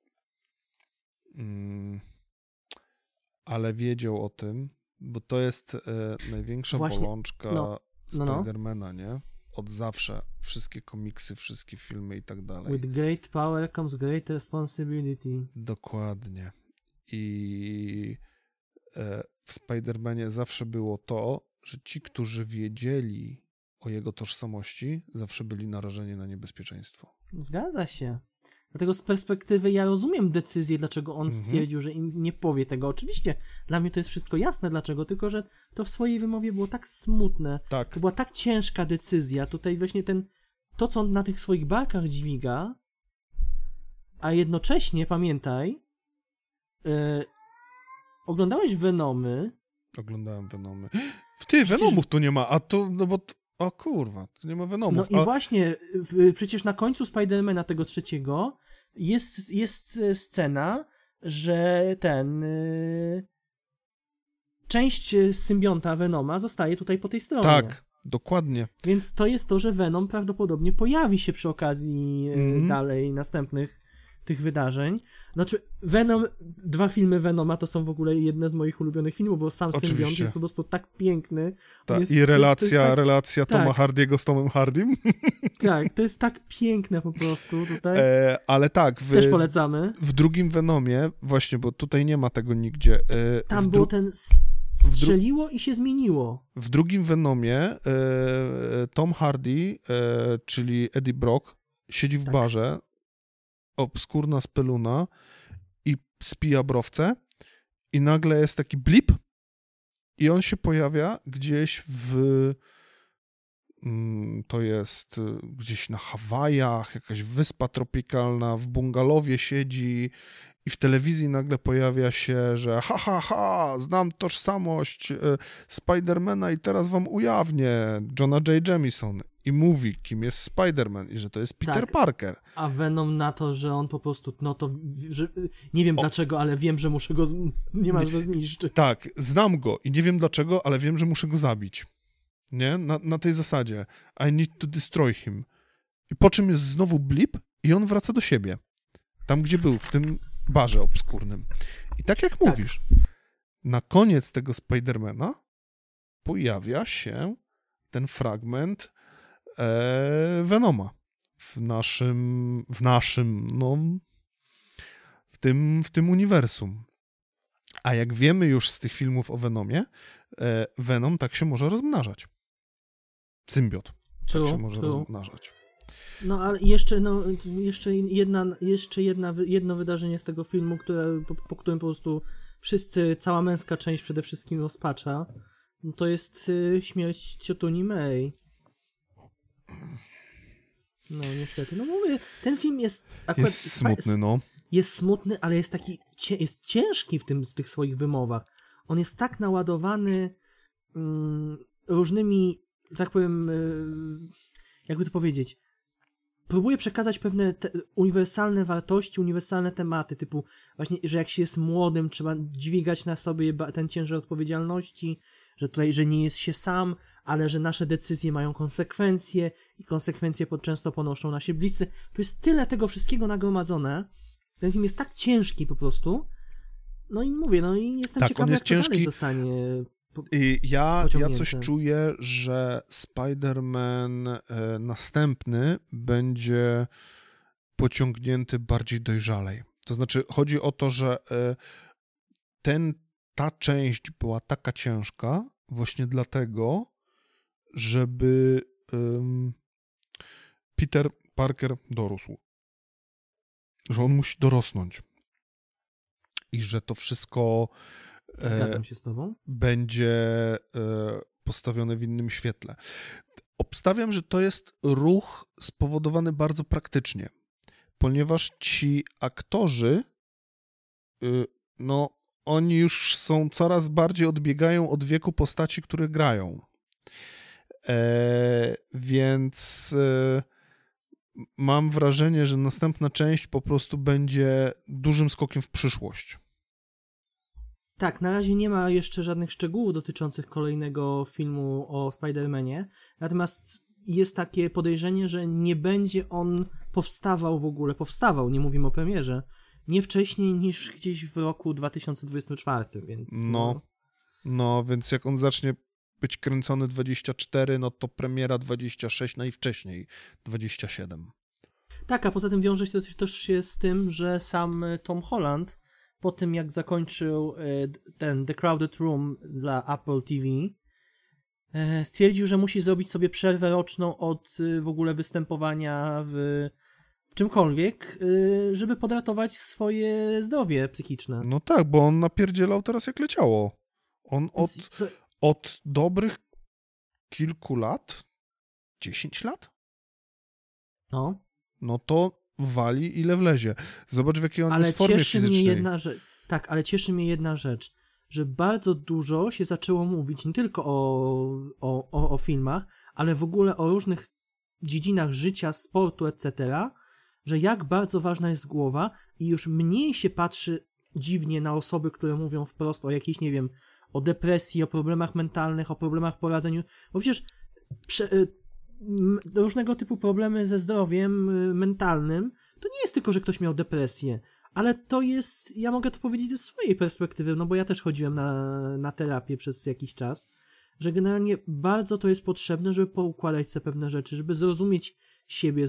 [SPEAKER 1] Ale wiedział o tym, bo to jest największa bolączka Spidermana, nie? Od zawsze. Wszystkie komiksy, wszystkie filmy i tak dalej.
[SPEAKER 2] With great power comes great responsibility.
[SPEAKER 1] Dokładnie. I w Spidermanie zawsze było to, że ci, którzy wiedzieli o jego tożsamości, zawsze byli narażeni na niebezpieczeństwo.
[SPEAKER 2] Zgadza się. Dlatego z perspektywy ja rozumiem decyzję, dlaczego on stwierdził, że im nie powie tego. Oczywiście dla mnie to jest wszystko jasne dlaczego, tylko że to w swojej wymowie było tak smutne.
[SPEAKER 1] Tak.
[SPEAKER 2] To była tak ciężka decyzja. Tutaj właśnie to, co on na tych swoich barkach dźwiga, a jednocześnie, pamiętaj, oglądałeś Venomy?
[SPEAKER 1] Oglądałem Venomy. Venomów tu nie ma, a to, no bo... O kurwa, to nie ma Venomów.
[SPEAKER 2] No i właśnie, przecież na końcu Spidermana tego trzeciego jest scena, że część symbionta Venoma zostaje tutaj po tej stronie.
[SPEAKER 1] Tak, dokładnie.
[SPEAKER 2] Więc to jest to, że Venom prawdopodobnie pojawi się przy okazji dalej następnych tych wydarzeń. Znaczy, dwa filmy Venoma to są w ogóle jedne z moich ulubionych filmów, bo sam symbiont jest po prostu tak piękny.
[SPEAKER 1] I relacja Toma Hardy'ego z Tomem Hardym.
[SPEAKER 2] Tak, to jest tak piękne po prostu tutaj.
[SPEAKER 1] Ale tak.
[SPEAKER 2] Też polecamy.
[SPEAKER 1] W drugim Venomie, właśnie, bo tutaj nie ma tego nigdzie.
[SPEAKER 2] Tam było strzeliło i się zmieniło.
[SPEAKER 1] W drugim Venomie Tom Hardy, czyli Eddie Brock, siedzi w barze, obskurna speluna i spija browce i nagle jest taki blip i on się pojawia gdzieś to jest gdzieś na Hawajach, jakaś wyspa tropikalna, w bungalowie siedzi i w telewizji nagle pojawia się, że znam tożsamość Spidermana i teraz wam ujawnię Johna J. Jamieson. I mówi, kim jest Spider-Man i że to jest Peter Parker.
[SPEAKER 2] A Venom na to, że on po prostu, że nie wiem dlaczego, ale wiem, że muszę go niemalże zniszczyć.
[SPEAKER 1] Tak, znam go i nie wiem dlaczego, ale wiem, że muszę go zabić. Nie? Na tej zasadzie. I need to destroy him. I po czym jest znowu blip i on wraca do siebie. Tam, gdzie był, w tym barze obskurnym. I tak jak mówisz, na koniec tego Spidermana pojawia się ten fragment Venoma w tym uniwersum. A jak wiemy już z tych filmów o Venomie, Venom tak się może rozmnażać. Symbiot tak się może rozmnażać.
[SPEAKER 2] No ale jedno wydarzenie z tego filmu, po którym po prostu cała męska część przede wszystkim rozpacza, to jest śmierć ciotuni May. No niestety. No mówię, ten film jest akurat...
[SPEAKER 1] Jest smutny, no.
[SPEAKER 2] Jest smutny, ale jest taki... Jest ciężki w tych swoich wymowach. On jest tak naładowany różnymi, tak powiem, jakby to powiedzieć, próbuje przekazać pewne uniwersalne wartości, uniwersalne tematy, typu właśnie, że jak się jest młodym, trzeba dźwigać na sobie ten ciężar odpowiedzialności, że tutaj, że nie jest się sam, ale że nasze decyzje mają konsekwencje i konsekwencje często ponoszą nasi bliscy. Tu jest tyle tego wszystkiego nagromadzone. Ten film jest tak ciężki po prostu. No i mówię, no i jestem ciekawy, jak to dalej zostanie
[SPEAKER 1] ja coś czuję, że Spider-Man następny będzie pociągnięty bardziej dojrzalej. To znaczy, chodzi o to, że ta część była taka ciężka właśnie dlatego, żeby Peter Parker dorósł. Że on musi dorosnąć. I że to wszystko
[SPEAKER 2] Zgadzam się z tobą.
[SPEAKER 1] Będzie postawione w innym świetle. Obstawiam, że to jest ruch spowodowany bardzo praktycznie, ponieważ ci aktorzy, no oni już są coraz bardziej odbiegają od wieku postaci, które grają. Więc mam wrażenie, że następna część po prostu będzie dużym skokiem w przyszłość.
[SPEAKER 2] Tak, na razie nie ma jeszcze żadnych szczegółów dotyczących kolejnego filmu o Spider-Manie, natomiast jest takie podejrzenie, że nie będzie on powstawał, nie mówimy o premierze, nie wcześniej niż gdzieś w roku 2024, więc...
[SPEAKER 1] No, więc jak on zacznie być kręcony 24, no to premiera 26, najwcześniej 27.
[SPEAKER 2] Tak, a poza tym wiąże się to też się z tym, że sam Tom Holland po tym, jak zakończył ten The Crowded Room dla Apple TV, stwierdził, że musi zrobić sobie przerwę roczną od w ogóle występowania w czymkolwiek, żeby podratować swoje zdrowie psychiczne.
[SPEAKER 1] No tak, bo on napierdzielał teraz jak leciało. On od dobrych kilku lat, 10 lat? No to wali ile wlezie. Zobacz, w jakiej on jest formie fizycznej.
[SPEAKER 2] Ale cieszy mnie jedna rzecz, że bardzo dużo się zaczęło mówić nie tylko o filmach, ale w ogóle o różnych dziedzinach życia, sportu, etc., że jak bardzo ważna jest głowa i już mniej się patrzy dziwnie na osoby, które mówią wprost o jakiejś, nie wiem, o depresji, o problemach mentalnych, o problemach poradzeniu, bo przecież różnego typu problemy ze zdrowiem mentalnym to nie jest tylko, że ktoś miał depresję, ale to jest, ja mogę to powiedzieć ze swojej perspektywy, no bo ja też chodziłem na terapię przez jakiś czas, że generalnie bardzo to jest potrzebne, żeby poukładać sobie pewne rzeczy, żeby zrozumieć siebie,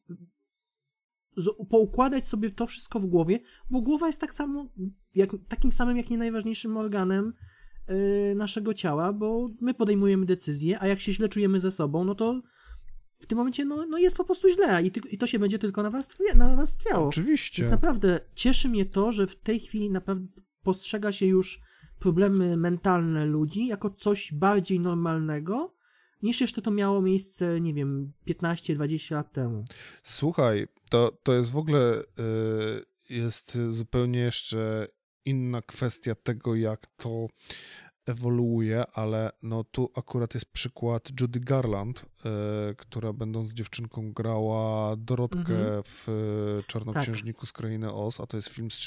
[SPEAKER 2] poukładać sobie to wszystko w głowie, bo głowa jest takim samym jak nie najważniejszym organem naszego ciała, bo my podejmujemy decyzje, a jak się źle czujemy ze sobą, no to w tym momencie no jest po prostu źle i to się będzie tylko nawarstwiało.
[SPEAKER 1] Oczywiście.
[SPEAKER 2] Więc naprawdę cieszy mnie to, że w tej chwili naprawdę postrzega się już problemy mentalne ludzi jako coś bardziej normalnego, niż jeszcze to miało miejsce, nie wiem, 15-20 lat temu.
[SPEAKER 1] Słuchaj, to jest w ogóle jest zupełnie jeszcze inna kwestia tego, jak to ewoluuje, ale no tu akurat jest przykład Judy Garland, która będąc dziewczynką grała Dorotkę w Czarnoksiężniku z Krainy Oz, a to jest film z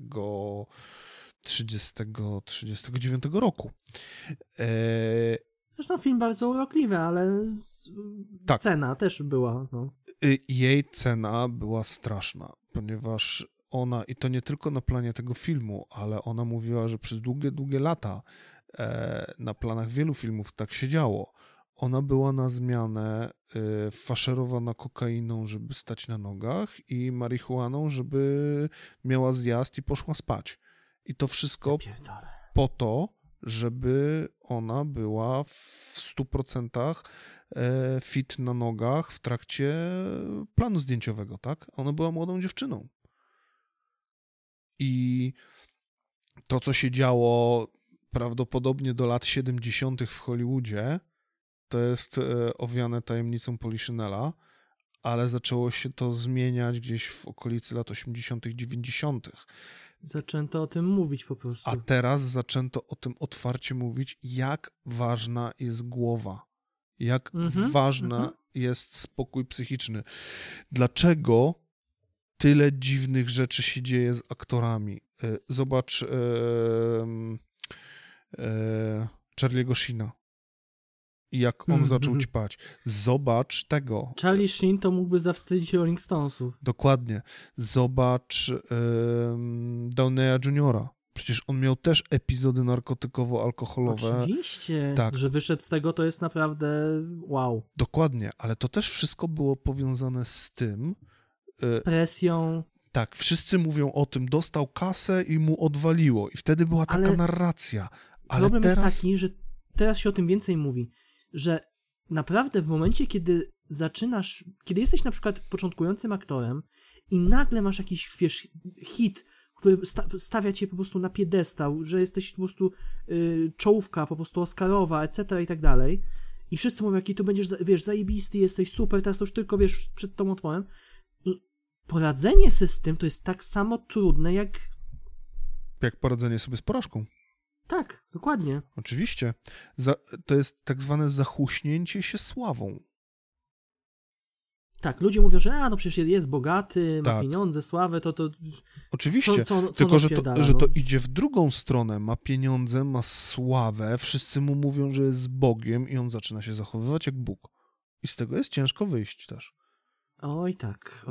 [SPEAKER 1] 39 roku.
[SPEAKER 2] Zresztą film bardzo urokliwy, ale
[SPEAKER 1] tak.
[SPEAKER 2] Cena też była. No.
[SPEAKER 1] Jej cena była straszna, ponieważ ona, i to nie tylko na planie tego filmu, ale ona mówiła, że przez długie lata na planach wielu filmów tak się działo. Ona była na zmianę faszerowana kokainą, żeby stać na nogach i marihuaną, żeby miała zjazd i poszła spać. I to wszystko po to, żeby ona była w 100% fit na nogach w trakcie planu zdjęciowego, tak? Ona była młodą dziewczyną. I to, co się działo prawdopodobnie do lat 70. w Hollywoodzie, to jest owiane tajemnicą Poliszynela, ale zaczęło się to zmieniać gdzieś w okolicy lat 80., 90.
[SPEAKER 2] Zaczęto o tym mówić po prostu.
[SPEAKER 1] A teraz zaczęto o tym otwarcie mówić, jak ważna jest głowa, jak ważna jest spokój psychiczny. Dlaczego tyle dziwnych rzeczy się dzieje z aktorami? Zobacz Charlie'ego Sheena. Jak on zaczął ćpać. Zobacz tego.
[SPEAKER 2] Charlie Sheen to mógłby zawstydzić Rolling Stonesów.
[SPEAKER 1] Dokładnie. Zobacz Downeya Juniora. Przecież on miał też epizody narkotykowo-alkoholowe.
[SPEAKER 2] Oczywiście,
[SPEAKER 1] tak.
[SPEAKER 2] Że wyszedł z tego, to jest naprawdę wow.
[SPEAKER 1] Dokładnie, ale to też wszystko było powiązane z tym...
[SPEAKER 2] Z presją.
[SPEAKER 1] Tak, wszyscy mówią o tym, dostał kasę i mu odwaliło. I wtedy była taka narracja. Ale
[SPEAKER 2] problem
[SPEAKER 1] teraz...
[SPEAKER 2] jest taki, że teraz się o tym więcej mówi, że naprawdę w momencie, kiedy kiedy jesteś na przykład początkującym aktorem i nagle masz jakiś, wiesz, hit, który stawia cię po prostu na piedestał, że jesteś po prostu czołówka po prostu oscarowa, etc. i tak dalej, i wszyscy mówią, jaki to będziesz, wiesz, zajebisty, jesteś super, teraz to już tylko, wiesz, przed tą otworem. I poradzenie sobie z tym to jest tak samo trudne, jak
[SPEAKER 1] poradzenie sobie z porażką.
[SPEAKER 2] Tak, dokładnie.
[SPEAKER 1] Oczywiście. To jest tak zwane zachłuśnięcie się sławą.
[SPEAKER 2] Tak, ludzie mówią, że no przecież jest bogaty, ma pieniądze, sławę, to...
[SPEAKER 1] Oczywiście, tylko że to idzie w drugą stronę. Ma pieniądze, ma sławę, wszyscy mu mówią, że jest Bogiem i on zaczyna się zachowywać jak Bóg. I z tego jest ciężko wyjść też.
[SPEAKER 2] Oj tak.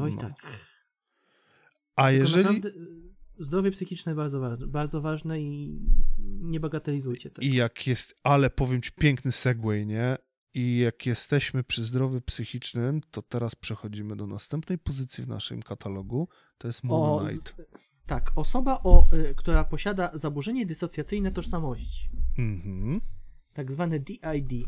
[SPEAKER 1] A jeżeli...
[SPEAKER 2] Naprawdę zdrowie psychiczne bardzo ważne i nie bagatelizujcie tego.
[SPEAKER 1] I jak jest, ale powiem ci, piękny segway, nie? I jak jesteśmy przy zdrowiu psychicznym, to teraz przechodzimy do następnej pozycji w naszym katalogu, to jest Moon Knight.
[SPEAKER 2] Tak, osoba, która posiada zaburzenie dysocjacyjne tożsamości. Tak zwane DID.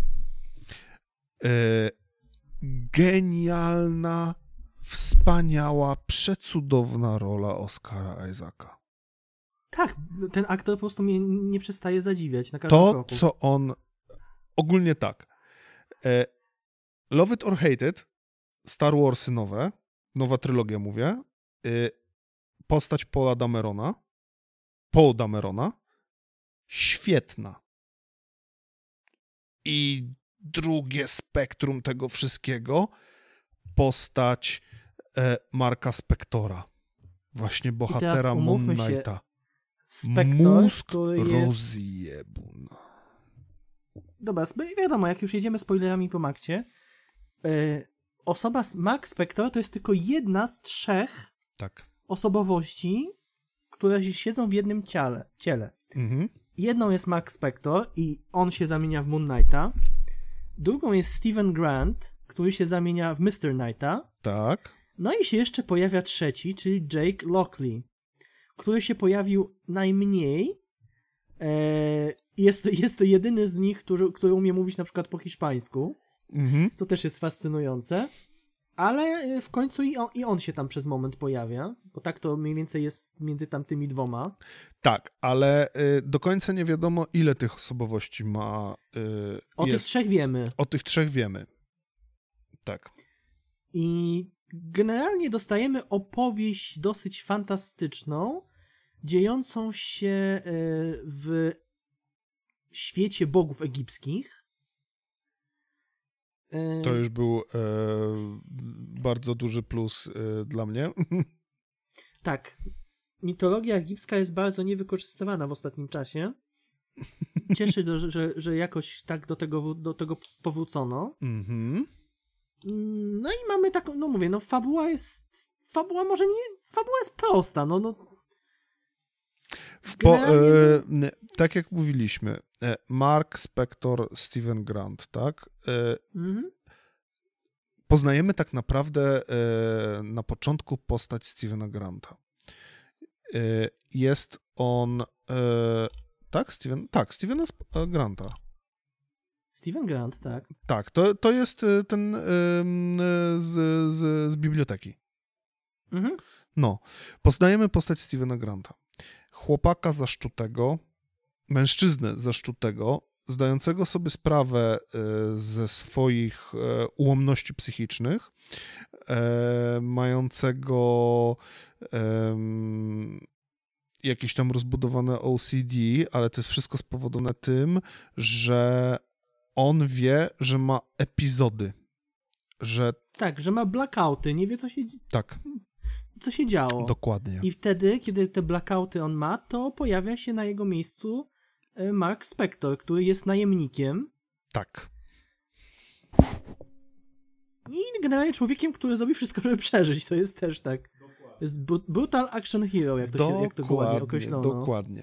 [SPEAKER 1] Genialna, wspaniała, przecudowna rola Oscara Isaaca.
[SPEAKER 2] Tak, ten aktor po prostu mnie nie przestaje zadziwiać na każdym kroku.
[SPEAKER 1] To, co on... Ogólnie tak. Love It or Hate It, Star Warsy nowa trylogia mówię, postać Paula Damerona, świetna. I drugie spektrum tego wszystkiego, postać Marka Spectora, właśnie bohatera Moon Knighta. Mózg rozjebun.
[SPEAKER 2] Dobra, wiadomo, jak już jedziemy spoilerami po Maxie, osoba Max Spector to jest tylko jedna z 3 osobowości, które siedzą w jednym ciele. Jedną jest Max Spector i on się zamienia w Moon Knighta. Drugą jest Steven Grant, który się zamienia w Mr. Knighta.
[SPEAKER 1] Tak.
[SPEAKER 2] No i się jeszcze pojawia trzeci, czyli Jake Lockley, który się pojawił najmniej. Jest to jedyny z nich, który umie mówić na przykład po hiszpańsku, co też jest fascynujące, ale w końcu i on się tam przez moment pojawia, bo tak to mniej więcej jest między tamtymi dwoma.
[SPEAKER 1] Tak, ale do końca nie wiadomo, ile tych osobowości ma.
[SPEAKER 2] Tych 3 wiemy.
[SPEAKER 1] O tych 3 wiemy. Tak.
[SPEAKER 2] I generalnie dostajemy opowieść dosyć fantastyczną, dziejącą się w świecie bogów egipskich.
[SPEAKER 1] To już był bardzo duży plus dla mnie.
[SPEAKER 2] Tak. Mitologia egipska jest bardzo niewykorzystywana w ostatnim czasie. Cieszy, że jakoś tak do tego powrócono. No i mamy taką, no mówię, no fabuła jest prosta,
[SPEAKER 1] tak jak mówiliśmy, Mark Spector, Steven Grant, tak? Poznajemy tak naprawdę na początku postać Stevena Granta. Jest on... Stevena Granta.
[SPEAKER 2] Steven Grant, tak.
[SPEAKER 1] Tak, to jest ten z biblioteki. No, poznajemy postać Stevena Granta. Chłopaka zaszczutego, mężczyznę zaszczutego, zdającego sobie sprawę ze swoich ułomności psychicznych, mającego jakieś tam rozbudowane OCD, ale to jest wszystko spowodowane tym, że on wie, że ma epizody, że...
[SPEAKER 2] Tak, że ma blackouty, nie wie,
[SPEAKER 1] Tak.
[SPEAKER 2] Co się działo.
[SPEAKER 1] Dokładnie.
[SPEAKER 2] I wtedy, kiedy te blackouty on ma, to pojawia się na jego miejscu Mark Spector, który jest najemnikiem.
[SPEAKER 1] Tak.
[SPEAKER 2] I generalnie człowiekiem, który zrobi wszystko, żeby przeżyć. To jest też tak. To jest brutal action hero, jak to go ładnie określono.
[SPEAKER 1] Dokładnie.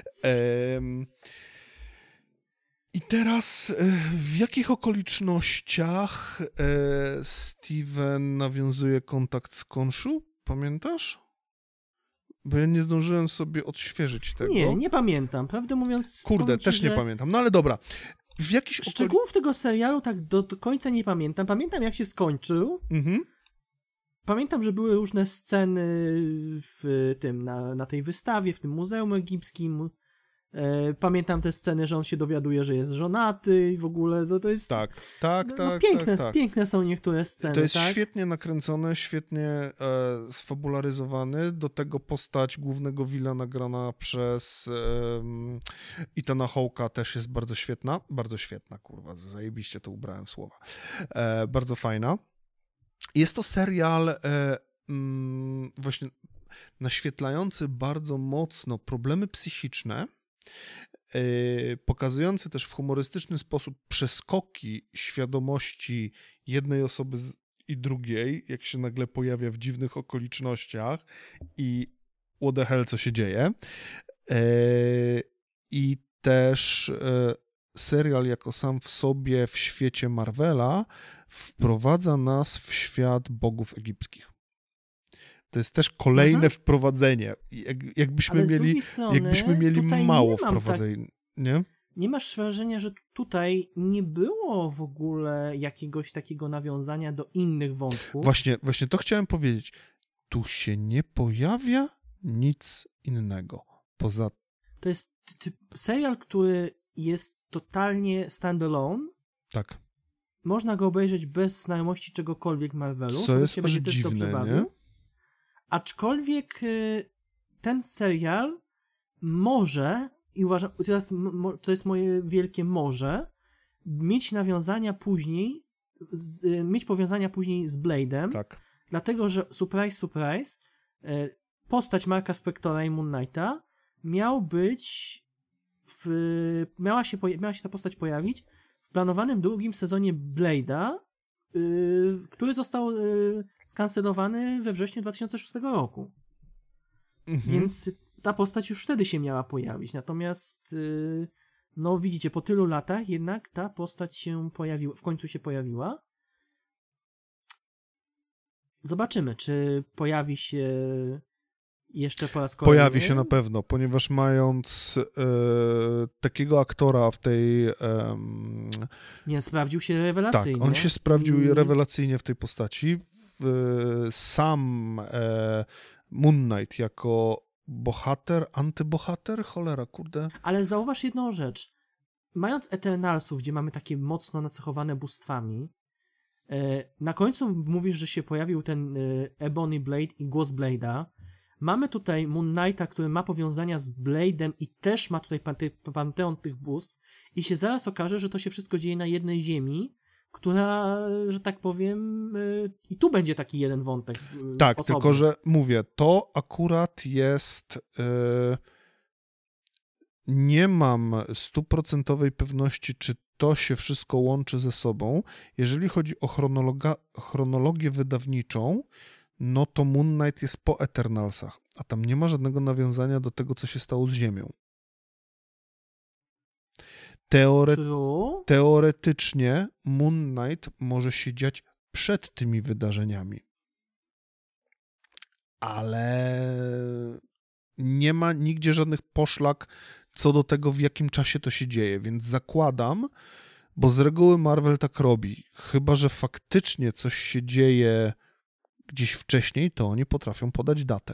[SPEAKER 1] I teraz w jakich okolicznościach Steven nawiązuje kontakt z Khonshu? Pamiętasz? Bo ja nie zdążyłem sobie odświeżyć tego.
[SPEAKER 2] Nie pamiętam. Prawdę mówiąc...
[SPEAKER 1] Kurde, też nie pamiętam. No ale dobra.
[SPEAKER 2] Szczegółów tego serialu tak do końca nie pamiętam. Pamiętam, jak się skończył.
[SPEAKER 1] Mhm.
[SPEAKER 2] Pamiętam, że były różne sceny w tym, na tej wystawie, w tym Muzeum Egipskim. Pamiętam te sceny, że on się dowiaduje, że jest żonaty i w ogóle to jest...
[SPEAKER 1] Tak.
[SPEAKER 2] Piękne są niektóre sceny,
[SPEAKER 1] to jest
[SPEAKER 2] tak?
[SPEAKER 1] świetnie nakręcone, świetnie sfabularyzowane. Do tego postać głównego villana grana przez Ethana Hawke'a też jest bardzo świetna. Bardzo świetna, kurwa, zajebiście to ubrałem słowa. Bardzo fajna. Jest to serial właśnie naświetlający bardzo mocno problemy psychiczne, pokazujący też w humorystyczny sposób przeskoki świadomości jednej osoby i drugiej, jak się nagle pojawia w dziwnych okolicznościach i what the hell, co się dzieje. I też serial jako sam w sobie w świecie Marvela wprowadza nas w świat bogów egipskich. To jest też kolejne wprowadzenie. Jakbyśmy mieli mało wprowadzeń, nie?
[SPEAKER 2] Nie masz wrażenia, że tutaj nie było w ogóle jakiegoś takiego nawiązania do innych wątków?
[SPEAKER 1] Właśnie to chciałem powiedzieć. Tu się nie pojawia nic innego. Poza...
[SPEAKER 2] To jest serial, który jest totalnie standalone.
[SPEAKER 1] Tak.
[SPEAKER 2] Można go obejrzeć bez znajomości czegokolwiek Marvelu.
[SPEAKER 1] Co jest aż dziwne, nie?
[SPEAKER 2] Aczkolwiek ten serial może, i uważam, teraz to jest moje wielkie może, mieć powiązania później z Blade'em,
[SPEAKER 1] tak.
[SPEAKER 2] Dlatego, że surprise, postać Marka Spectora i Moon Knighta miała się ta postać pojawić w planowanym drugim sezonie Blade'a, który został skancelowany we wrześniu 2006 roku. Więc ta postać już wtedy się miała pojawić. Natomiast no widzicie, po tylu latach jednak ta postać się pojawiła, w końcu się pojawiła. Zobaczymy, czy pojawi się jeszcze po raz kolejny.
[SPEAKER 1] Pojawi się na pewno, ponieważ mając takiego aktora w tej...
[SPEAKER 2] Nie, sprawdził się rewelacyjnie.
[SPEAKER 1] Tak, on się sprawdził rewelacyjnie w tej postaci. Sam Moon Knight jako bohater, antybohater, cholera, kurde.
[SPEAKER 2] Ale zauważ jedną rzecz. Mając Eternalsów, gdzie mamy takie mocno nacechowane bóstwami, na końcu mówisz, że się pojawił ten Ebony Blade i głos Blade'a. Mamy tutaj Moon Knighta, który ma powiązania z Blade'em i też ma tutaj panteon tych bóstw i się zaraz okaże, że to się wszystko dzieje na jednej ziemi, która, że tak powiem, i tu będzie taki jeden wątek.
[SPEAKER 1] Tak,
[SPEAKER 2] osobny.
[SPEAKER 1] Tylko że mówię, to akurat jest... nie mam 100% pewności, czy to się wszystko łączy ze sobą. Jeżeli chodzi o chronologię wydawniczą, no to Moon Knight jest po Eternalsach, a tam nie ma żadnego nawiązania do tego, co się stało z Ziemią. Teoretycznie Moon Knight może się dziać przed tymi wydarzeniami. Ale nie ma nigdzie żadnych poszlak co do tego, w jakim czasie to się dzieje, więc zakładam, bo z reguły Marvel tak robi. Chyba że faktycznie coś się dzieje gdzieś wcześniej, to oni potrafią podać datę.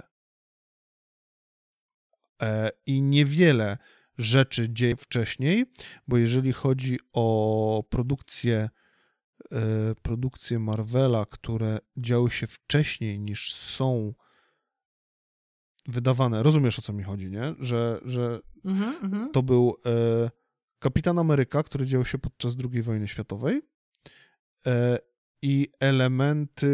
[SPEAKER 1] I niewiele rzeczy dzieje wcześniej, bo jeżeli chodzi o produkcję produkcje Marvela, które działy się wcześniej niż są wydawane. Rozumiesz, o co mi chodzi, nie? Że to był Kapitan Ameryka, który dział się podczas II wojny światowej i elementy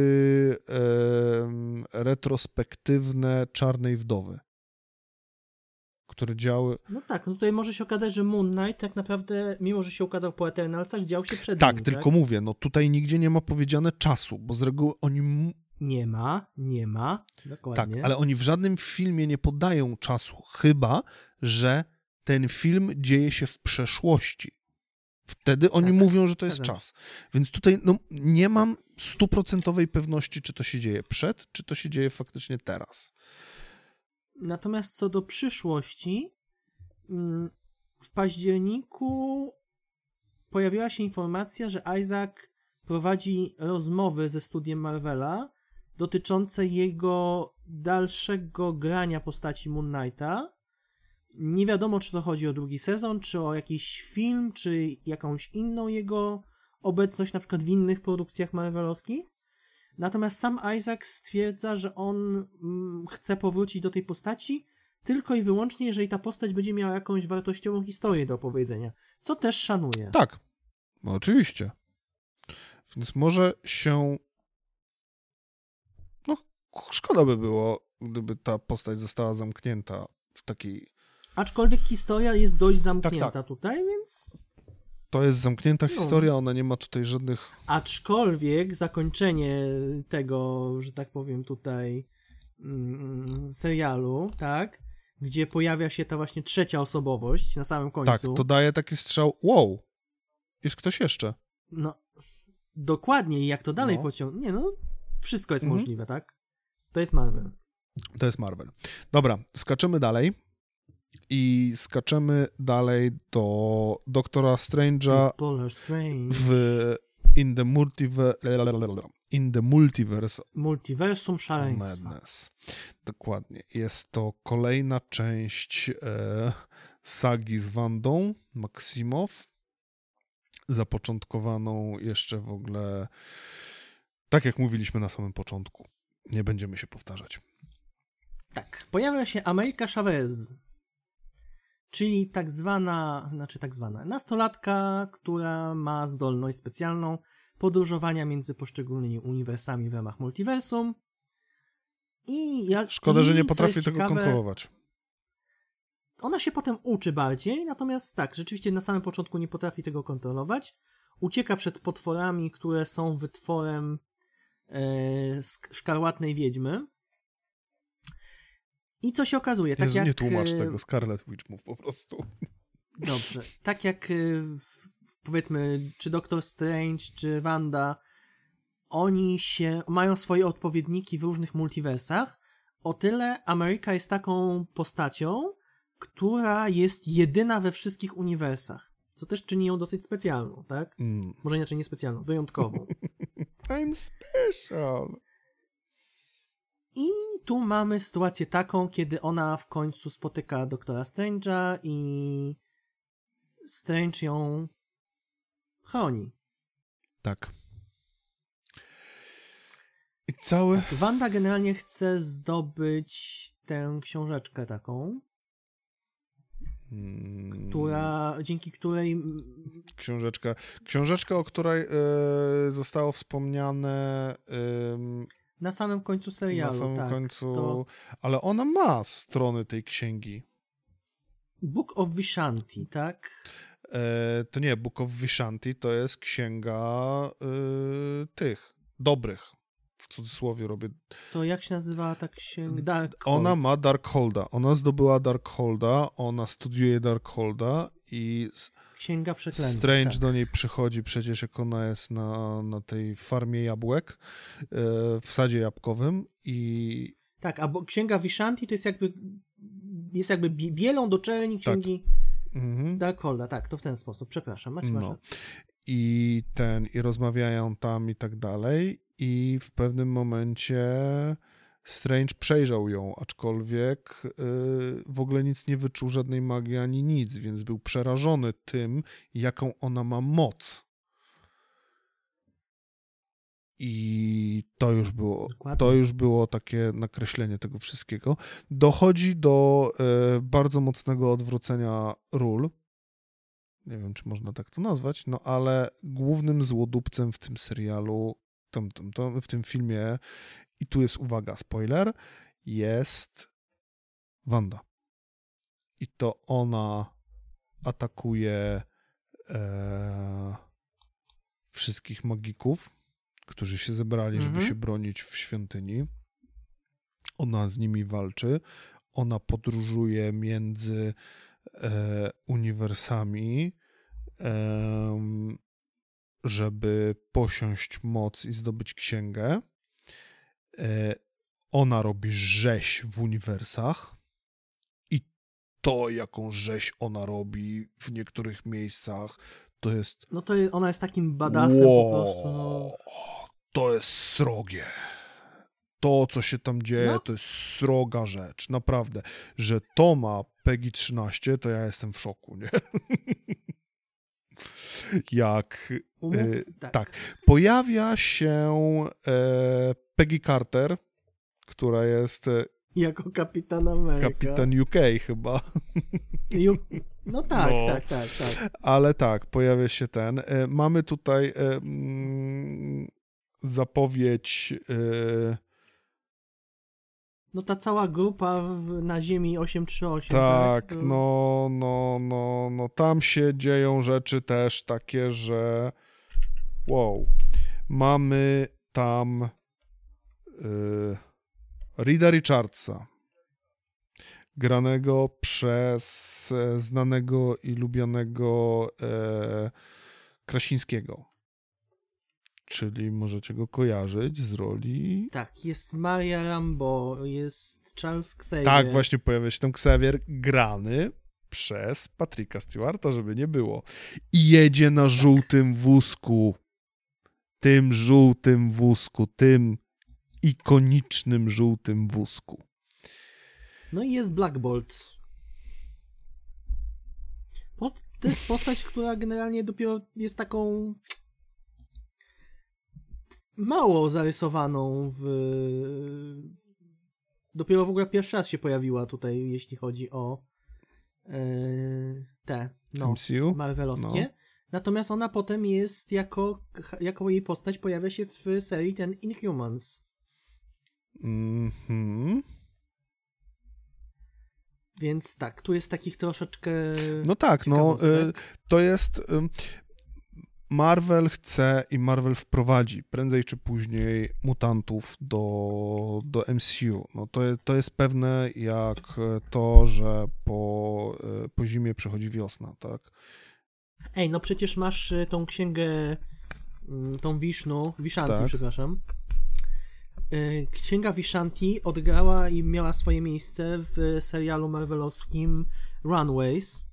[SPEAKER 1] retrospektywne Czarnej Wdowy, które działy...
[SPEAKER 2] No tak, no tutaj może się okazać, że Moon Knight tak naprawdę, mimo że się ukazał po Eternalsach, dział się przed
[SPEAKER 1] Tak,
[SPEAKER 2] nimi,
[SPEAKER 1] tylko
[SPEAKER 2] tak?
[SPEAKER 1] mówię, no tutaj nigdzie nie ma powiedziane czasu, bo z reguły oni...
[SPEAKER 2] Nie ma, dokładnie.
[SPEAKER 1] Tak, ale oni w żadnym filmie nie podają czasu, chyba że ten film dzieje się w przeszłości. Wtedy oni mówią, że to jest czas. Więc tutaj no, nie mam 100% pewności, czy to się dzieje przed, czy to się dzieje faktycznie teraz.
[SPEAKER 2] Natomiast co do przyszłości, w październiku pojawiła się informacja, że Isaac prowadzi rozmowy ze studiem Marvela dotyczące jego dalszego grania postaci Moon Knighta. Nie wiadomo, czy to chodzi o drugi sezon, czy o jakiś film, czy jakąś inną jego obecność, na przykład w innych produkcjach marvelowskich. Natomiast sam Isaac stwierdza, że on chce powrócić do tej postaci tylko i wyłącznie, jeżeli ta postać będzie miała jakąś wartościową historię do opowiedzenia, co też szanuje.
[SPEAKER 1] Tak, no oczywiście. Więc może się... No, szkoda by było, gdyby ta postać została zamknięta w takiej...
[SPEAKER 2] Aczkolwiek historia jest dość zamknięta tutaj, więc...
[SPEAKER 1] To jest zamknięta historia, ona nie ma tutaj żadnych...
[SPEAKER 2] Aczkolwiek zakończenie tego, że tak powiem tutaj serialu, tak, gdzie pojawia się ta właśnie trzecia osobowość na samym końcu.
[SPEAKER 1] Tak, to daje taki strzał, wow, jest ktoś jeszcze.
[SPEAKER 2] No, dokładnie i jak to dalej pociągnie, no, wszystko jest możliwe, tak? To jest Marvel.
[SPEAKER 1] To jest Marvel. Dobra, skaczemy dalej. I skaczemy dalej do Doktora Strange'a w In the Multiverse
[SPEAKER 2] Multiversum szaleństwa.
[SPEAKER 1] Madness. Dokładnie. Jest to kolejna część sagi z Wandą Maximoff, zapoczątkowaną jeszcze w ogóle, tak jak mówiliśmy na samym początku. Nie będziemy się powtarzać.
[SPEAKER 2] Tak. Pojawia się Ameryka Chavez, czyli tak zwana nastolatka, która ma zdolność specjalną podróżowania między poszczególnymi uniwersami w ramach multiversum.
[SPEAKER 1] Szkoda, że nie potrafi tego kontrolować.
[SPEAKER 2] Ona się potem uczy bardziej, natomiast tak, rzeczywiście na samym początku nie potrafi tego kontrolować. Ucieka przed potworami, które są wytworem szkarłatnej wiedźmy. I co się okazuje?
[SPEAKER 1] Jezu, tak jak... nie tłumacz tego, Scarlet Witch mów po prostu.
[SPEAKER 2] Dobrze. Tak jak powiedzmy, czy Doctor Strange, czy Wanda, oni mają swoje odpowiedniki w różnych multiversach, o tyle Ameryka jest taką postacią, która jest jedyna we wszystkich uniwersach, co też czyni ją dosyć specjalną, tak? Może inaczej nie specjalną, wyjątkową.
[SPEAKER 1] I'm special.
[SPEAKER 2] I tu mamy sytuację taką, kiedy ona w końcu spotyka doktora Strange'a i Strange ją chroni.
[SPEAKER 1] Tak. I cały...
[SPEAKER 2] Tak, Wanda generalnie chce zdobyć tę książeczkę taką, dzięki której... Książeczka,
[SPEAKER 1] o której zostało wspomniane...
[SPEAKER 2] na samym końcu serialu.
[SPEAKER 1] Na samym końcu... Ale ona ma strony tej księgi.
[SPEAKER 2] Book of Vishanti, tak?
[SPEAKER 1] To nie, Book of Vishanti to jest księga tych dobrych. W cudzysłowie robię.
[SPEAKER 2] To jak się nazywa ta księga? Darkhold.
[SPEAKER 1] Ona ma Darkholda. Ona zdobyła Darkholda, ona studiuje Darkholda i
[SPEAKER 2] Księga Przeklętych.
[SPEAKER 1] Strange do niej przychodzi przecież, jak ona jest na tej farmie jabłek w sadzie jabłkowym i...
[SPEAKER 2] Tak, a Księga Vishanti to jest jakby bielą do czerni księgi Darkholda. Tak, to w ten sposób. Przepraszam, masz rację.
[SPEAKER 1] I rozmawiają tam i tak dalej i w pewnym momencie Strange przejrzał ją, aczkolwiek w ogóle nic nie wyczuł, żadnej magii ani nic, więc był przerażony tym, jaką ona ma moc. I
[SPEAKER 2] Dokładnie.
[SPEAKER 1] to już było takie nakreślenie tego wszystkiego. Dochodzi do bardzo mocnego odwrócenia ról. Nie wiem, czy można tak to nazwać, no ale głównym złodupcem w tym serialu, w tym filmie, i tu jest uwaga, spoiler, jest Wanda. I to ona atakuje wszystkich magików, którzy się zebrali, żeby się bronić w świątyni. Ona z nimi walczy. Ona podróżuje między uniwersami, żeby posiąść moc i zdobyć księgę. Ona robi rzeź w uniwersach i to, jaką rzeź ona robi w niektórych miejscach, to jest...
[SPEAKER 2] No to ona jest takim badassem po prostu. No.
[SPEAKER 1] To jest srogie. To, co się tam dzieje, to jest sroga rzecz. Naprawdę. Że to ma PEGI 13, to ja jestem w szoku, nie? Jak... tak. Pojawia się Peggy Carter, która jest...
[SPEAKER 2] jako Kapitan Ameryka.
[SPEAKER 1] Kapitan UK chyba.
[SPEAKER 2] No tak, tak.
[SPEAKER 1] Ale tak, pojawia się ten. Mamy tutaj zapowiedź...
[SPEAKER 2] No ta cała grupa na Ziemi 838.
[SPEAKER 1] Tak, no, tam się dzieją rzeczy też takie, że wow. Mamy tam Reeda Richardsa, granego przez znanego i lubianego Krasińskiego. Czyli możecie go kojarzyć z roli...
[SPEAKER 2] Tak, jest Maria Rambeau, jest Charles Xavier.
[SPEAKER 1] Tak, właśnie pojawia się tam Xavier, grany przez Patricka Stewarta, żeby nie było. I jedzie na żółtym wózku. Tym żółtym wózku, tym ikonicznym żółtym wózku.
[SPEAKER 2] No i jest Black Bolt. To jest postać, która generalnie dopiero jest taką... mało zarysowaną dopiero w ogóle pierwszy raz się pojawiła tutaj, jeśli chodzi o te
[SPEAKER 1] MCU?
[SPEAKER 2] marvelowskie. No. Natomiast ona potem jest jako jej postać pojawia się w serii ten Inhumans. Więc tak, tu jest takich troszeczkę...
[SPEAKER 1] No tak, to jest... Marvel chce i Marvel wprowadzi prędzej czy później mutantów do MCU. No to jest pewne jak to, że po zimie przychodzi wiosna, tak?
[SPEAKER 2] Ej, no przecież masz tą księgę, tą Vishanti,
[SPEAKER 1] tak.
[SPEAKER 2] Przepraszam. Księga Vishanti odgrała i miała swoje miejsce w serialu marvelowskim Runaways.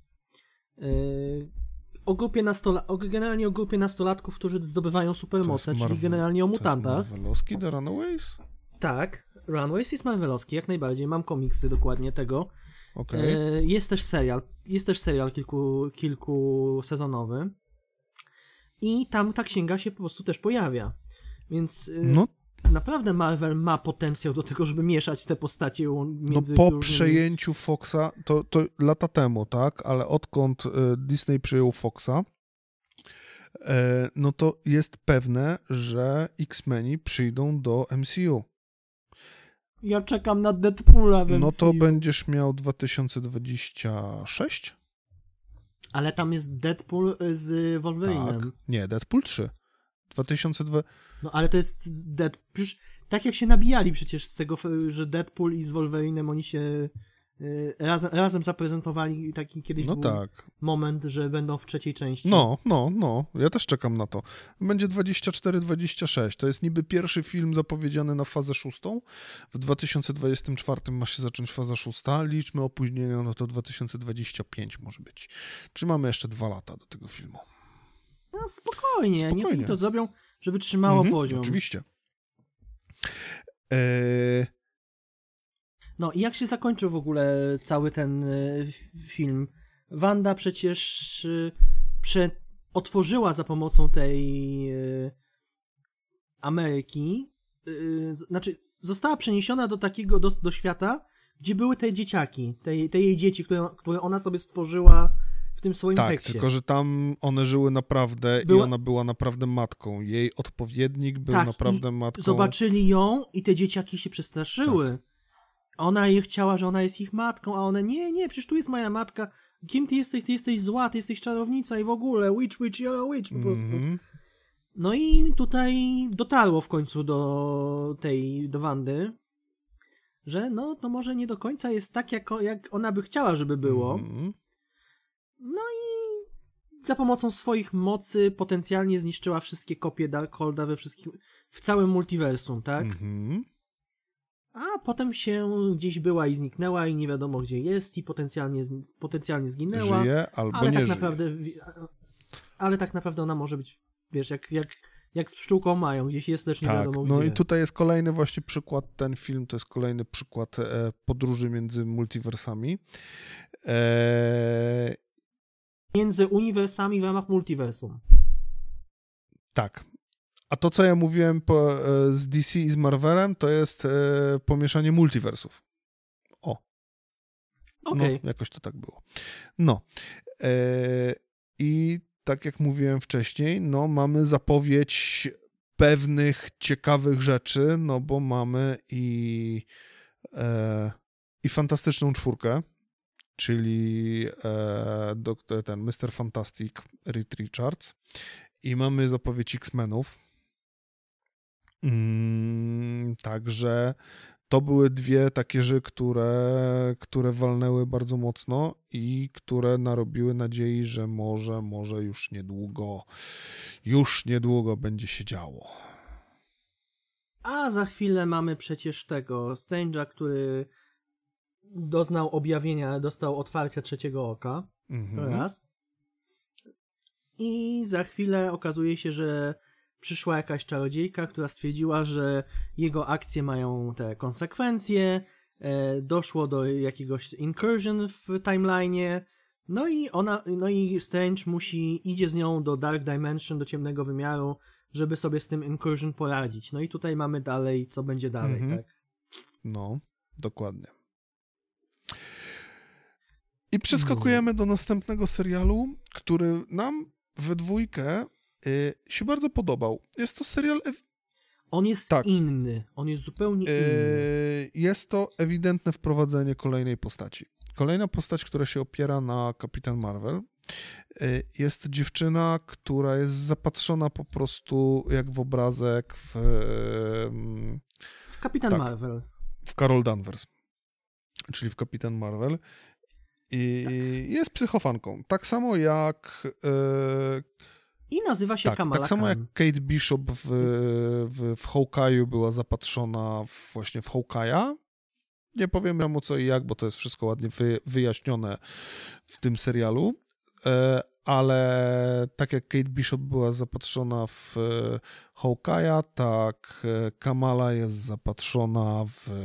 [SPEAKER 2] Generalnie o grupie nastolatków, którzy zdobywają supermoce, czyli generalnie o mutantach.
[SPEAKER 1] To jest marvelowski The Runaways?
[SPEAKER 2] Tak, Runaways jest marvelowski, jak najbardziej. Mam komiksy dokładnie tego.
[SPEAKER 1] Okay.
[SPEAKER 2] Jest też serial kilkusezonowy. I tam ta księga się po prostu też pojawia. Więc naprawdę Marvel ma potencjał do tego, żeby mieszać te postacie między...
[SPEAKER 1] No po przejęciu Foxa, to lata temu, tak? Ale odkąd Disney przejął Foxa, no to jest pewne, że X-Meni przyjdą do MCU.
[SPEAKER 2] Ja czekam na Deadpoola w MCU.
[SPEAKER 1] No to będziesz miał 2026?
[SPEAKER 2] Ale tam jest Deadpool z Wolverinem.
[SPEAKER 1] Tak. Nie, Deadpool 3. 2002...
[SPEAKER 2] No ale to jest przecież tak jak się nabijali przecież z tego, że Deadpool i z Wolverinem oni się razem zaprezentowali, taki kiedyś był moment, że będą w trzeciej części.
[SPEAKER 1] No. Ja też czekam na to. Będzie 24-26. To jest niby pierwszy film zapowiedziany na fazę 6. W 2024 ma się zacząć faza 6. Liczmy opóźnienia, no to 2025 może być. Czy mamy jeszcze 2 lata do tego filmu?
[SPEAKER 2] No spokojnie. Niech oni to zrobią, żeby trzymało poziom.
[SPEAKER 1] Oczywiście.
[SPEAKER 2] No i jak się zakończył w ogóle cały ten film? Wanda przecież otworzyła za pomocą Ameryki, znaczy została przeniesiona do takiego, do świata, gdzie były te dzieciaki, te jej dzieci, które ona sobie stworzyła w tym swoim
[SPEAKER 1] tak,
[SPEAKER 2] peksie.
[SPEAKER 1] tylko że tam one żyły naprawdę i ona była naprawdę matką. Jej odpowiednik był naprawdę matką.
[SPEAKER 2] Zobaczyli ją i te dzieciaki się przestraszyły. Tak. Ona je chciała, że ona jest ich matką, a one nie, przecież tu jest moja matka. Kim ty jesteś? Ty jesteś zła, ty jesteś czarownica i w ogóle witch, you're a witch po prostu. No i tutaj dotarło w końcu do Wandy, że no to może nie do końca jest tak, jak ona by chciała, żeby było. No i za pomocą swoich mocy potencjalnie zniszczyła wszystkie kopie Darkholda w całym multiversum, tak? A potem się gdzieś była i zniknęła i nie wiadomo gdzie jest i potencjalnie zginęła.
[SPEAKER 1] Żyje albo
[SPEAKER 2] ale
[SPEAKER 1] nie
[SPEAKER 2] tak
[SPEAKER 1] żyje.
[SPEAKER 2] Naprawdę, ale tak naprawdę ona może być, wiesz, jak z pszczółką mają, gdzieś jest, lecz nie wiadomo gdzie.
[SPEAKER 1] No i tutaj jest kolejny właśnie przykład, ten film to jest kolejny przykład podróży między multiversami.
[SPEAKER 2] Między uniwersami w ramach multiversum.
[SPEAKER 1] Tak. A to, co ja mówiłem z DC i z Marvelem, to jest pomieszanie multiversów. O.
[SPEAKER 2] Okej.
[SPEAKER 1] No, jakoś to tak było. No. I tak jak mówiłem wcześniej, no mamy zapowiedź pewnych ciekawych rzeczy, no bo mamy i Fantastyczną Czwórkę, czyli ten Mr. Fantastic, Reed Richards, i mamy zapowiedź X-Menów. Także to były dwie takie rzeczy, które walnęły bardzo mocno i które narobiły nadziei, że może już niedługo będzie się działo.
[SPEAKER 2] A za chwilę mamy przecież tego Strange'a, który doznał objawienia, dostał otwarcia trzeciego oka. To raz. I za chwilę okazuje się, że przyszła jakaś czarodziejka, która stwierdziła, że jego akcje mają te konsekwencje, doszło do jakiegoś incursion w timeline'ie, no i Strange idzie z nią do Dark Dimension, do ciemnego wymiaru, żeby sobie z tym incursion poradzić. No i tutaj mamy dalej, co będzie dalej, tak?
[SPEAKER 1] No, dokładnie. I przeskakujemy do następnego serialu, który nam we dwójkę się bardzo podobał. Jest to serial...
[SPEAKER 2] On jest inny. On jest zupełnie inny.
[SPEAKER 1] Jest to ewidentne wprowadzenie kolejnej postaci. Kolejna postać, która się opiera na Kapitan Marvel. Jest to dziewczyna, która jest zapatrzona po prostu jak w obrazek
[SPEAKER 2] w Kapitan Marvel.
[SPEAKER 1] W Carol Danvers. Czyli w Kapitan Marvel. I jest psychofanką. Tak samo jak...
[SPEAKER 2] I nazywa się Kamala
[SPEAKER 1] Tak samo
[SPEAKER 2] Khan.
[SPEAKER 1] jak Kate Bishop w Hawkeye'u była zapatrzona właśnie w Hawkeye'a. Nie powiem mu co i jak, bo to jest wszystko ładnie wyjaśnione w tym serialu. Ale tak jak Kate Bishop była zapatrzona w Hawkeye'a, tak Kamala jest zapatrzona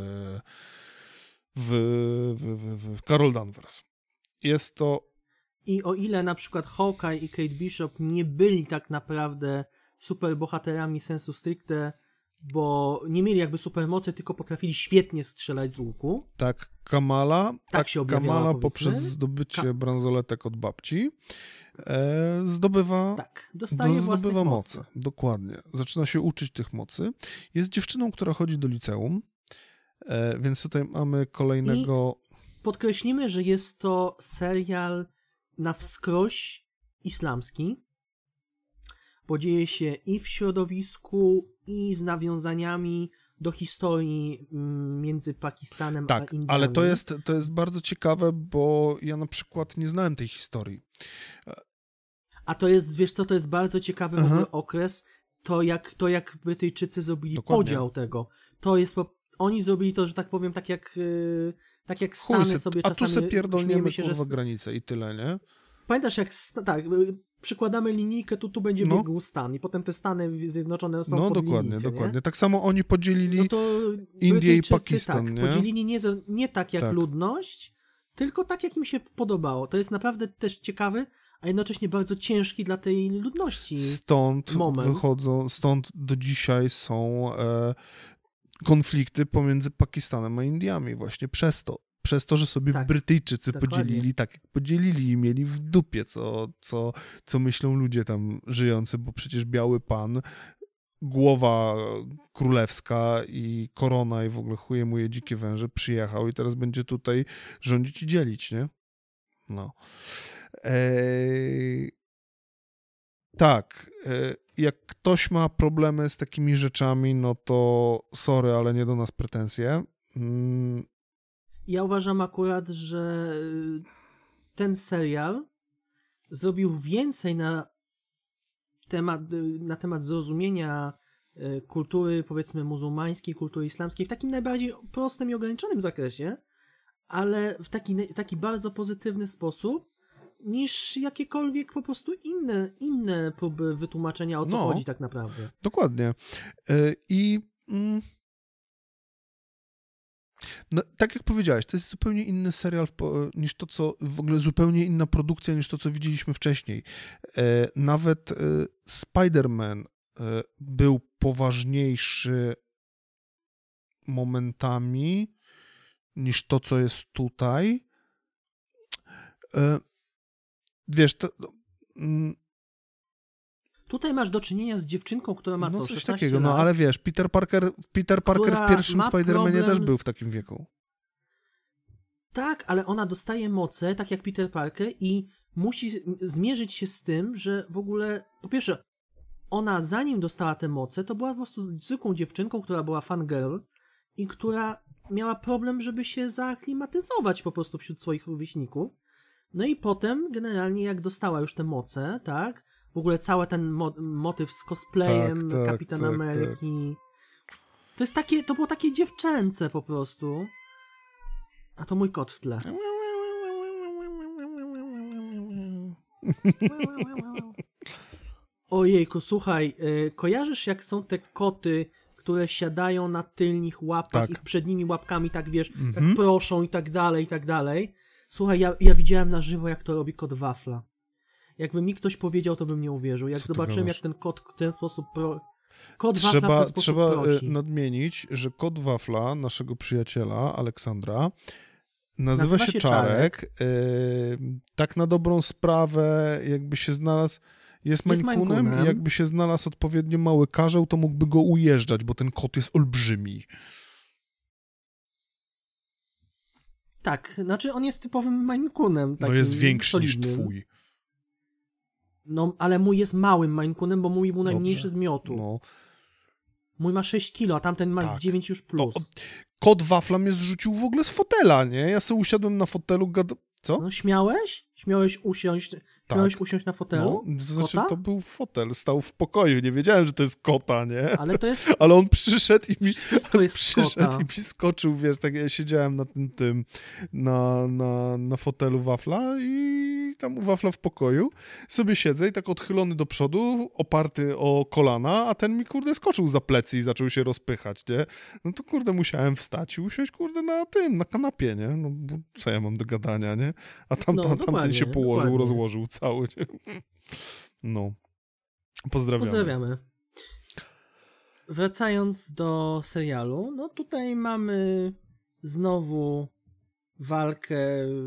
[SPEAKER 1] w Carol Danvers. Jest to...
[SPEAKER 2] I o ile na przykład Hawkeye i Kate Bishop nie byli tak naprawdę superbohaterami sensu stricte, bo nie mieli jakby supermocy, tylko potrafili świetnie strzelać z łuku.
[SPEAKER 1] Tak, Kamala
[SPEAKER 2] się objawiała,
[SPEAKER 1] Kamala poprzez zdobycie bransoletek od babci zdobywa
[SPEAKER 2] własnych
[SPEAKER 1] mocy. Dokładnie. Zaczyna się uczyć tych mocy. Jest dziewczyną, która chodzi do liceum, więc tutaj mamy kolejnego...
[SPEAKER 2] I podkreślimy, że jest to serial na wskroś islamski, bo dzieje się i w środowisku, i z nawiązaniami do historii między Pakistanem a Indiami.
[SPEAKER 1] Ale to jest bardzo ciekawe, bo ja na przykład nie znałem tej historii.
[SPEAKER 2] A to jest, wiesz co, to jest bardzo ciekawy w ogóle okres, to jak Brytyjczycy zrobili podział tego. To jest, oni zrobili to, że tak powiem, tak jak Stany sobie czasami...
[SPEAKER 1] A tu se pierdolniemy
[SPEAKER 2] się,
[SPEAKER 1] kurwa granicę i tyle, nie?
[SPEAKER 2] Pamiętasz jak... Tak, przykładamy linijkę, tu będzie biegł Stan i potem te Stany Zjednoczone są pod linijkę,
[SPEAKER 1] dokładnie.
[SPEAKER 2] Nie?
[SPEAKER 1] Tak samo oni podzielili Indię i Pakistan, nie?
[SPEAKER 2] Podzielili nie tak jak ludność, tylko tak jak im się podobało. To jest naprawdę też ciekawe, a jednocześnie bardzo ciężki dla tej ludności
[SPEAKER 1] Stąd
[SPEAKER 2] moment.
[SPEAKER 1] stąd do dzisiaj są konflikty pomiędzy Pakistanem a Indiami właśnie przez to. Przez to, że sobie
[SPEAKER 2] Tak,
[SPEAKER 1] Brytyjczycy
[SPEAKER 2] dokładnie.
[SPEAKER 1] podzielili tak, jak podzielili i mieli w dupie, co myślą ludzie tam żyjący, bo przecież biały pan, głowa królewska i korona i w ogóle chuje mu je dzikie węże przyjechał i teraz będzie tutaj rządzić i dzielić, nie? No. Tak, jak ktoś ma problemy z takimi rzeczami, no to sorry, ale nie do nas pretensje.
[SPEAKER 2] Ja uważam akurat, że ten serial zrobił więcej na temat zrozumienia kultury, powiedzmy, muzułmańskiej, kultury islamskiej w takim najbardziej prostym i ograniczonym zakresie, ale w taki bardzo pozytywny sposób, niż jakiekolwiek po prostu inne próby wytłumaczenia, o co chodzi tak naprawdę.
[SPEAKER 1] Dokładnie. No, tak jak powiedziałeś, to jest zupełnie inny serial niż to, co w ogóle zupełnie inna produkcja niż to, co widzieliśmy wcześniej. Nawet Spider-Man był poważniejszy momentami niż to, co jest tutaj. Wiesz,
[SPEAKER 2] tutaj masz do czynienia z dziewczynką, która ma
[SPEAKER 1] coś
[SPEAKER 2] 16
[SPEAKER 1] takiego,
[SPEAKER 2] lat.
[SPEAKER 1] no ale wiesz, Peter Parker w pierwszym Spider-Manie też był w takim wieku.
[SPEAKER 2] Tak, ale ona dostaje moce, tak jak Peter Parker, i musi zmierzyć się z tym, że w ogóle, po pierwsze, ona zanim dostała te moce, to była po prostu zwykłą dziewczynką, która była fangirl i która miała problem, żeby się zaaklimatyzować po prostu wśród swoich rówieśników. No i potem, generalnie, jak dostała już te moce, tak, w ogóle cały ten motyw z cosplayem Kapitana Ameryki. To było takie dziewczęce po prostu. A to mój kot w tle. Ojejku, słuchaj, kojarzysz jak są te koty, które siadają na tylnych łapach i przednimi łapkami tak wiesz, tak proszą i tak dalej. Słuchaj, ja widziałem na żywo, jak to robi kot Wafla. Jakby mi ktoś powiedział, to bym nie uwierzył. Jak zobaczyłem, jak ten kot w ten sposób Kot Wafla w ten sposób
[SPEAKER 1] Trzeba
[SPEAKER 2] prosi.
[SPEAKER 1] nadmienić, że kot Wafla, naszego przyjaciela Aleksandra, nazywa się Czarek. Tak na dobrą sprawę, jakby się znalazł, jest Maine Coonem i jakby się znalazł odpowiednio mały karzeł, to mógłby go ujeżdżać, bo ten kot jest olbrzymi.
[SPEAKER 2] Tak, znaczy on jest typowym Maine Coonem.
[SPEAKER 1] No jest większy
[SPEAKER 2] solidnym.
[SPEAKER 1] niż twój.
[SPEAKER 2] No, ale mój jest małym Maine Coonem, bo mój był najmniejszy z miotu.
[SPEAKER 1] No.
[SPEAKER 2] Mój ma 6 kilo, a tamten ma z 9 już plus.
[SPEAKER 1] Kot Wafla mnie zrzucił w ogóle z fotela, nie? Ja sobie usiadłem na fotelu, Co?
[SPEAKER 2] No śmiałeś? Śmiałeś usiąść na fotelu?
[SPEAKER 1] No, to znaczy to był fotel, stał w pokoju, nie wiedziałem, że to jest kota, nie?
[SPEAKER 2] Ale to jest...
[SPEAKER 1] Ale on przyszedł i mi skoczył, wiesz, tak ja siedziałem na tym na fotelu Wafla i tam u Wafla w pokoju sobie siedzę i tak odchylony do przodu, oparty o kolana, a ten mi, kurde, skoczył za plecy i zaczął się rozpychać, nie? No to, kurde, musiałem wstać i usiąść, kurde, na kanapie, nie? No bo co ja mam do gadania, nie? A tamten się położył, rozłożył cały. No. Pozdrawiamy.
[SPEAKER 2] Wracając do serialu, no tutaj mamy znowu walkę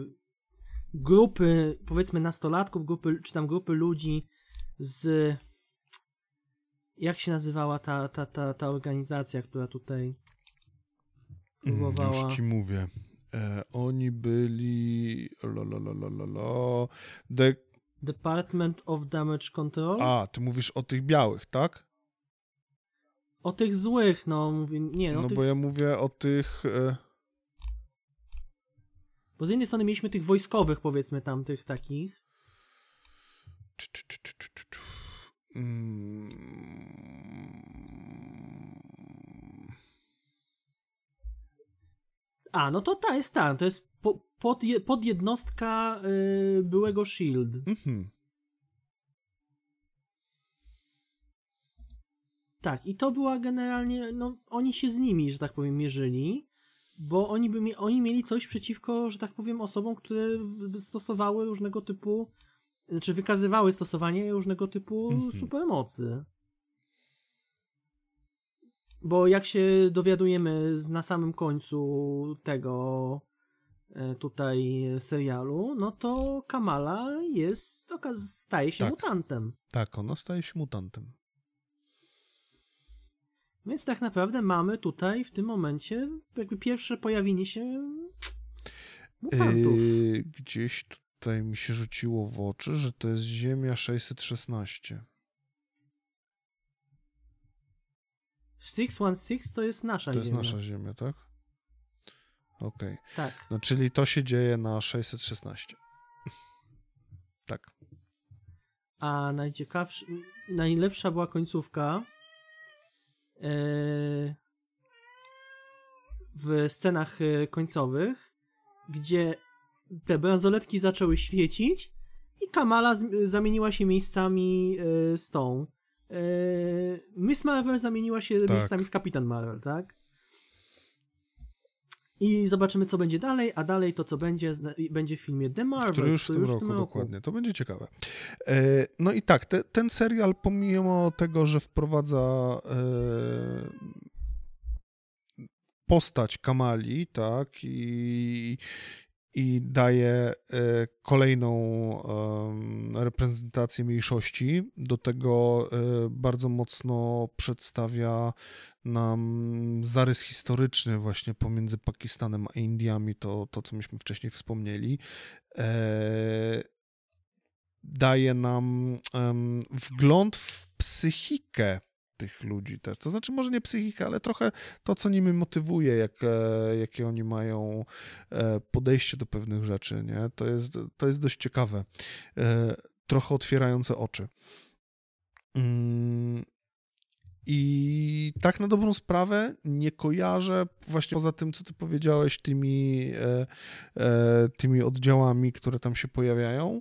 [SPEAKER 2] grupy, powiedzmy nastolatków, grupy ludzi z... Jak się nazywała ta organizacja, która tutaj próbowała...
[SPEAKER 1] Już ci mówię. Oni byli...
[SPEAKER 2] Department of Damage Control?
[SPEAKER 1] A, ty mówisz o tych białych, tak?
[SPEAKER 2] O tych złych, no mówię, nie.
[SPEAKER 1] No bo ja mówię o tych...
[SPEAKER 2] Bo z jednej strony mieliśmy tych wojskowych, powiedzmy, tamtych takich. A, no to to jest podjednostka byłego SHIELD. Tak, i to była generalnie, no oni się z nimi, że tak powiem, mierzyli, bo oni mieli coś przeciwko, że tak powiem, osobom, które stosowały różnego typu znaczy wykazywały stosowanie różnego typu supermocy. Bo jak się dowiadujemy na samym końcu tego tutaj serialu, no to Kamala staje się mutantem.
[SPEAKER 1] Tak, ona staje się mutantem.
[SPEAKER 2] Więc tak naprawdę mamy tutaj w tym momencie jakby pierwsze pojawienie się mutantów.
[SPEAKER 1] Gdzieś tutaj mi się rzuciło w oczy, że to jest Ziemia 616.
[SPEAKER 2] 616 to jest nasza Ziemia.
[SPEAKER 1] To jest nasza Ziemia, tak? Okej.
[SPEAKER 2] Tak.
[SPEAKER 1] No, czyli to się dzieje na 616. Tak.
[SPEAKER 2] A najlepsza była końcówka w scenach końcowych, gdzie te bransoletki zaczęły świecić i Kamala zamieniła się miejscami z tą. Miss Marvel zamieniła się miejscami z Kapitan Marvel, tak? I zobaczymy, co będzie dalej, a dalej to, co będzie w filmie The Marvels.
[SPEAKER 1] Który już w tym roku, dokładnie. To będzie ciekawe. No i tak, ten serial, pomimo tego, że wprowadza postać Kamali, tak, i daje kolejną reprezentację mniejszości, do tego bardzo mocno przedstawia nam zarys historyczny właśnie pomiędzy Pakistanem a Indiami, to co myśmy wcześniej wspomnieli. Daje nam wgląd w psychikę tych ludzi też. To znaczy może nie psychikę, ale trochę to, co nimi motywuje, jakie oni mają podejście do pewnych rzeczy, nie? To jest dość ciekawe. Trochę otwierające oczy. I tak na dobrą sprawę nie kojarzę, właśnie poza tym, co ty powiedziałeś, tymi oddziałami, które tam się pojawiają,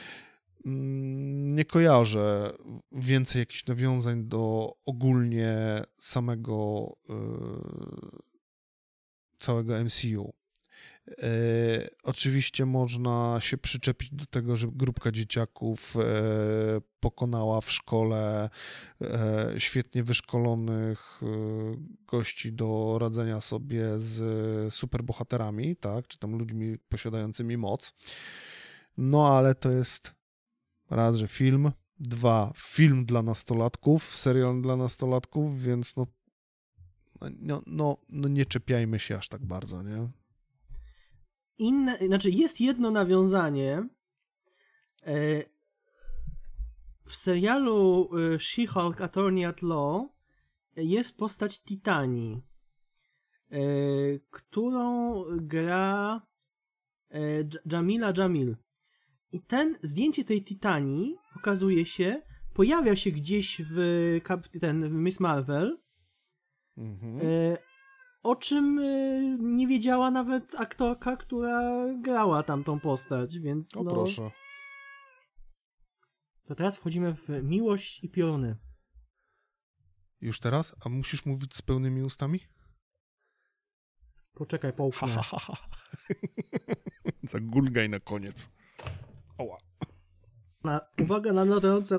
[SPEAKER 1] nie kojarzę więcej jakichś nawiązań do ogólnie całego MCU. Oczywiście można się przyczepić do tego, że grupka dzieciaków pokonała w szkole świetnie wyszkolonych gości do radzenia sobie z superbohaterami, tak, czy tam ludźmi posiadającymi moc. No ale to jest raz, że film, dwa, film dla nastolatków, serial dla nastolatków, więc no nie czepiajmy się aż tak bardzo, nie?
[SPEAKER 2] Znaczy jest jedno nawiązanie w serialu She-Hulk Attorney at Law jest postać Titanii, którą gra Jamila Jamil. I zdjęcie tej Titanii okazuje się, pojawia się gdzieś w Miss Marvel, o czym nie wiedziała nawet aktorka, która grała tamtą postać, więc
[SPEAKER 1] O proszę.
[SPEAKER 2] To teraz wchodzimy w Miłość i pioruny.
[SPEAKER 1] Już teraz? A musisz mówić z pełnymi ustami?
[SPEAKER 2] Poczekaj, połknę.
[SPEAKER 1] Zagulgaj na koniec. Oła.
[SPEAKER 2] Uwaga na nadające.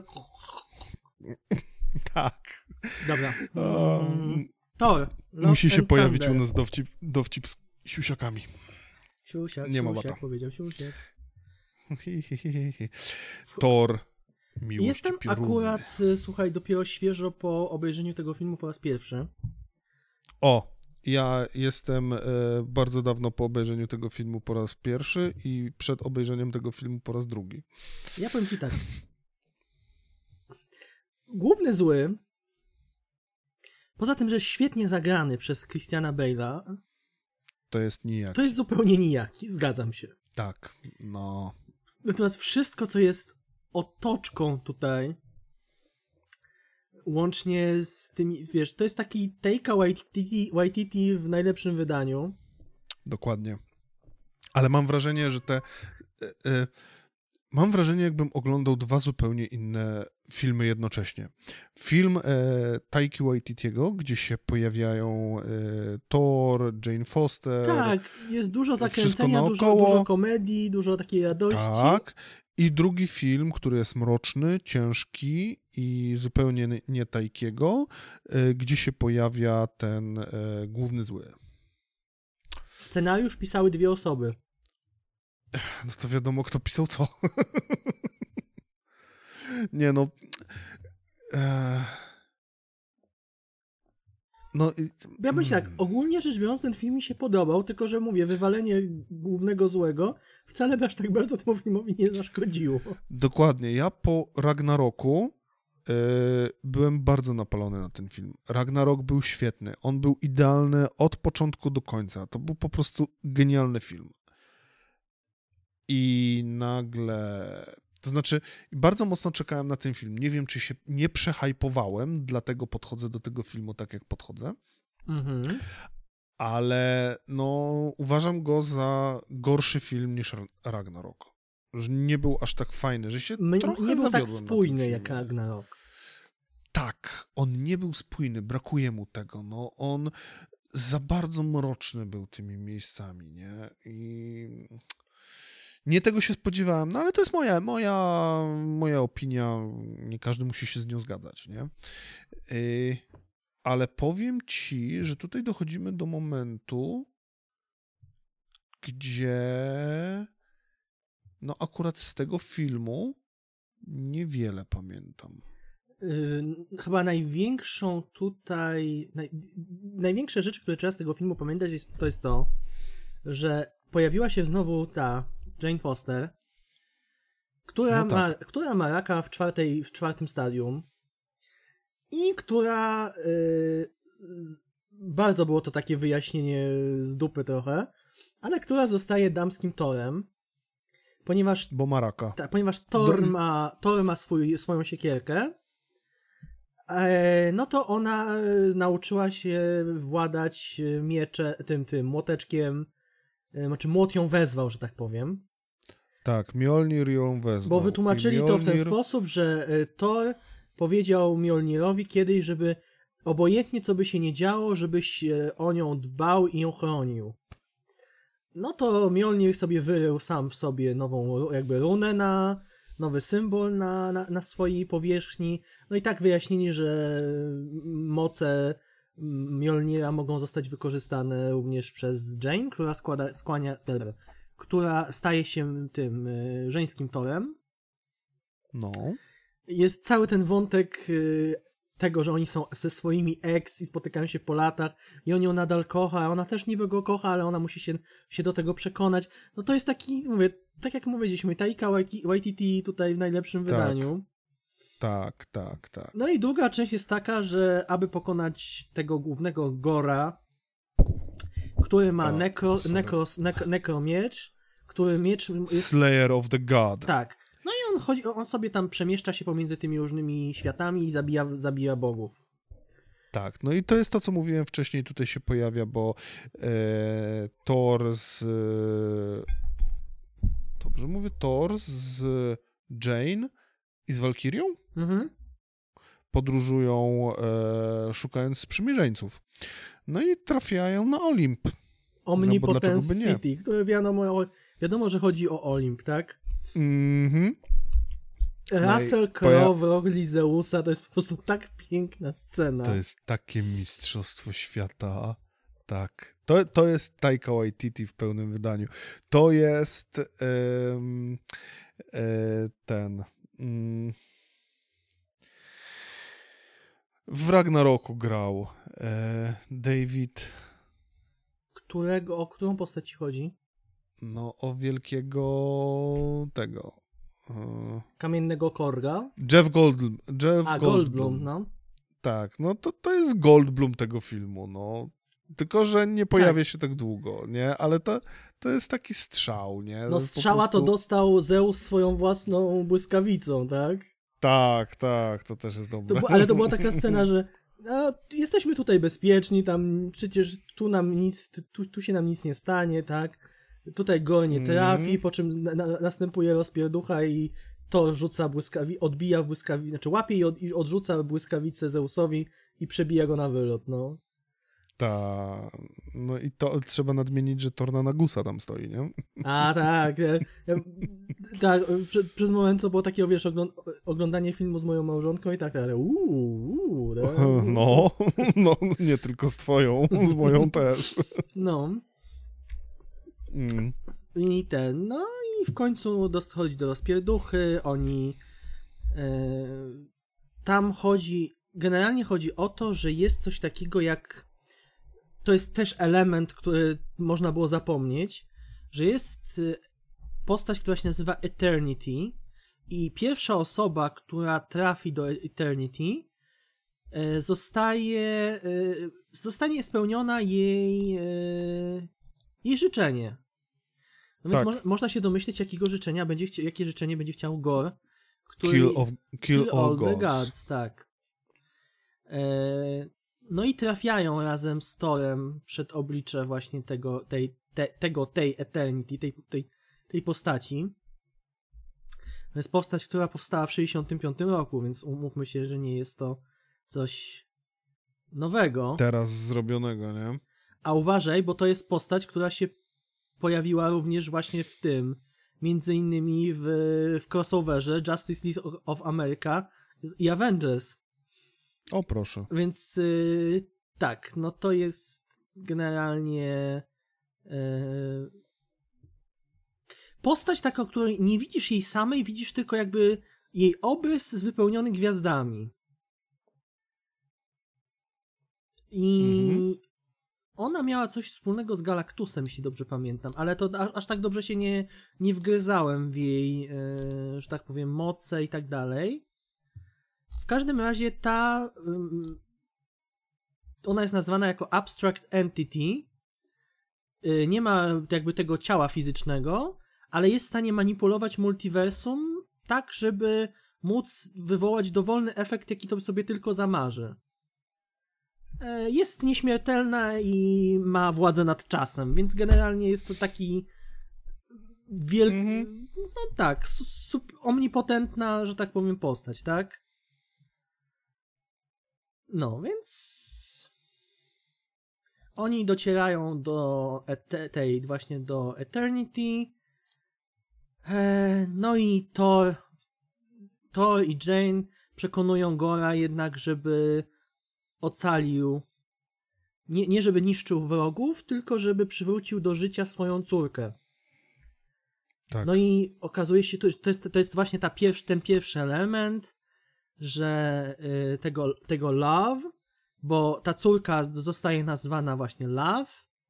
[SPEAKER 1] Tak.
[SPEAKER 2] Dobra. Thor.
[SPEAKER 1] Musi się pojawić u nas dowcip z siusiakami.
[SPEAKER 2] Siusiak,
[SPEAKER 1] nie ma
[SPEAKER 2] siusiak, powiedział siusiak.
[SPEAKER 1] Thor. Miłość
[SPEAKER 2] Jestem
[SPEAKER 1] pioruny.
[SPEAKER 2] akurat, słuchaj, dopiero świeżo po obejrzeniu tego filmu po raz pierwszy.
[SPEAKER 1] Ja jestem bardzo dawno po obejrzeniu tego filmu po raz pierwszy i przed obejrzeniem tego filmu po raz drugi.
[SPEAKER 2] Ja powiem ci tak. Główny zły, poza tym, że świetnie zagrany przez Christiana Bale'a,
[SPEAKER 1] to jest nijaki.
[SPEAKER 2] To jest zupełnie nijaki, zgadzam się.
[SPEAKER 1] Tak, no.
[SPEAKER 2] Natomiast wszystko, co jest otoczką tutaj, łącznie z tymi, wiesz, to jest taki Taika Waititi w najlepszym wydaniu.
[SPEAKER 1] Dokładnie. Ale mam wrażenie, że mam wrażenie, jakbym oglądał dwa zupełnie inne filmy jednocześnie. Film Taiki Waititiego, gdzie się pojawiają Thor, Jane Foster.
[SPEAKER 2] Tak, jest dużo zakręcenia, dużo komedii, dużo takiej radości.
[SPEAKER 1] Tak. I drugi film, który jest mroczny, ciężki i zupełnie nie Tajkiego, gdzie się pojawia ten główny zły.
[SPEAKER 2] Scenariusz pisały 2 osoby.
[SPEAKER 1] No to wiadomo, kto pisał co. Nie no... No,
[SPEAKER 2] ja myślę tak, ogólnie rzecz biorąc ten film mi się podobał, tylko że mówię, wywalenie głównego złego wcale aż tak bardzo temu filmowi nie zaszkodziło.
[SPEAKER 1] Dokładnie. Ja po Ragnaroku byłem bardzo napalony na ten film. Ragnarok był świetny. On był idealny od początku do końca. To był po prostu genialny film. I nagle... To znaczy, bardzo mocno czekałem na ten film. Nie wiem, czy się nie przehajpowałem, dlatego podchodzę do tego filmu tak, jak podchodzę.
[SPEAKER 2] Mhm.
[SPEAKER 1] Ale no, uważam go za gorszy film niż Ragnarok. Że nie był aż tak fajny, że się trochę
[SPEAKER 2] nie był tak
[SPEAKER 1] zawiodłem
[SPEAKER 2] spójny jak Ragnarok.
[SPEAKER 1] Tak, on nie był spójny, brakuje mu tego. No, on za bardzo mroczny był tymi miejscami, nie? I nie tego się spodziewałem, no ale to jest moja opinia. Nie każdy musi się z nią zgadzać, nie? Ale powiem ci, że tutaj dochodzimy do momentu, gdzie no akurat z tego filmu niewiele pamiętam.
[SPEAKER 2] Chyba największą tutaj... Największe rzeczy, które trzeba z tego filmu pamiętać, to jest to, że pojawiła się znowu ta Jane Foster, która ma raka w 4. stadium i która bardzo było to takie wyjaśnienie z dupy trochę, ale która zostaje damskim Thorem, ponieważ...
[SPEAKER 1] Bo ma raka.
[SPEAKER 2] Ponieważ Thor ma swoją siekierkę, no to ona nauczyła się władać tym młoteczkiem, znaczy młot ją wezwał, że tak powiem.
[SPEAKER 1] Tak, Mjolnir ją wezwał.
[SPEAKER 2] Bo wytłumaczyli to w ten sposób, że Thor powiedział Mjolnirowi kiedyś, żeby obojętnie co by się nie działo, żebyś o nią dbał i ją chronił. No to Mjolnir sobie wyrył sam w sobie nową jakby runę nowy symbol na swojej powierzchni. No i tak wyjaśnili, że moce Mjolnira mogą zostać wykorzystane również przez Jane, która staje się tym żeńskim Thorem.
[SPEAKER 1] No.
[SPEAKER 2] Jest cały ten wątek tego, że oni są ze swoimi ex i spotykają się po latach i on ją nadal kocha, a ona też niby go kocha, ale ona musi się do tego przekonać. No to jest taki, mówię, tak jak mówiliśmy, Taika Waititi tutaj w najlepszym wydaniu.
[SPEAKER 1] Tak.
[SPEAKER 2] No i druga część jest taka, że aby pokonać tego głównego Gora, który ma nekromiecz, który miecz jest...
[SPEAKER 1] Slayer of the God.
[SPEAKER 2] Tak. No i on sobie tam przemieszcza się pomiędzy tymi różnymi światami i zabija bogów.
[SPEAKER 1] Tak, no i to jest to, co mówiłem wcześniej, tutaj się pojawia, bo Thor z... Dobrze mówię? Thor z Jane i z Walkirią podróżują szukając sprzymierzeńców. No i trafiają na Olimp.
[SPEAKER 2] Omnipotence City, które wiadomo, że chodzi o Olimp, tak?
[SPEAKER 1] Mhm.
[SPEAKER 2] Russell Crowe w roli Zeusa to jest po prostu tak piękna scena.
[SPEAKER 1] To jest takie mistrzostwo świata. Tak. To jest Taika Waititi w pełnym wydaniu. To jest w Ragnaroku grał David...
[SPEAKER 2] O którą postać ci chodzi?
[SPEAKER 1] No, o wielkiego tego...
[SPEAKER 2] Kamiennego Korga?
[SPEAKER 1] Jeff Goldblum.
[SPEAKER 2] No.
[SPEAKER 1] Tak, no to jest Goldblum tego filmu, no. Tylko, że nie pojawia się tak długo, nie? Ale to jest taki strzał, nie?
[SPEAKER 2] No strzała to dostał Zeus swoją własną błyskawicą, tak?
[SPEAKER 1] Tak, to też jest dobre.
[SPEAKER 2] Ale to była taka scena, że jesteśmy tutaj bezpieczni, tam przecież tu się nam nic nie stanie, tak? Tutaj go nie trafi, po czym następuje rozpierducha i to rzuca odbija w błyskawicę, znaczy łapie i odrzuca błyskawicę Zeusowi i przebija go na wylot, no.
[SPEAKER 1] No i to trzeba nadmienić, że Torna Nagusa tam stoi, nie?
[SPEAKER 2] A tak. Tak, przez moment to było takie, wiesz, oglądanie filmu z moją małżonką i tak, ale
[SPEAKER 1] No, nie tylko z twoją, z moją też.
[SPEAKER 2] No. No i w końcu dochodzi do rozpierduchy, oni tam generalnie chodzi o to, że jest coś takiego jak, to jest też element, który można było zapomnieć, że jest postać, która się nazywa Eternity i pierwsza osoba, która trafi do Eternity, zostanie spełniona jej życzenie. No więc
[SPEAKER 1] tak.
[SPEAKER 2] można się domyśleć, jakie życzenie będzie chciał Gore, który...
[SPEAKER 1] Kill all
[SPEAKER 2] the gods, tak. No i trafiają razem z Thorem przed oblicze właśnie tej Eternity, tej postaci. To jest postać, która powstała w 1965 roku, więc umówmy się, że nie jest to coś nowego.
[SPEAKER 1] Teraz zrobionego, nie?
[SPEAKER 2] A uważaj, bo to jest postać, która się pojawiła również właśnie w tym, między innymi w crossoverze Justice League of America i Avengers.
[SPEAKER 1] O, proszę.
[SPEAKER 2] Więc tak, no to jest generalnie postać taka, o której nie widzisz jej samej, widzisz tylko jakby jej obrys wypełniony gwiazdami. I ona miała coś wspólnego z Galactusem, jeśli dobrze pamiętam, ale to aż tak dobrze się nie wgryzałem w jej, że tak powiem, moce i tak dalej. W każdym razie ona jest nazwana jako Abstract Entity. Nie ma jakby tego ciała fizycznego, ale jest w stanie manipulować multiversum tak, żeby móc wywołać dowolny efekt, jaki to sobie tylko zamarzy. Jest nieśmiertelna i ma władzę nad czasem, więc generalnie jest to taki wielki, no tak, omnipotentna, że tak powiem, postać, tak? No, więc oni docierają do do Eternity. No i Thor i Jane przekonują Gora jednak, żeby ocalił, nie żeby niszczył wrogów, tylko żeby przywrócił do życia swoją córkę.
[SPEAKER 1] Tak.
[SPEAKER 2] No i okazuje się, to jest właśnie ten pierwszy element, że tego love, bo ta córka zostaje nazwana właśnie love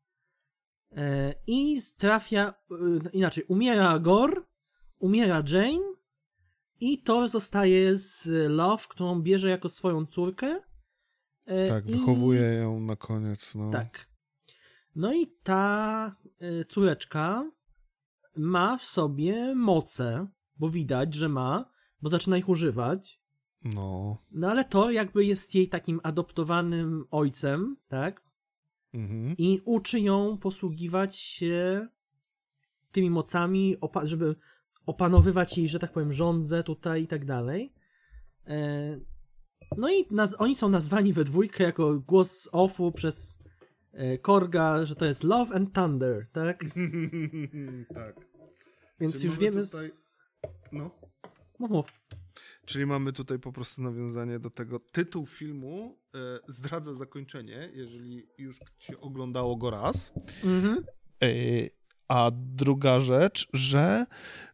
[SPEAKER 2] i umiera Gore, umiera Jane i Thor zostaje z love, którą bierze jako swoją córkę.
[SPEAKER 1] Tak, wychowuje ją na koniec. No.
[SPEAKER 2] Tak. No i ta córeczka ma w sobie moce, bo widać, że ma, bo zaczyna ich używać.
[SPEAKER 1] No
[SPEAKER 2] ale to jakby jest jej takim adoptowanym ojcem, tak? I uczy ją posługiwać się tymi mocami, żeby opanowywać jej, że tak powiem, żądzę tutaj i tak dalej. No i oni są nazwani we dwójkę jako głos offu przez Korga, że to jest Love and Thunder, tak?
[SPEAKER 1] Tak.
[SPEAKER 2] Więc
[SPEAKER 1] czyli
[SPEAKER 2] już wiemy...
[SPEAKER 1] Tutaj... No.
[SPEAKER 2] Mów.
[SPEAKER 1] Czyli mamy tutaj po prostu nawiązanie do tego. Tytuł filmu zdradza zakończenie, jeżeli już się oglądało go raz. A druga rzecz, że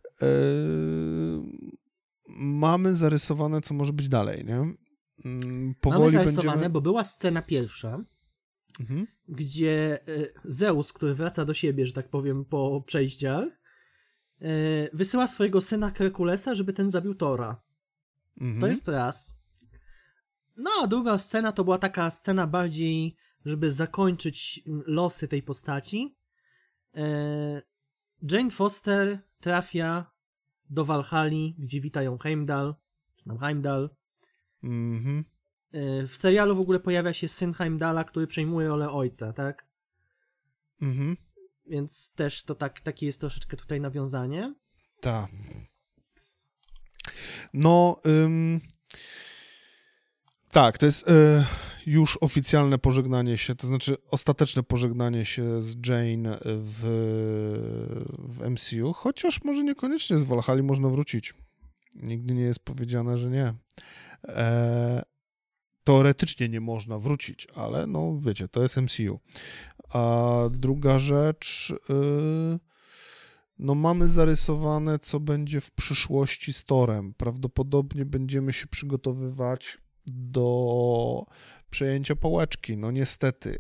[SPEAKER 1] mamy zarysowane, co może być dalej, nie?
[SPEAKER 2] Mamy zarysowane, bo była scena pierwsza, gdzie Zeus, który wraca do siebie, że tak powiem, po przejściach, wysyła swojego syna Herkulesa, żeby ten zabił Tora. To jest raz. No, a druga scena to była taka scena bardziej, żeby zakończyć losy tej postaci. Jane Foster trafia do Walhalli, gdzie wita ją Heimdall, czy tam Heimdall. W serialu w ogóle pojawia się syn Heimdalla, który przejmuje rolę ojca, tak? Więc też to takie jest troszeczkę tutaj nawiązanie.
[SPEAKER 1] Tak. No, tak, to jest już oficjalne pożegnanie się, to znaczy ostateczne pożegnanie się z Jane w MCU, chociaż może niekoniecznie z Valhalla można wrócić. Nigdy nie jest powiedziane, że nie. Teoretycznie nie można wrócić, ale no wiecie, to jest MCU. A druga rzecz, no mamy zarysowane, co będzie w przyszłości z Thorem. Prawdopodobnie będziemy się przygotowywać do przejęcia pałeczki. No niestety.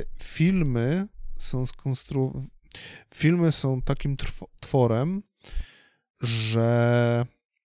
[SPEAKER 1] Filmy są takim tworem, że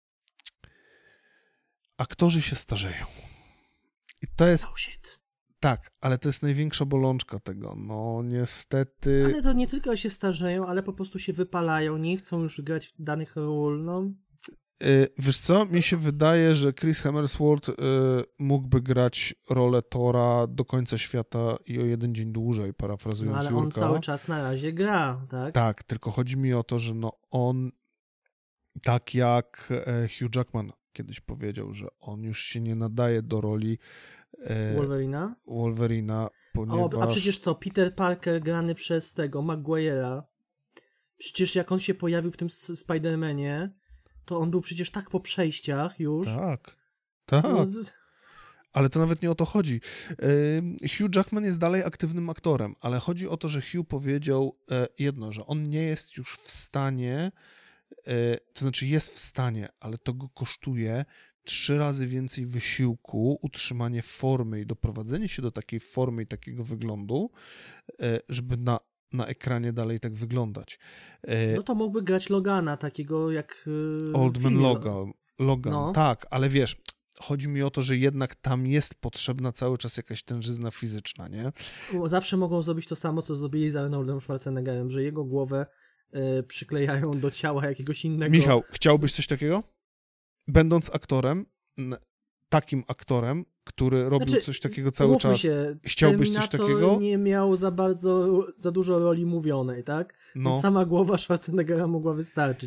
[SPEAKER 1] aktorzy się starzeją. I to jest...
[SPEAKER 2] Oh shit.
[SPEAKER 1] Tak, ale to jest największa bolączka tego. No niestety...
[SPEAKER 2] Ale to nie tylko się starzeją, ale po prostu się wypalają, nie chcą już grać w danych ról, no.
[SPEAKER 1] Wiesz co, mi się wydaje, że Chris Hemsworth mógłby grać rolę Thora do końca świata i o jeden dzień dłużej, parafrazując
[SPEAKER 2] ale
[SPEAKER 1] Jurka.
[SPEAKER 2] on cały czas na razie gra, tak?
[SPEAKER 1] Tak, tylko chodzi mi o to, że no on, tak jak Hugh Jackman kiedyś powiedział, że on już się nie nadaje do roli Wolverina, ponieważ...
[SPEAKER 2] A przecież co, Peter Parker grany przez tego Maguire'a, przecież jak on się pojawił w tym Spider-Manie, to on był przecież tak po przejściach już.
[SPEAKER 1] Tak.
[SPEAKER 2] No,
[SPEAKER 1] Ale to nawet nie o to chodzi. Hugh Jackman jest dalej aktywnym aktorem, ale chodzi o to, że Hugh powiedział jedno, że on nie jest już w stanie, to znaczy jest w stanie, ale to go kosztuje 3 razy więcej wysiłku, utrzymanie formy i doprowadzenie się do takiej formy i takiego wyglądu, żeby na ekranie dalej tak wyglądać.
[SPEAKER 2] No to mógłby grać Logana, takiego jak...
[SPEAKER 1] Old Man Logan,
[SPEAKER 2] no.
[SPEAKER 1] Tak, ale wiesz, chodzi mi o to, że jednak tam jest potrzebna cały czas jakaś tężyzna fizyczna, nie?
[SPEAKER 2] Zawsze mogą zrobić to samo, co zrobili z Arnoldem Schwarzeneggerem, że jego głowę przyklejają do ciała jakiegoś innego.
[SPEAKER 1] Michał, chciałbyś coś takiego? Będąc aktorem, takim aktorem, który robił coś takiego cały czas, chciałbyś coś takiego?
[SPEAKER 2] Nie miał za dużo roli mówionej, tak?
[SPEAKER 1] No.
[SPEAKER 2] Więc sama głowa Schwarzeneggera mogła wystarczyć.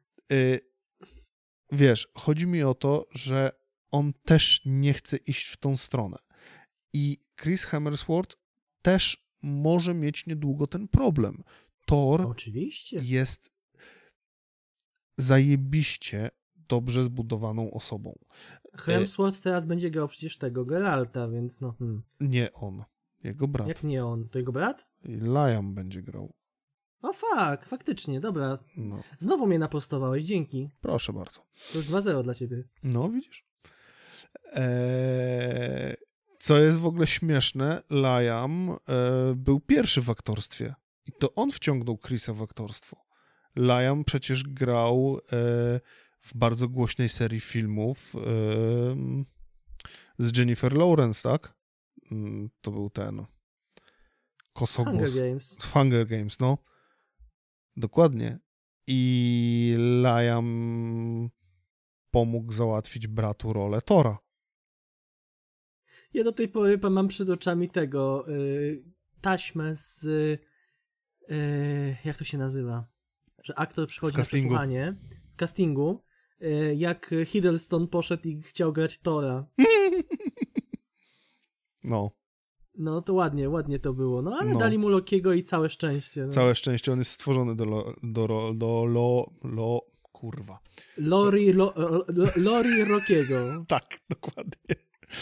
[SPEAKER 1] Wiesz, chodzi mi o to, że on też nie chce iść w tą stronę. I Chris Hemsworth też może mieć niedługo ten problem. Thor
[SPEAKER 2] Oczywiście.
[SPEAKER 1] jest zajebiście dobrze zbudowaną osobą.
[SPEAKER 2] Hemsworth teraz będzie grał przecież tego Geralta, więc no...
[SPEAKER 1] Nie on, jego brat.
[SPEAKER 2] Jak nie on? To jego brat?
[SPEAKER 1] Liam będzie grał.
[SPEAKER 2] O faktycznie, dobra.
[SPEAKER 1] No.
[SPEAKER 2] Znowu mnie napostowałeś, dzięki.
[SPEAKER 1] Proszę bardzo.
[SPEAKER 2] To już 2-0 dla ciebie.
[SPEAKER 1] No, widzisz. Co jest w ogóle śmieszne, Liam był pierwszy w aktorstwie. I to on wciągnął Chrisa w aktorstwo. Liam przecież grał w bardzo głośnej serii filmów z Jennifer Lawrence, tak? To był ten kosogłos.
[SPEAKER 2] Hunger Games.
[SPEAKER 1] Hunger Games, no. Dokładnie. I Liam pomógł załatwić bratu rolę Thora.
[SPEAKER 2] Ja do tej pory mam przed oczami tego taśmę z jak to się nazywa? Że aktor przychodzi na przesłuchanie z castingu, jak Hiddleston poszedł i chciał grać Thora.
[SPEAKER 1] No.
[SPEAKER 2] No to ładnie to było. No ale dali mu Lokiego i całe szczęście. No.
[SPEAKER 1] Całe szczęście, on jest stworzony kurwa.
[SPEAKER 2] Lori Rockiego.
[SPEAKER 1] Tak, dokładnie.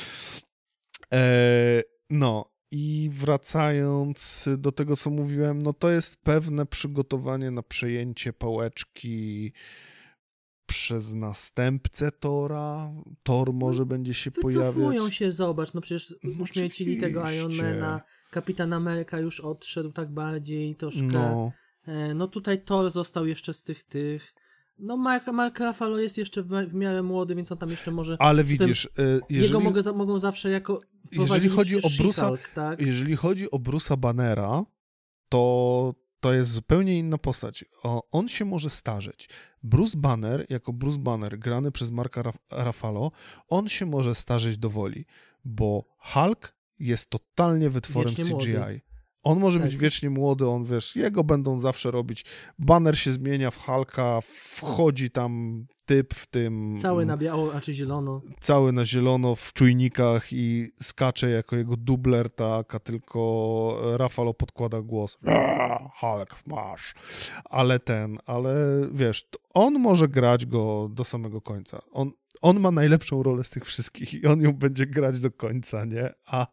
[SPEAKER 1] No i wracając do tego, co mówiłem, no to jest pewne przygotowanie na przejęcie pałeczki przez następcę Thora. Thor może będzie się pojawiać.
[SPEAKER 2] Wycofują się, zobacz, no przecież uśmiercili tego Ironmana, Kapitan Ameryka już odszedł tak bardziej troszkę. No tutaj Thor został jeszcze z tych. No Mark Ruffalo jest jeszcze w miarę młody, więc on tam jeszcze może...
[SPEAKER 1] Ale widzisz,
[SPEAKER 2] jego mogą zawsze jako...
[SPEAKER 1] Jeżeli chodzi o
[SPEAKER 2] She-Hulk, tak?
[SPEAKER 1] Jeżeli chodzi o Bruce'a Bannera, to jest zupełnie inna postać. On się może starzeć. Bruce Banner, jako Bruce Banner, grany przez Marka Ruffalo, on się może starzeć do woli, bo Hulk jest totalnie wytworem
[SPEAKER 2] Wiecznie
[SPEAKER 1] CGI.
[SPEAKER 2] młody.
[SPEAKER 1] On może być wiecznie młody, on wiesz, jego będą zawsze robić. Banner się zmienia w Hulka, wchodzi tam typ w tym...
[SPEAKER 2] Cały na biało, a czy zielono.
[SPEAKER 1] Cały na zielono w czujnikach i skacze jako jego dubler, tak, a tylko Ruffalo podkłada głos. Hulk smash. Ale wiesz, on może grać go do samego końca. On ma najlepszą rolę z tych wszystkich i on ją będzie grać do końca, nie?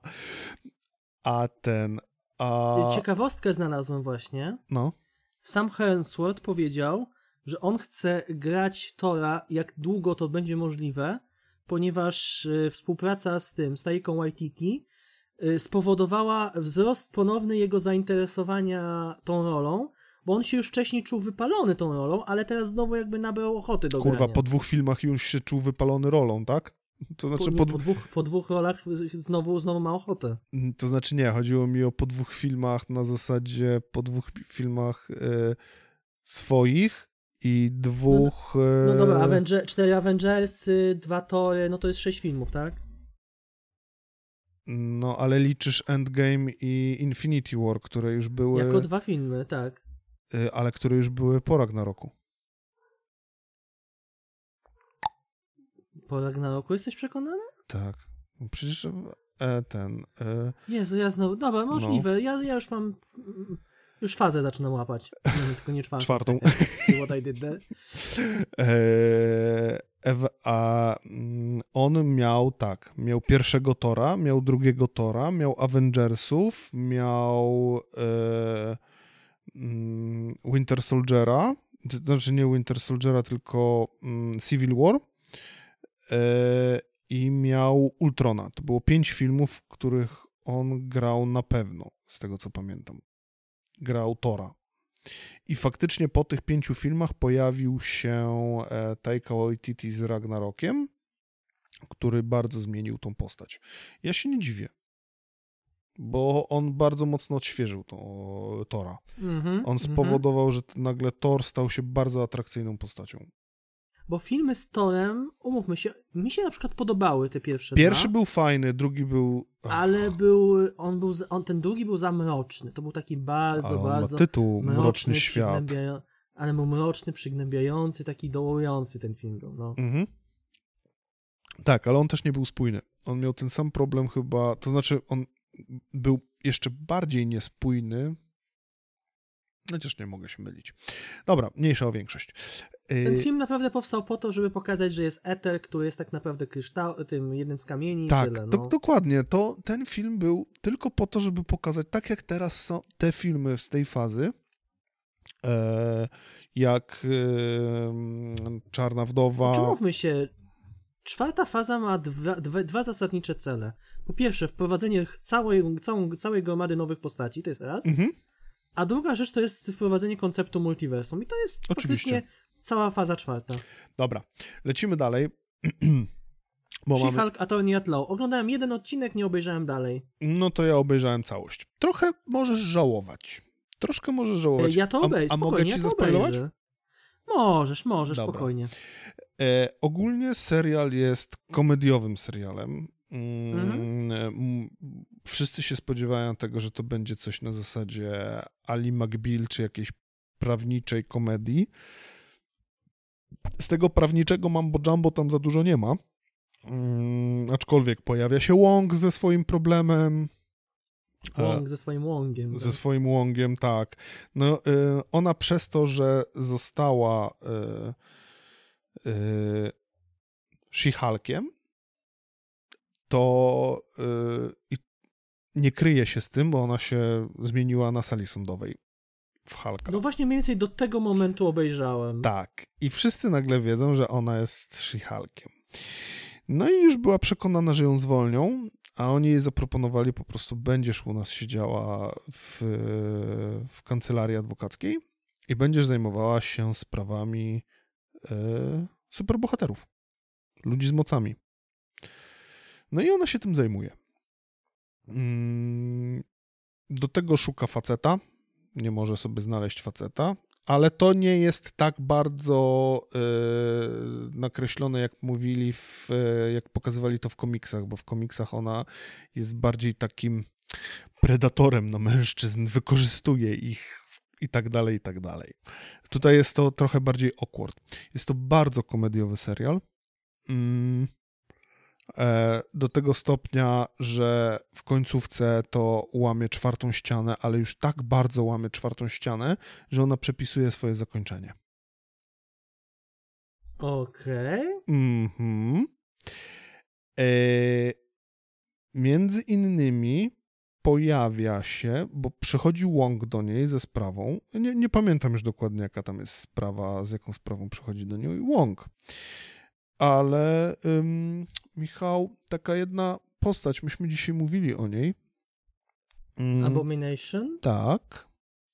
[SPEAKER 2] Ciekawostkę znalazłem właśnie.
[SPEAKER 1] No.
[SPEAKER 2] Sam Hemsworth powiedział, że on chce grać Thora jak długo to będzie możliwe, ponieważ współpraca z Taiką Waititi spowodowała wzrost ponowny jego zainteresowania tą rolą, bo on się już wcześniej czuł wypalony tą rolą, ale teraz znowu jakby nabrał ochoty do grania.
[SPEAKER 1] Po 2 filmach już się czuł wypalony rolą, tak? To znaczy
[SPEAKER 2] po dwóch rolach znowu ma ochotę.
[SPEAKER 1] To znaczy nie, chodziło mi o po 2 filmach na zasadzie po 2 filmach swoich i 2...
[SPEAKER 2] No dobra, 4 Avengers, 2 Thory, no to jest 6 filmów, tak?
[SPEAKER 1] No, ale liczysz Endgame i Infinity War, które już były...
[SPEAKER 2] Jako 2 filmy, tak.
[SPEAKER 1] Ale które już były po Ragnaroku.
[SPEAKER 2] Po Ragnaroku jesteś przekonany?
[SPEAKER 1] Tak. Przecież
[SPEAKER 2] Jezu, ja znowu... Dobra, możliwe. No. Ja już mam... Już fazę zaczynam łapać. Nie, tylko nie czwartą. See what I did there.
[SPEAKER 1] On miał pierwszego Tora, miał drugiego Tora, miał Avengersów, miał Winter Soldiera, to znaczy nie Winter Soldiera, tylko Civil War i miał Ultrona. To było 5 filmów, w których on grał na pewno, z tego co pamiętam. Grał Tora. I faktycznie po tych 5 filmach pojawił się Taika Waititi z Ragnarokiem, który bardzo zmienił tą postać. Ja się nie dziwię, bo on bardzo mocno odświeżył Tora. On spowodował, że nagle Thor stał się bardzo atrakcyjną postacią.
[SPEAKER 2] Bo filmy z Thorem, umówmy się, mi się na przykład podobały te pierwsze
[SPEAKER 1] Pierwszy był fajny, drugi był...
[SPEAKER 2] Ale ten drugi był za mroczny. To był taki bardzo
[SPEAKER 1] ma tytuł Mroczny Świat.
[SPEAKER 2] Ale był mroczny, przygnębiający, taki dołujący ten film był. No.
[SPEAKER 1] Tak, ale on też nie był spójny. On miał ten sam problem chyba, to znaczy on był jeszcze bardziej niespójny, chociaż nie mogę się mylić. Dobra, mniejsza o większość.
[SPEAKER 2] Ten film naprawdę powstał po to, żeby pokazać, że jest eter, który jest tak naprawdę tym jednym z kamieni.
[SPEAKER 1] Tak,
[SPEAKER 2] tyle, no.
[SPEAKER 1] dokładnie. Ten film był tylko po to, żeby pokazać, tak jak teraz są te filmy z tej fazy, jak Czarna Wdowa.
[SPEAKER 2] Mówmy się, 4. faza ma dwa zasadnicze cele. Po pierwsze, wprowadzenie całej gromady nowych postaci, to jest raz. A druga rzecz to jest wprowadzenie konceptu multiversum. I to jest praktycznie cała faza 4.
[SPEAKER 1] Dobra, lecimy dalej.
[SPEAKER 2] She-Hulk Attorney at Law. Oglądałem 1 odcinek, nie obejrzałem dalej.
[SPEAKER 1] No to ja obejrzałem całość. Trochę możesz żałować. Troszkę możesz żałować.
[SPEAKER 2] Ja to obejrzę.
[SPEAKER 1] A mogę ci zaspoilować?
[SPEAKER 2] Możesz, dobra. Spokojnie.
[SPEAKER 1] Ogólnie serial jest komediowym serialem. Wszyscy się spodziewają tego, że to będzie coś na zasadzie Ali McBeal, czy jakiejś prawniczej komedii. Z tego prawniczego mambo jumbo tam za dużo nie ma. Aczkolwiek pojawia się Wong ze swoim problemem.
[SPEAKER 2] Wong ze swoim Wongiem.
[SPEAKER 1] Ze swoim Wongiem, tak. No, ona przez to, że została She-Hulkiem, to nie kryje się z tym, bo ona się zmieniła na sali sądowej w Hulka.
[SPEAKER 2] No właśnie mniej więcej do tego momentu obejrzałem.
[SPEAKER 1] Tak. I wszyscy nagle wiedzą, że ona jest She-Hulkiem. No i już była przekonana, że ją zwolnią, a oni jej zaproponowali po prostu, będziesz u nas siedziała w kancelarii adwokackiej i będziesz zajmowała się sprawami superbohaterów. Ludzi z mocami. No i ona się tym zajmuje. Do tego szuka faceta. Nie może sobie znaleźć faceta, ale to nie jest tak bardzo nakreślone, jak mówili, jak pokazywali to w komiksach, bo w komiksach ona jest bardziej takim predatorem na mężczyzn, wykorzystuje ich i tak dalej, i tak dalej. Tutaj jest to trochę bardziej awkward. Jest to bardzo komediowy serial. Do tego stopnia, że w końcówce to łamie czwartą ścianę, ale już tak bardzo łamie czwartą ścianę, że ona przepisuje swoje zakończenie.
[SPEAKER 2] Okej.
[SPEAKER 1] Między innymi pojawia się, bo przychodzi Wong do niej ze sprawą, nie pamiętam już dokładnie, jaka tam jest sprawa, z jaką sprawą przychodzi do niej Wong. Ale Michał, taka jedna postać, myśmy dzisiaj mówili o niej.
[SPEAKER 2] Abomination?
[SPEAKER 1] Tak.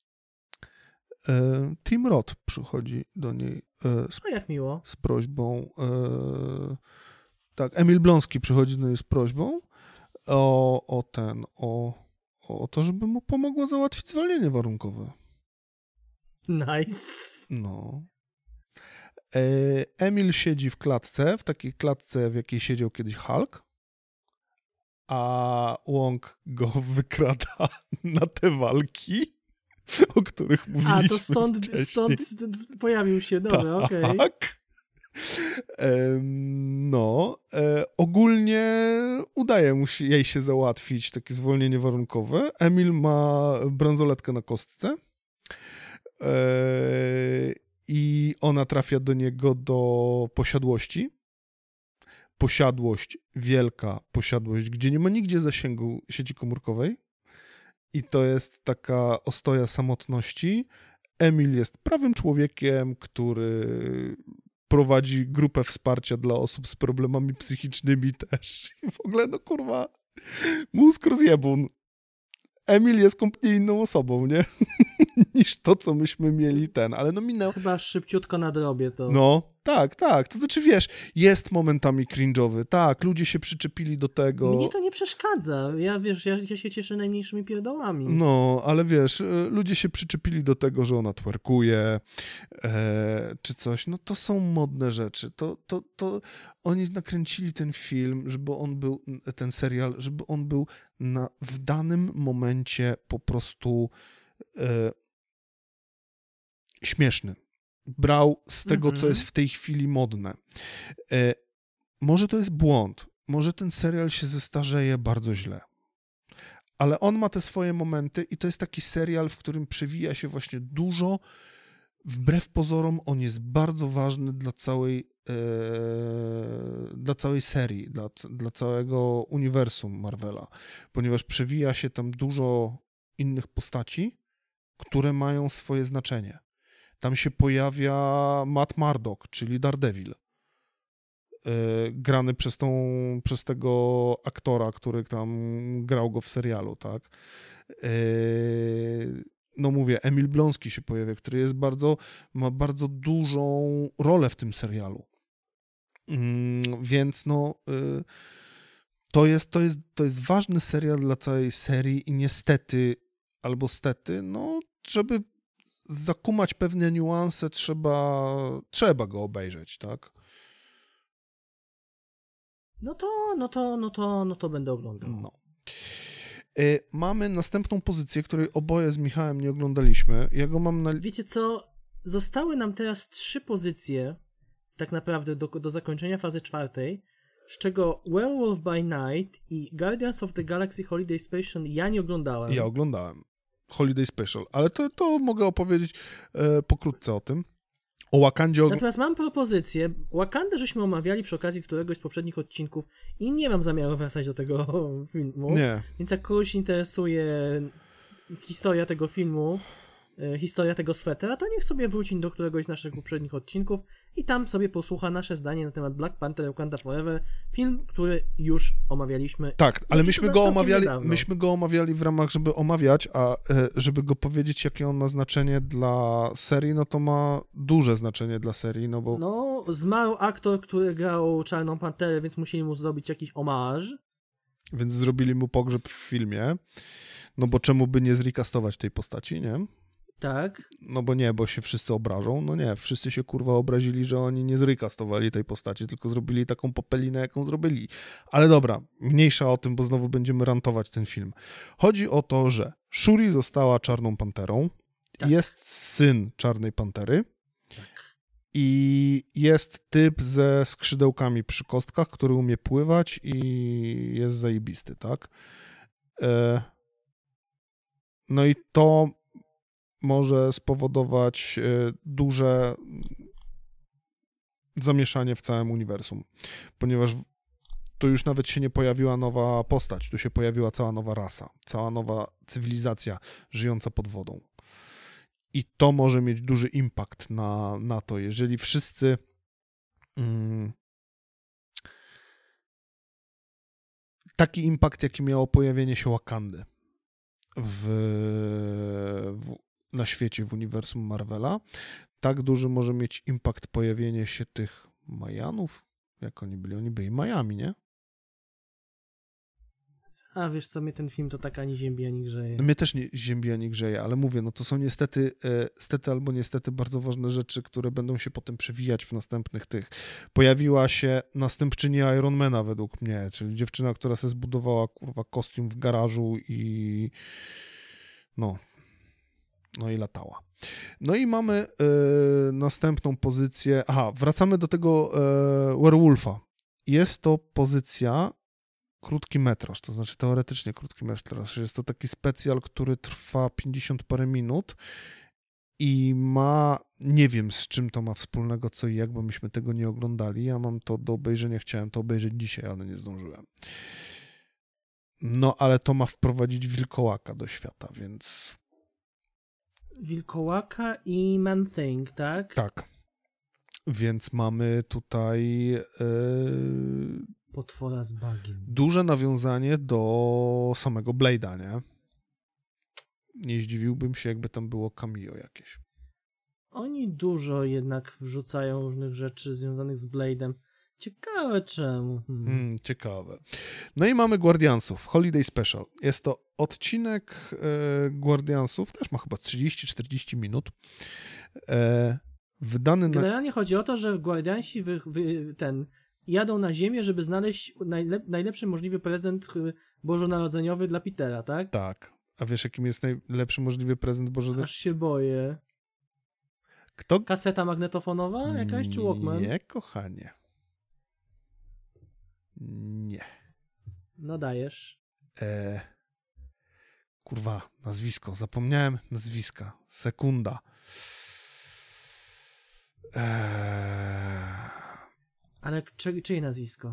[SPEAKER 1] Tim Roth przychodzi do niej
[SPEAKER 2] Jak miło.
[SPEAKER 1] z prośbą. Tak, Emil Bląski przychodzi do niej z prośbą o to, żeby mu pomogła załatwić zwolnienie warunkowe.
[SPEAKER 2] Nice.
[SPEAKER 1] No. Emil siedzi w klatce, w takiej klatce, w jakiej siedział kiedyś Hulk, a Wong go wykrada na te walki, o których mówiliśmy
[SPEAKER 2] A, to stąd pojawił się, dobra, okej.
[SPEAKER 1] Tak. Ogólnie udaje jej się załatwić takie zwolnienie warunkowe. Emil ma bransoletkę na kostce i ona trafia do niego do posiadłości. Posiadłość, wielka posiadłość, gdzie nie ma nigdzie zasięgu sieci komórkowej i to jest taka ostoja samotności. Emil jest prawym człowiekiem, który prowadzi grupę wsparcia dla osób z problemami psychicznymi też. I w ogóle, no kurwa, mózg rozjebun. Emil jest kompletnie inną osobą, nie? Niż to, co myśmy mieli ale no minęło.
[SPEAKER 2] Chyba szybciutko nadrobię to.
[SPEAKER 1] No, tak. To znaczy, wiesz, jest momentami cringe'owy, tak, ludzie się przyczepili do tego.
[SPEAKER 2] Mnie to nie przeszkadza. Ja się cieszę najmniejszymi pierdołami.
[SPEAKER 1] No, ale wiesz, ludzie się przyczepili do tego, że ona twerkuje, czy coś. No to są modne rzeczy. To oni nakręcili ten film, żeby on był, ten serial, żeby on był w danym momencie po prostu śmieszny. Brał z tego, co jest w tej chwili modne. Może to jest błąd. Może ten serial się zestarzeje bardzo źle. Ale on ma te swoje momenty i to jest taki serial, w którym przewija się właśnie dużo. Wbrew pozorom on jest bardzo ważny dla całej serii, dla całego uniwersum Marvela, ponieważ przewija się tam dużo innych postaci, które mają swoje znaczenie. Tam się pojawia Matt Murdock, czyli Daredevil, grany przez tego aktora, który tam grał go w serialu, tak? No mówię, Emil Bląski się pojawia, który ma bardzo dużą rolę w tym serialu. Więc no to jest ważny serial dla całej serii i niestety albo stety, no żeby zakumać pewne niuanse, trzeba go obejrzeć, tak?
[SPEAKER 2] No to będę oglądał.
[SPEAKER 1] No. Mamy następną pozycję, której oboje z Michałem nie oglądaliśmy. Ja go mam
[SPEAKER 2] Wiecie co? Zostały nam teraz 3 pozycje tak naprawdę do zakończenia fazy 4, z czego Werewolf by Night i Guardians of the Galaxy Holiday Special ja nie oglądałem.
[SPEAKER 1] Ja oglądałem Holiday Special, ale to mogę opowiedzieć pokrótce o tym. O Wakandzie...
[SPEAKER 2] Natomiast mam propozycję. Wakandę żeśmy omawiali przy okazji któregoś z poprzednich odcinków i nie mam zamiaru wracać do tego filmu.
[SPEAKER 1] Nie.
[SPEAKER 2] Więc jak kogoś interesuje historia tego filmu, historia tego swetra, to niech sobie wróci do któregoś z naszych poprzednich odcinków i tam sobie posłucha nasze zdanie na temat Black Panther Wakanda Forever, film, który już omawialiśmy.
[SPEAKER 1] Tak, ale myśmy go omawiali w ramach, żeby omawiać, a żeby go powiedzieć, jakie on ma znaczenie dla serii, no to ma duże znaczenie dla serii, no bo...
[SPEAKER 2] No, zmarł aktor, który grał Czarną Panterę, więc musieli mu zrobić jakiś omaż.
[SPEAKER 1] Więc zrobili mu pogrzeb w filmie, no bo czemu by nie zrecastować tej postaci, nie?
[SPEAKER 2] Tak.
[SPEAKER 1] No bo nie, bo się wszyscy obrażą. No nie, wszyscy się kurwa obrazili, że oni nie zrykastowali tej postaci, tylko zrobili taką popelinę, jaką zrobili. Ale dobra, mniejsza o tym, bo znowu będziemy rantować ten film. Chodzi o to, że Shuri została Czarną Panterą,
[SPEAKER 2] Tak.
[SPEAKER 1] jest syn Czarnej Pantery
[SPEAKER 2] Tak.
[SPEAKER 1] i jest typ ze skrzydełkami przy kostkach, który umie pływać i jest zajebisty, tak? No i to może spowodować duże zamieszanie w całym uniwersum, ponieważ tu już nawet się nie pojawiła nowa postać, tu się pojawiła cała nowa rasa, cała nowa cywilizacja żyjąca pod wodą. I to może mieć duży impact na to, jeżeli wszyscy taki impact, jaki miało pojawienie się Wakandy na świecie, w uniwersum Marvela, tak duży może mieć impact pojawienie się tych Majanów. Jak oni byli? Oni byli Majami, nie?
[SPEAKER 2] A wiesz co, mnie ten film to tak ani ziębi, ani grzeje.
[SPEAKER 1] Mnie też nie ziębi ani grzeje, ale mówię, no to są niestety albo niestety bardzo ważne rzeczy, które będą się potem przewijać w następnych tych. Pojawiła się następczyni Ironmana według mnie, czyli dziewczyna, która sobie zbudowała kurwa kostium w garażu i no i latała. No i mamy następną pozycję. Aha, wracamy do tego Werewolfa. Jest to pozycja krótki metraż, to znaczy teoretycznie krótki metraż. Jest to taki specjal, który trwa 50 parę minut i ma, nie wiem z czym to ma wspólnego, co i jak, bo myśmy tego nie oglądali. Ja mam to do obejrzenia, chciałem to obejrzeć dzisiaj, ale nie zdążyłem. No, ale to ma wprowadzić wilkołaka do świata, więc...
[SPEAKER 2] Wilkołaka i Man-Thing, tak?
[SPEAKER 1] Tak. Więc mamy tutaj...
[SPEAKER 2] Potwora z bagiem.
[SPEAKER 1] duże nawiązanie do samego Blade'a, nie? Nie zdziwiłbym się, jakby tam było cameo jakieś.
[SPEAKER 2] Oni dużo jednak wrzucają różnych rzeczy związanych z Blade'em. Ciekawe czemu.
[SPEAKER 1] Ciekawe. No i mamy Guardiansów, Holiday Special. Jest to odcinek Guardiansów, też ma chyba 30-40 minut. Wydany na...
[SPEAKER 2] Generalnie chodzi o to, że Guardiansi jadą na ziemię, żeby znaleźć najlepszy możliwy prezent bożonarodzeniowy dla Petera, tak?
[SPEAKER 1] Tak. A wiesz, jakim jest najlepszy możliwy prezent bożonarodzeniowy?
[SPEAKER 2] Aż się boję.
[SPEAKER 1] Kto?
[SPEAKER 2] Kaseta magnetofonowa jakaś, czy Walkman?
[SPEAKER 1] Nie, kochanie. Nie.
[SPEAKER 2] No dajesz.
[SPEAKER 1] Kurwa, nazwisko. Zapomniałem nazwiska. Sekunda.
[SPEAKER 2] Ale czyje nazwisko?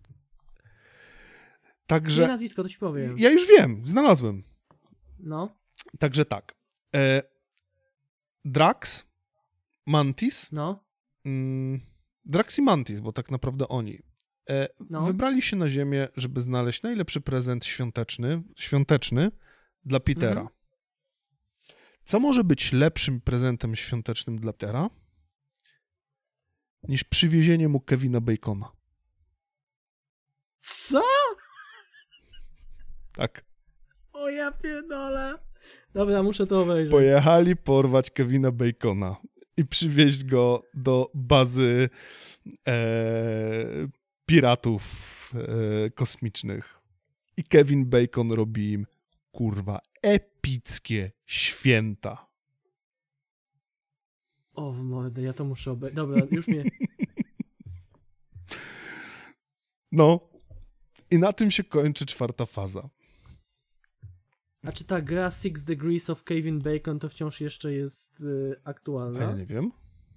[SPEAKER 1] Także...
[SPEAKER 2] Czyje nazwisko, to ci powiem.
[SPEAKER 1] Ja już wiem, znalazłem.
[SPEAKER 2] No.
[SPEAKER 1] Także tak. Drax, Mantis.
[SPEAKER 2] No.
[SPEAKER 1] Drax i Mantis, bo tak naprawdę oni. Wybrali się na ziemię, żeby znaleźć najlepszy prezent świąteczny dla Petera. Co może być lepszym prezentem świątecznym dla Petera niż przywiezienie mu Kevina Bacona?
[SPEAKER 2] Co?
[SPEAKER 1] Tak.
[SPEAKER 2] O ja pierdolę. Dobra, muszę to obejrzeć.
[SPEAKER 1] Pojechali porwać Kevina Bacona i przywieźć go do bazy piratów kosmicznych. I Kevin Bacon robi im, kurwa, epickie święta.
[SPEAKER 2] O w mordę, ja to muszę obejrzeć. Dobra, już mnie...
[SPEAKER 1] No. I na tym się kończy 4. faza.
[SPEAKER 2] A czy ta gra Six Degrees of Kevin Bacon to wciąż jeszcze jest aktualna?
[SPEAKER 1] A ja nie wiem.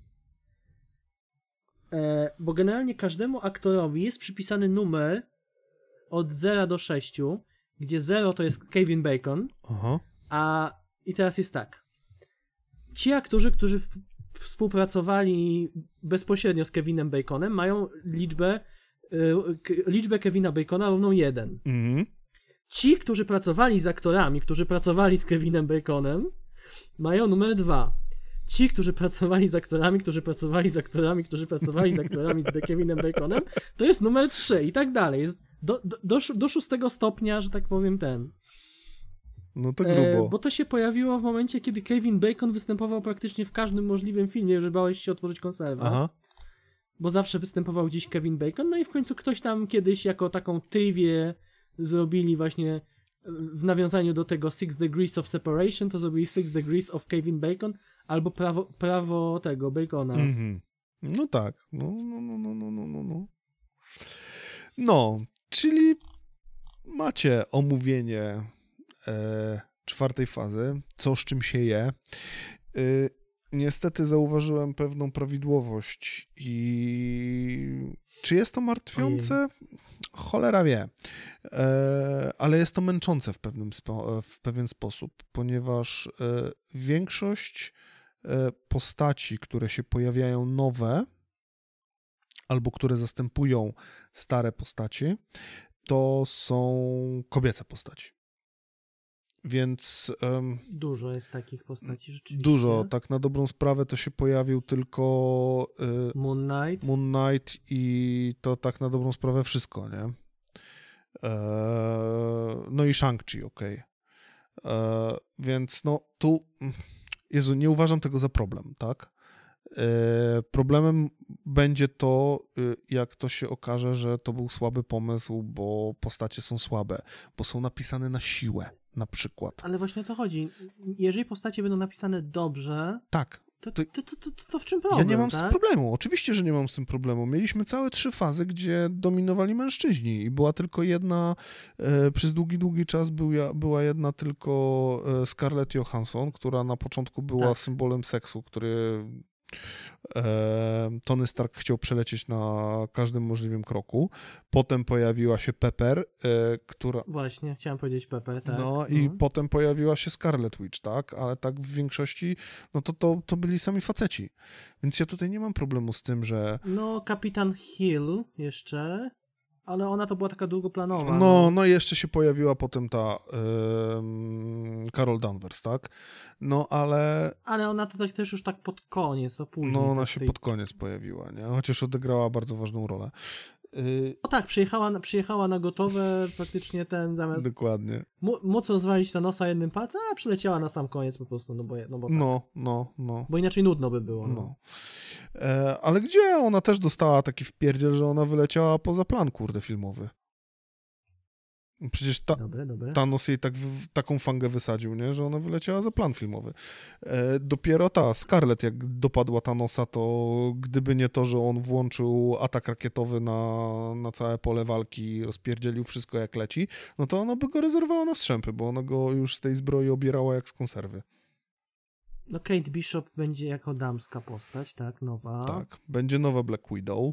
[SPEAKER 2] Bo generalnie każdemu aktorowi jest przypisany numer od 0 do 6, gdzie 0 to jest Kevin Bacon, i teraz jest tak. Ci aktorzy, którzy współpracowali bezpośrednio z Kevinem Baconem, mają liczbę Kevina Bacona równą 1. Ci, którzy pracowali z aktorami, którzy pracowali z Kevinem Baconem, mają numer 2. Ci, którzy pracowali z aktorami, którzy pracowali z aktorami, którzy pracowali z aktorami z Kevinem Baconem, to jest numer 3 i tak dalej. Jest do 6 stopnia, że tak powiem, ten.
[SPEAKER 1] No to grubo.
[SPEAKER 2] Bo to się pojawiło w momencie, kiedy Kevin Bacon występował praktycznie w każdym możliwym filmie, że bałeś się otworzyć konserwę.
[SPEAKER 1] Aha.
[SPEAKER 2] Bo zawsze występował gdzieś Kevin Bacon, no i w końcu ktoś tam kiedyś jako taką trivię zrobili właśnie w nawiązaniu do tego Six Degrees of Separation, to zrobili Six Degrees of Kevin Bacon, albo prawo tego Bacona.
[SPEAKER 1] No tak. No, czyli macie omówienie czwartej fazy, co z czym się je. Niestety zauważyłem pewną prawidłowość i czy jest to martwiące? Cholera wie. Ale jest to męczące w pewien sposób, ponieważ większość postaci, które się pojawiają nowe albo które zastępują stare postaci, to są kobiece postaci. Więc...
[SPEAKER 2] dużo jest takich postaci rzeczywiście.
[SPEAKER 1] Dużo. Tak na dobrą sprawę to się pojawił tylko
[SPEAKER 2] Moon
[SPEAKER 1] Knight i to tak na dobrą sprawę wszystko, nie? No i Shang-Chi, okej. Więc no tu... Jezu, nie uważam tego za problem, tak? Problemem będzie to, jak to się okaże, że to był słaby pomysł, bo postacie są słabe, bo są napisane na siłę, na przykład.
[SPEAKER 2] Ale właśnie o to chodzi. Jeżeli postacie będą napisane dobrze,
[SPEAKER 1] tak,
[SPEAKER 2] to w czym problem?
[SPEAKER 1] Ja nie mam
[SPEAKER 2] tak?
[SPEAKER 1] z tym problemu. Oczywiście, że nie mam z tym problemu. Mieliśmy całe 3 fazy, gdzie dominowali mężczyźni i była tylko jedna, przez długi czas była jedna tylko Scarlett Johansson, która na początku była symbolem seksu, który Tony Stark chciał przelecieć na każdym możliwym kroku. Potem pojawiła się Pepper, która...
[SPEAKER 2] Właśnie, chciałem powiedzieć Pepper, tak.
[SPEAKER 1] No i potem pojawiła się Scarlet Witch, tak? Ale tak w większości, no to byli sami faceci. Więc ja tutaj nie mam problemu z tym, że...
[SPEAKER 2] No, Kapitan Hill jeszcze... Ale ona to była taka długoplanowa.
[SPEAKER 1] No jeszcze się pojawiła potem ta Carol Danvers, tak? No, ale...
[SPEAKER 2] Ale ona to też już tak pod koniec, to później.
[SPEAKER 1] No, ona się pod koniec pojawiła, nie? Chociaż odegrała bardzo ważną rolę.
[SPEAKER 2] No tak, przyjechała na gotowe, praktycznie zamiast...
[SPEAKER 1] Dokładnie.
[SPEAKER 2] Móc rozwalić Thanosa jednym palcem, a przyleciała na sam koniec po prostu, bo tak.
[SPEAKER 1] No.
[SPEAKER 2] Bo inaczej nudno by było.
[SPEAKER 1] No. Ale gdzie ona też dostała taki wpierdziel, że ona wyleciała poza plan, kurde, filmowy. Przecież Thanos jej taką fangę wysadził, nie? Że ona wyleciała za plan filmowy. Dopiero ta Scarlett, jak dopadła Thanosa, to gdyby nie to, że on włączył atak rakietowy na całe pole walki i rozpierdzielił wszystko jak leci, no to ona by go rezerwowała na strzępy, bo ona go już z tej zbroi obierała jak z konserwy.
[SPEAKER 2] No Kate Bishop będzie jako damska postać, tak? Nowa.
[SPEAKER 1] Tak, będzie nowa Black Widow.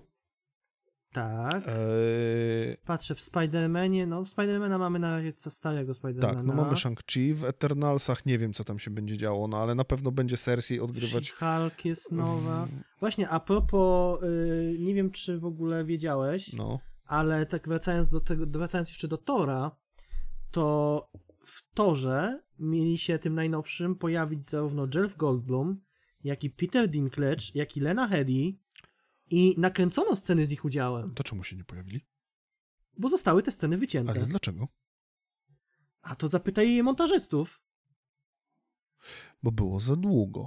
[SPEAKER 2] Tak. Patrzę w Spider-Manie, no w Spider-Mana mamy na razie starego Spider-Mana.
[SPEAKER 1] Tak, no mamy Shang-Chi, w Eternalsach nie wiem, co tam się będzie działo, no ale na pewno będzie Cersei odgrywać...
[SPEAKER 2] Hulk jest nowa. Właśnie, a propos, nie wiem, czy w ogóle wiedziałeś, ale tak wracając jeszcze do Thora, to w Thorze mieli się tym najnowszym pojawić zarówno Jeff Goldblum, jak i Peter Dinklage, jak i Lena Headey, i nakręcono sceny z ich udziałem.
[SPEAKER 1] To czemu się nie pojawili?
[SPEAKER 2] Bo zostały te sceny wycięte.
[SPEAKER 1] Ale dlaczego?
[SPEAKER 2] A to zapytaj montażystów.
[SPEAKER 1] Bo było za długo.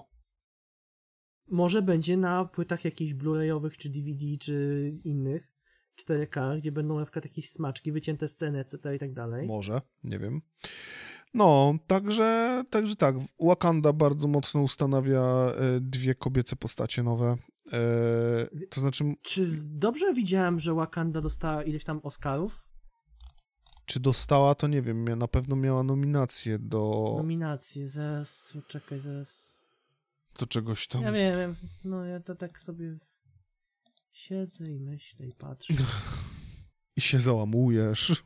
[SPEAKER 2] Może będzie na płytach jakichś Blu-rayowych, czy DVD, czy innych 4K, gdzie będą na przykład jakieś smaczki, wycięte sceny, etc. i tak dalej.
[SPEAKER 1] Może, nie wiem. No, także tak. Wakanda bardzo mocno ustanawia 2 kobiece postacie nowe. To znaczy...
[SPEAKER 2] Czy dobrze widziałem, że Wakanda dostała ileś tam Oscarów?
[SPEAKER 1] Czy dostała, to nie wiem. Na pewno miała nominację do...
[SPEAKER 2] Nominację, zaraz, czekaj.
[SPEAKER 1] Do czegoś tam.
[SPEAKER 2] Ja wiem, no ja to tak sobie siedzę i myślę i patrzę.
[SPEAKER 1] I się załamujesz.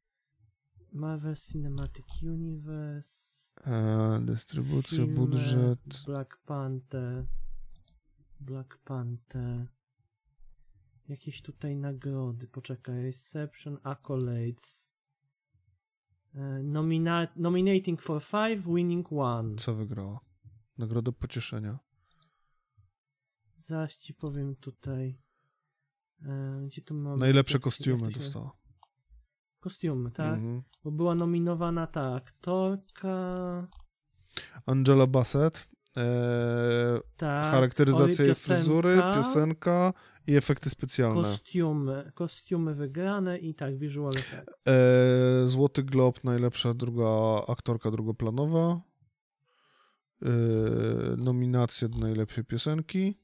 [SPEAKER 2] Marvel Cinematic Universe.
[SPEAKER 1] Dystrybucja,
[SPEAKER 2] filmy,
[SPEAKER 1] budżet.
[SPEAKER 2] Black Panther. Jakieś tutaj nagrody. Poczekaj. Reception, accolades. Nominating for 5, winning 1.
[SPEAKER 1] Co wygrała? Nagrodę pocieszenia.
[SPEAKER 2] Zaś ci powiem tutaj. Gdzie tu mamy?
[SPEAKER 1] Najlepsze kostiumy dostała.
[SPEAKER 2] Kostiumy, tak? Bo była nominowana ta aktorka...
[SPEAKER 1] Angela Bassett, charakteryzacja jej fryzury, piosenka i efekty specjalne.
[SPEAKER 2] Kostiumy wygrane i tak, visual effects.
[SPEAKER 1] Złoty Glob, najlepsza druga aktorka drugoplanowa. Nominacje do najlepszej piosenki.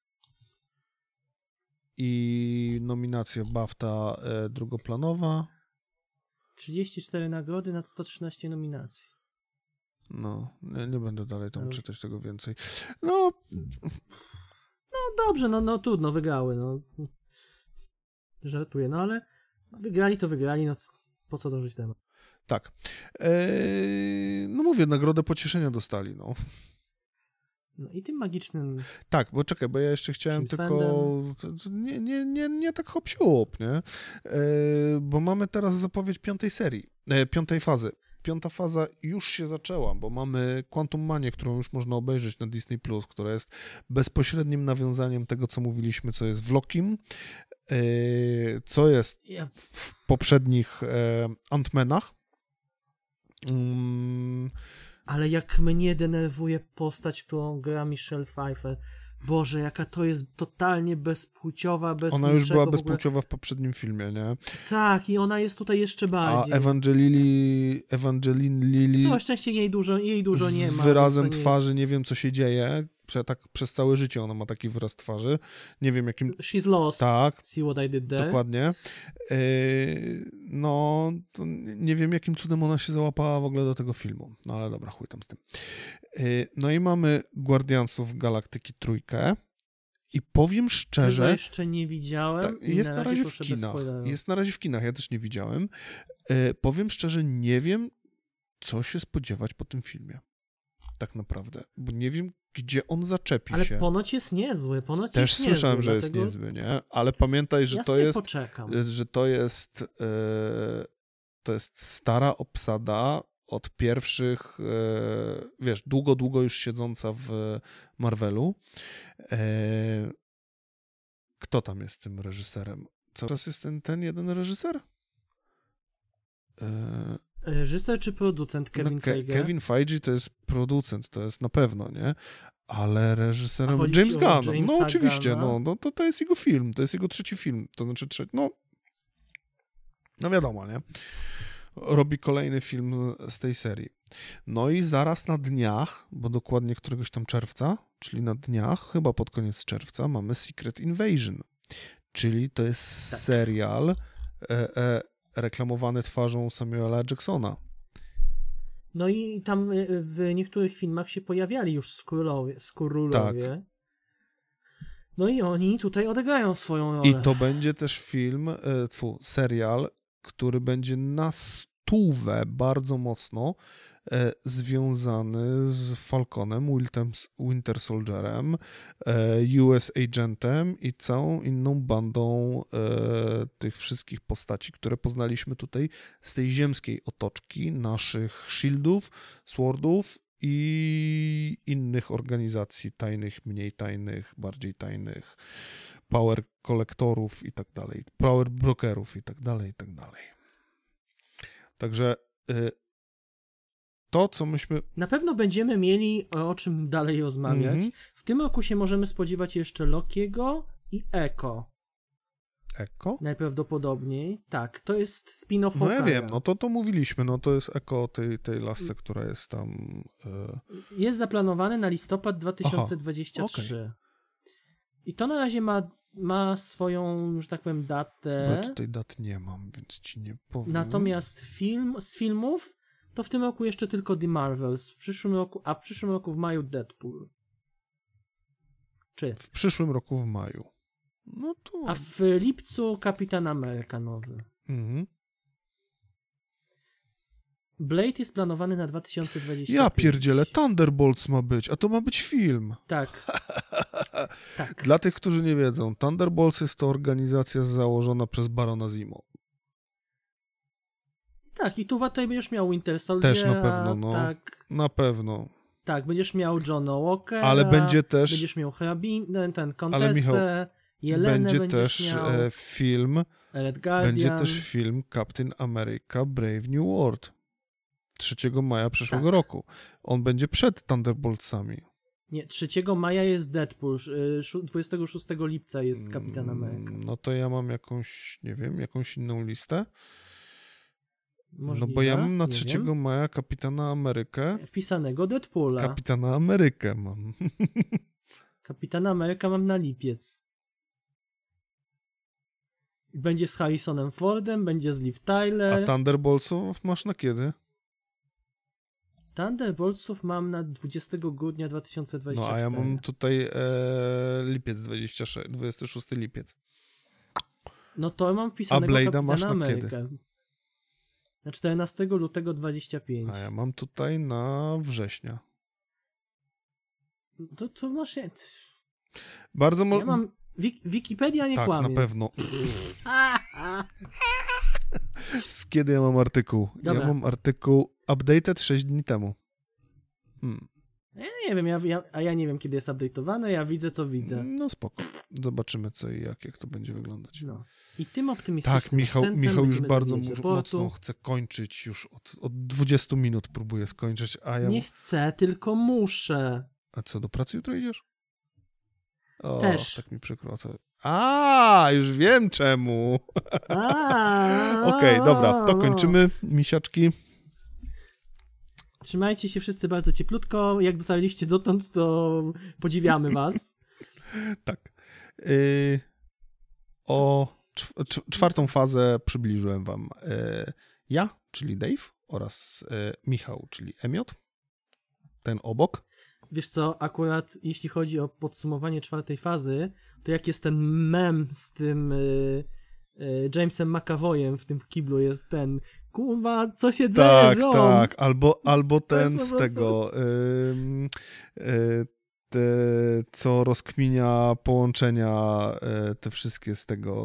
[SPEAKER 1] I nominacja BAFTA drugoplanowa.
[SPEAKER 2] 34 nagrody na 113 nominacji.
[SPEAKER 1] No, nie będę dalej tam czytać tego więcej. No
[SPEAKER 2] dobrze, no trudno, wygrały, no. Żartuję, no ale wygrali to wygrali, no po co dążyć temat?
[SPEAKER 1] Tak. No mówię, nagrodę pocieszenia dostali, no.
[SPEAKER 2] No i tym magicznym...
[SPEAKER 1] Tak, bo czekaj, bo ja jeszcze chciałem tylko... Nie tak hop-siup, nie? Bo mamy teraz zapowiedź 5. serii, 5. fazy. 5. faza już się zaczęła, bo mamy Quantum Manię, którą już można obejrzeć na Disney+, która jest bezpośrednim nawiązaniem tego, co mówiliśmy, co jest w Lokim, co jest w poprzednich Ant-Manach.
[SPEAKER 2] Ale jak mnie denerwuje postać, którą gra Michelle Pfeiffer. Boże, jaka to jest totalnie bezpłciowa, bez
[SPEAKER 1] Ona już była
[SPEAKER 2] w
[SPEAKER 1] bezpłciowa w poprzednim filmie, nie?
[SPEAKER 2] Tak, i ona jest tutaj jeszcze bardziej.
[SPEAKER 1] A Evangeline Lilly...
[SPEAKER 2] Całe szczęście jej dużo nie ma.
[SPEAKER 1] Z wyrazem twarzy nie wiem, co się dzieje. Tak przez całe życie ona ma taki wyraz twarzy. Nie wiem, jakim...
[SPEAKER 2] She's lost.
[SPEAKER 1] Tak.
[SPEAKER 2] See what I did there.
[SPEAKER 1] Dokładnie. No, to nie wiem, jakim cudem ona się załapała w ogóle do tego filmu. No ale dobra, chuj tam z tym. No i mamy Guardiansów Galaktyki 3. I powiem szczerze...
[SPEAKER 2] Tego jeszcze nie widziałem.
[SPEAKER 1] Tak, jest na razie w kinach. Jest na razie w kinach, ja też nie widziałem. Powiem szczerze, nie wiem, co się spodziewać po tym filmie. Tak naprawdę. Bo nie wiem, gdzie on zaczepi się.
[SPEAKER 2] Ale ponoć jest niezły.
[SPEAKER 1] Też słyszałem, że jest niezły, nie? Ale pamiętaj, że to jest stara obsada od pierwszych, wiesz, długo już siedząca w Marvelu. Kto tam jest tym reżyserem? Cały czas jest ten jeden reżyser?
[SPEAKER 2] Reżyser czy producent Kevin Feige?
[SPEAKER 1] Kevin Feige to jest producent, to jest na pewno, nie? Ale reżyserem James Gunn. No oczywiście, no to jest jego film, to jest jego trzeci film, to znaczy no wiadomo, nie? Robi kolejny film z tej serii. No i zaraz na dniach, bo dokładnie któregoś tam czerwca, czyli na dniach, chyba pod koniec czerwca, mamy Secret Invasion, czyli to jest serial reklamowany twarzą Samuela Jacksona.
[SPEAKER 2] No i tam w niektórych filmach się pojawiali już Skrulowie. Tak. No i oni tutaj odegrają swoją rolę.
[SPEAKER 1] I to będzie też serial, który będzie na stówę bardzo mocno związany z Falconem, Winter Soldierem, US Agentem i całą inną bandą tych wszystkich postaci, które poznaliśmy tutaj z tej ziemskiej otoczki naszych Shieldów, Swordów i innych organizacji tajnych, mniej tajnych, bardziej tajnych, power kolektorów i tak dalej, power brokerów i tak dalej, i tak dalej. Także to, co myśmy...
[SPEAKER 2] Na pewno będziemy mieli o czym dalej rozmawiać. W tym roku się możemy spodziewać jeszcze Lokiego i Echo.
[SPEAKER 1] Echo?
[SPEAKER 2] Najprawdopodobniej. Tak, to jest spin-off
[SPEAKER 1] No
[SPEAKER 2] Hawkeye'a.
[SPEAKER 1] ja wiem, no to mówiliśmy, no to jest Echo tej lasce, która jest tam...
[SPEAKER 2] Jest zaplanowany na listopad 2023. Okay. I to na razie ma swoją, że tak powiem, datę.
[SPEAKER 1] Ja tutaj dat nie mam, więc ci nie powiem.
[SPEAKER 2] Natomiast z filmów to w tym roku jeszcze tylko The Marvels, w przyszłym roku w maju Deadpool. Czy?
[SPEAKER 1] W przyszłym roku w maju. No to...
[SPEAKER 2] A w lipcu Kapitan Ameryka nowy. Blade jest planowany na 2025.
[SPEAKER 1] Ja pierdzielę, Thunderbolts ma być, a to ma być film.
[SPEAKER 2] Tak. Tak.
[SPEAKER 1] Dla tych, którzy nie wiedzą, Thunderbolts jest to organizacja założona przez Barona Zemo.
[SPEAKER 2] Tak, i tutaj będziesz miał Winter Soldiera.
[SPEAKER 1] Też na pewno, no.
[SPEAKER 2] Tak.
[SPEAKER 1] Na pewno.
[SPEAKER 2] Tak, będziesz miał Johna Walkera.
[SPEAKER 1] Ale będzie też...
[SPEAKER 2] Będziesz miał Kontesę, Jelenę
[SPEAKER 1] będzie też
[SPEAKER 2] miał.
[SPEAKER 1] film
[SPEAKER 2] Red Guardian.
[SPEAKER 1] Będzie też film Captain America Brave New World 3 maja przyszłego roku. On będzie przed Thunderboltsami.
[SPEAKER 2] Nie, 3 maja jest Deadpool, 26 lipca jest Kapitan Ameryka.
[SPEAKER 1] No to ja mam jakąś, nie wiem, jakąś inną listę.
[SPEAKER 2] Możliwe,
[SPEAKER 1] no bo ja mam na 3 maja Kapitana Amerykę.
[SPEAKER 2] Wpisanego Deadpoola.
[SPEAKER 1] Kapitana Amerykę mam.
[SPEAKER 2] Kapitana Ameryka mam na lipiec. Będzie z Harrisonem Fordem, będzie z Liv Tyler.
[SPEAKER 1] A Thunderboltsów masz na kiedy?
[SPEAKER 2] Thunderboltsów mam na 20 grudnia 2024.
[SPEAKER 1] No a ja mam tutaj lipiec 26 lipiec.
[SPEAKER 2] No to mam wpisanego Kapitana
[SPEAKER 1] masz na
[SPEAKER 2] Amerykę.
[SPEAKER 1] kiedy?
[SPEAKER 2] Na 14 lutego 25.
[SPEAKER 1] A ja mam tutaj na września.
[SPEAKER 2] To masz...
[SPEAKER 1] Bardzo
[SPEAKER 2] Ja mam... Wikipedia nie kłamie.
[SPEAKER 1] Tak, na pewno. Z kiedy ja mam artykuł?
[SPEAKER 2] Dobra.
[SPEAKER 1] Ja mam artykuł updated 6 dni temu.
[SPEAKER 2] Ja nie wiem, ja nie wiem, kiedy jest update'owane, ja widzę, co widzę.
[SPEAKER 1] No spoko. Zobaczymy, co i jak to będzie wyglądać.
[SPEAKER 2] No. I tym optymistycznym
[SPEAKER 1] Tak, Michał już bardzo
[SPEAKER 2] zabijać
[SPEAKER 1] mocno chce kończyć. Już od 20 minut próbuje skończyć, a ja...
[SPEAKER 2] Nie chcę, tylko muszę.
[SPEAKER 1] A co, do pracy jutro idziesz? O,
[SPEAKER 2] Też.
[SPEAKER 1] tak mi przykro. Już wiem czemu. Okej, dobra, to kończymy, misiaczki.
[SPEAKER 2] Trzymajcie się wszyscy bardzo cieplutko. Jak dotarliście dotąd, to podziwiamy was.
[SPEAKER 1] Tak. Czwartą fazę przybliżyłem wam ja, czyli Dave, oraz Michał, czyli Emiot. Ten obok.
[SPEAKER 2] Wiesz co, akurat jeśli chodzi o podsumowanie 4. fazy, to jak jest ten mem z tym Jamesem McAvoyem w tym kiblu, jest ten kurwa, co się dzieje z on?
[SPEAKER 1] Tak, albo ten z tego co rozkminia połączenia te wszystkie z tego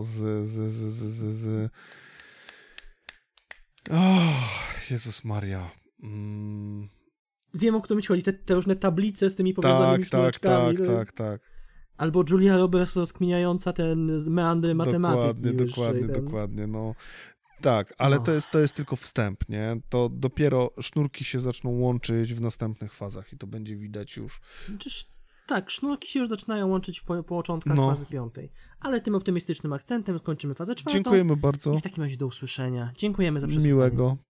[SPEAKER 1] Jezus Maria.
[SPEAKER 2] Wiem, o którym ci chodzi, te różne tablice z tymi powiązanymi sznureczkami.
[SPEAKER 1] Tak.
[SPEAKER 2] Albo Julia Roberts rozkminiająca ten meandry matematyki.
[SPEAKER 1] Dokładnie, no. Tak, ale to jest tylko wstęp, nie? To dopiero sznurki się zaczną łączyć w następnych fazach i to będzie widać już.
[SPEAKER 2] Tak, sznurki się już zaczynają łączyć po początkach fazy 5. Ale tym optymistycznym akcentem skończymy fazę 4.
[SPEAKER 1] Dziękujemy bardzo.
[SPEAKER 2] I w takim razie do usłyszenia. Dziękujemy za przesłuchanie.
[SPEAKER 1] Miłego.